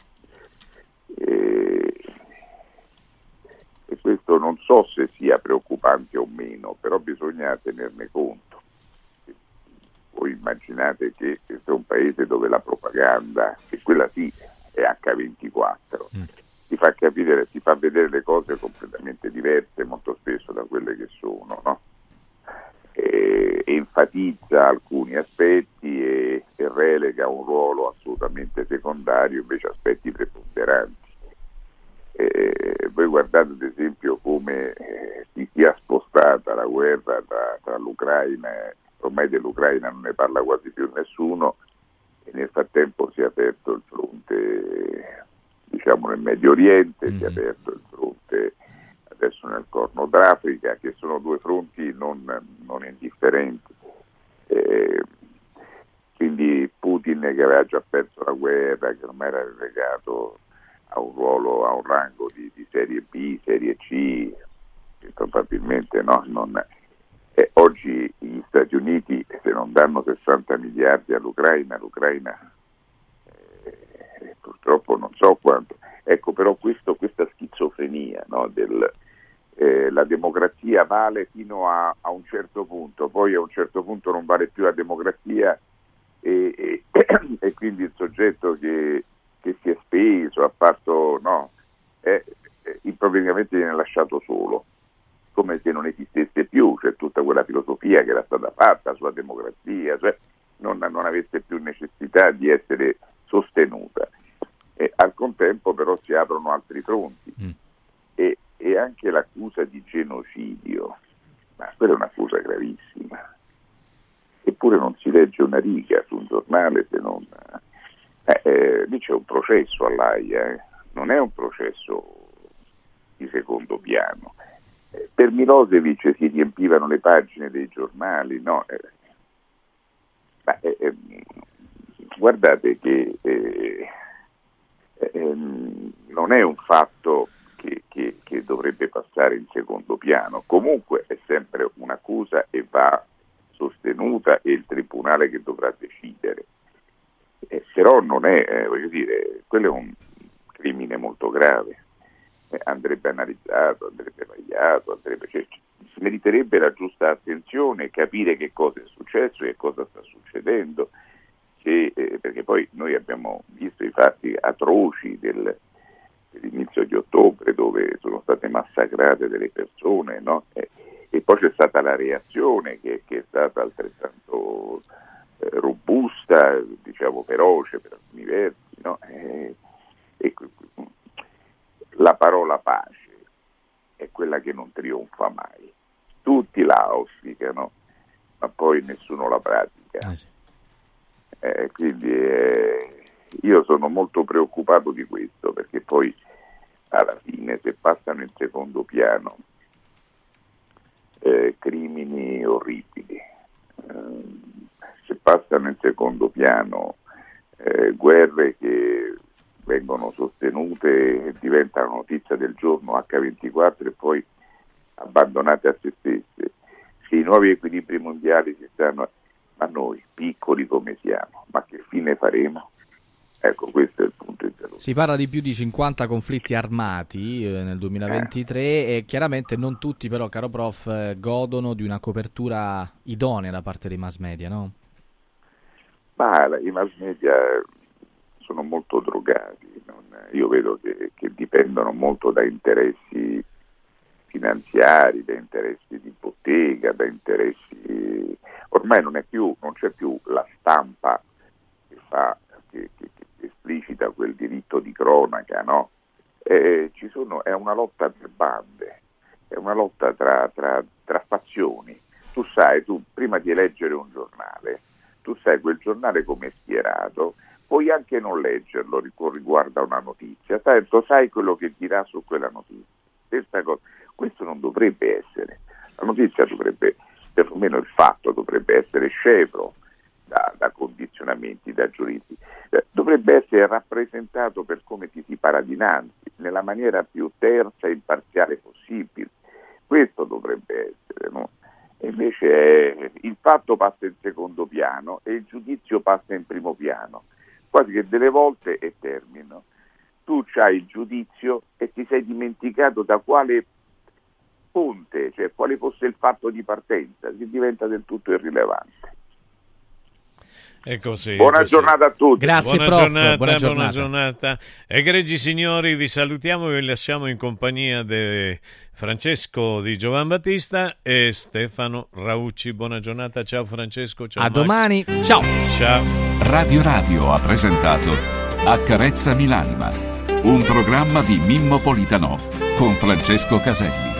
E, e questo non so se sia preoccupante o meno, però bisogna tenerne conto. Voi immaginate che questo è un paese dove la propaganda, e quella sì, è acca ventiquattro, mm. ti fa capire, ti fa vedere le cose completamente diverse molto spesso da quelle che sono, no? E, e enfatizza alcuni aspetti e, e relega un ruolo assolutamente secondario invece aspetti preponderanti. E, voi guardate ad esempio come eh, si sia spostata la guerra tra, tra l'Ucraina, ormai dell'Ucraina non ne parla quasi più nessuno, e nel frattempo si è aperto il fronte, diciamo, nel Medio Oriente, mm. si è aperto il fronte adesso nel Corno d'Africa, che sono due fronti non, non indifferenti. Eh, quindi Putin, che aveva già perso la guerra, che ormai era relegato a un ruolo, a un rango di, di serie B, serie C, che probabilmente no, non, eh, oggi gli Stati Uniti, se non danno sessanta miliardi all'Ucraina, l'Ucraina eh, purtroppo non so quanto. Ecco, però questo, questa schizofrenia, no, del eh, la democrazia vale fino a, a un certo punto, poi a un certo punto non vale più la democrazia e, e, e quindi il soggetto che che si è speso, ha fatto, no, è, è, improvvisamente viene lasciato solo, come se non esistesse più, cioè tutta quella filosofia che era stata fatta sulla democrazia, cioè non, non avesse più necessità di essere sostenuta. E al contempo però si aprono altri fronti mm. e, e anche l'accusa di genocidio, ma quella è un'accusa gravissima, eppure non si legge una riga su un giornale se non... Eh, eh, lì c'è un processo all'Aia, eh. non è un processo di secondo piano. Eh, per Milosevic si riempivano le pagine dei giornali, no? Eh, ma, eh, eh, guardate che eh, eh, non è un fatto che, che, che dovrebbe passare in secondo piano, comunque è sempre un'accusa e va sostenuta, è il tribunale che dovrà decidere. Eh, però non è, eh, voglio dire, quello è un crimine molto grave, eh, andrebbe analizzato, andrebbe vagliato, andrebbe, cioè, meriterebbe la giusta attenzione, capire che cosa è successo e cosa sta succedendo, che, eh, perché poi noi abbiamo visto i fatti atroci del, dell'inizio di ottobre, dove sono state massacrate delle persone, no? Eh, e poi c'è stata la reazione che, che è stata altrettanto robusta, diciamo feroce per alcuni versi, no? E, e la parola pace è quella che non trionfa mai. tutti la auspicano, ma poi nessuno la pratica. Ah, sì. eh, quindi eh, io sono molto preoccupato di questo, perché poi alla fine, se passano in secondo piano eh, crimini orribili, eh, se passano in secondo piano eh, guerre che vengono sostenute e diventano notizia del giorno acca ventiquattro e poi abbandonate a se stesse, se i nuovi equilibri mondiali si stanno, ma noi piccoli come siamo, ma che fine faremo? Ecco, questo è il punto interrogativo. Si parla di più di cinquanta conflitti armati eh, nel duemilaventitré eh. e chiaramente non tutti però, caro prof, eh, godono di una copertura idonea da parte dei mass media, no? Ma i mass media sono molto drogati, non, io vedo che, che dipendono molto da interessi finanziari, da interessi di bottega, da interessi, ormai non è più, non c'è più la stampa che fa, che, che, che esplicita quel diritto di cronaca, no? Eh, ci sono, è una lotta per bande, è una lotta tra, tra, tra fazioni. Tu sai, tu prima di leggere un giornale, tu sai quel giornale come è schierato, puoi anche non leggerlo riguardo a una notizia, tanto sai quello che dirà su quella notizia. Questa cosa, questo non dovrebbe essere, la notizia dovrebbe, perlomeno il fatto dovrebbe essere scevro da, da condizionamenti, da giudizi, eh, dovrebbe essere rappresentato per come ti si para dinanzi, nella maniera più terza e imparziale possibile. Questo dovrebbe essere, no? E invece eh, il fatto passa in secondo piano e il giudizio passa in primo piano, quasi che delle volte, e termino, tu c'hai il giudizio e ti sei dimenticato da quale fonte, cioè quale fosse il fatto di partenza, si diventa del tutto irrilevante. È così. Buona è così. giornata a tutti. Grazie, buona prof. Giornata, buona giornata. Buona giornata. Egregi signori, vi salutiamo e vi lasciamo in compagnia di Francesco di Giovan Battista e Stefano Raucci. Buona giornata, ciao Francesco. Ciao a Max. domani, ciao. Ciao. Radio Radio ha presentato Accarezzami l'anima, un programma di Mimmo Politano con Francesco Caselli.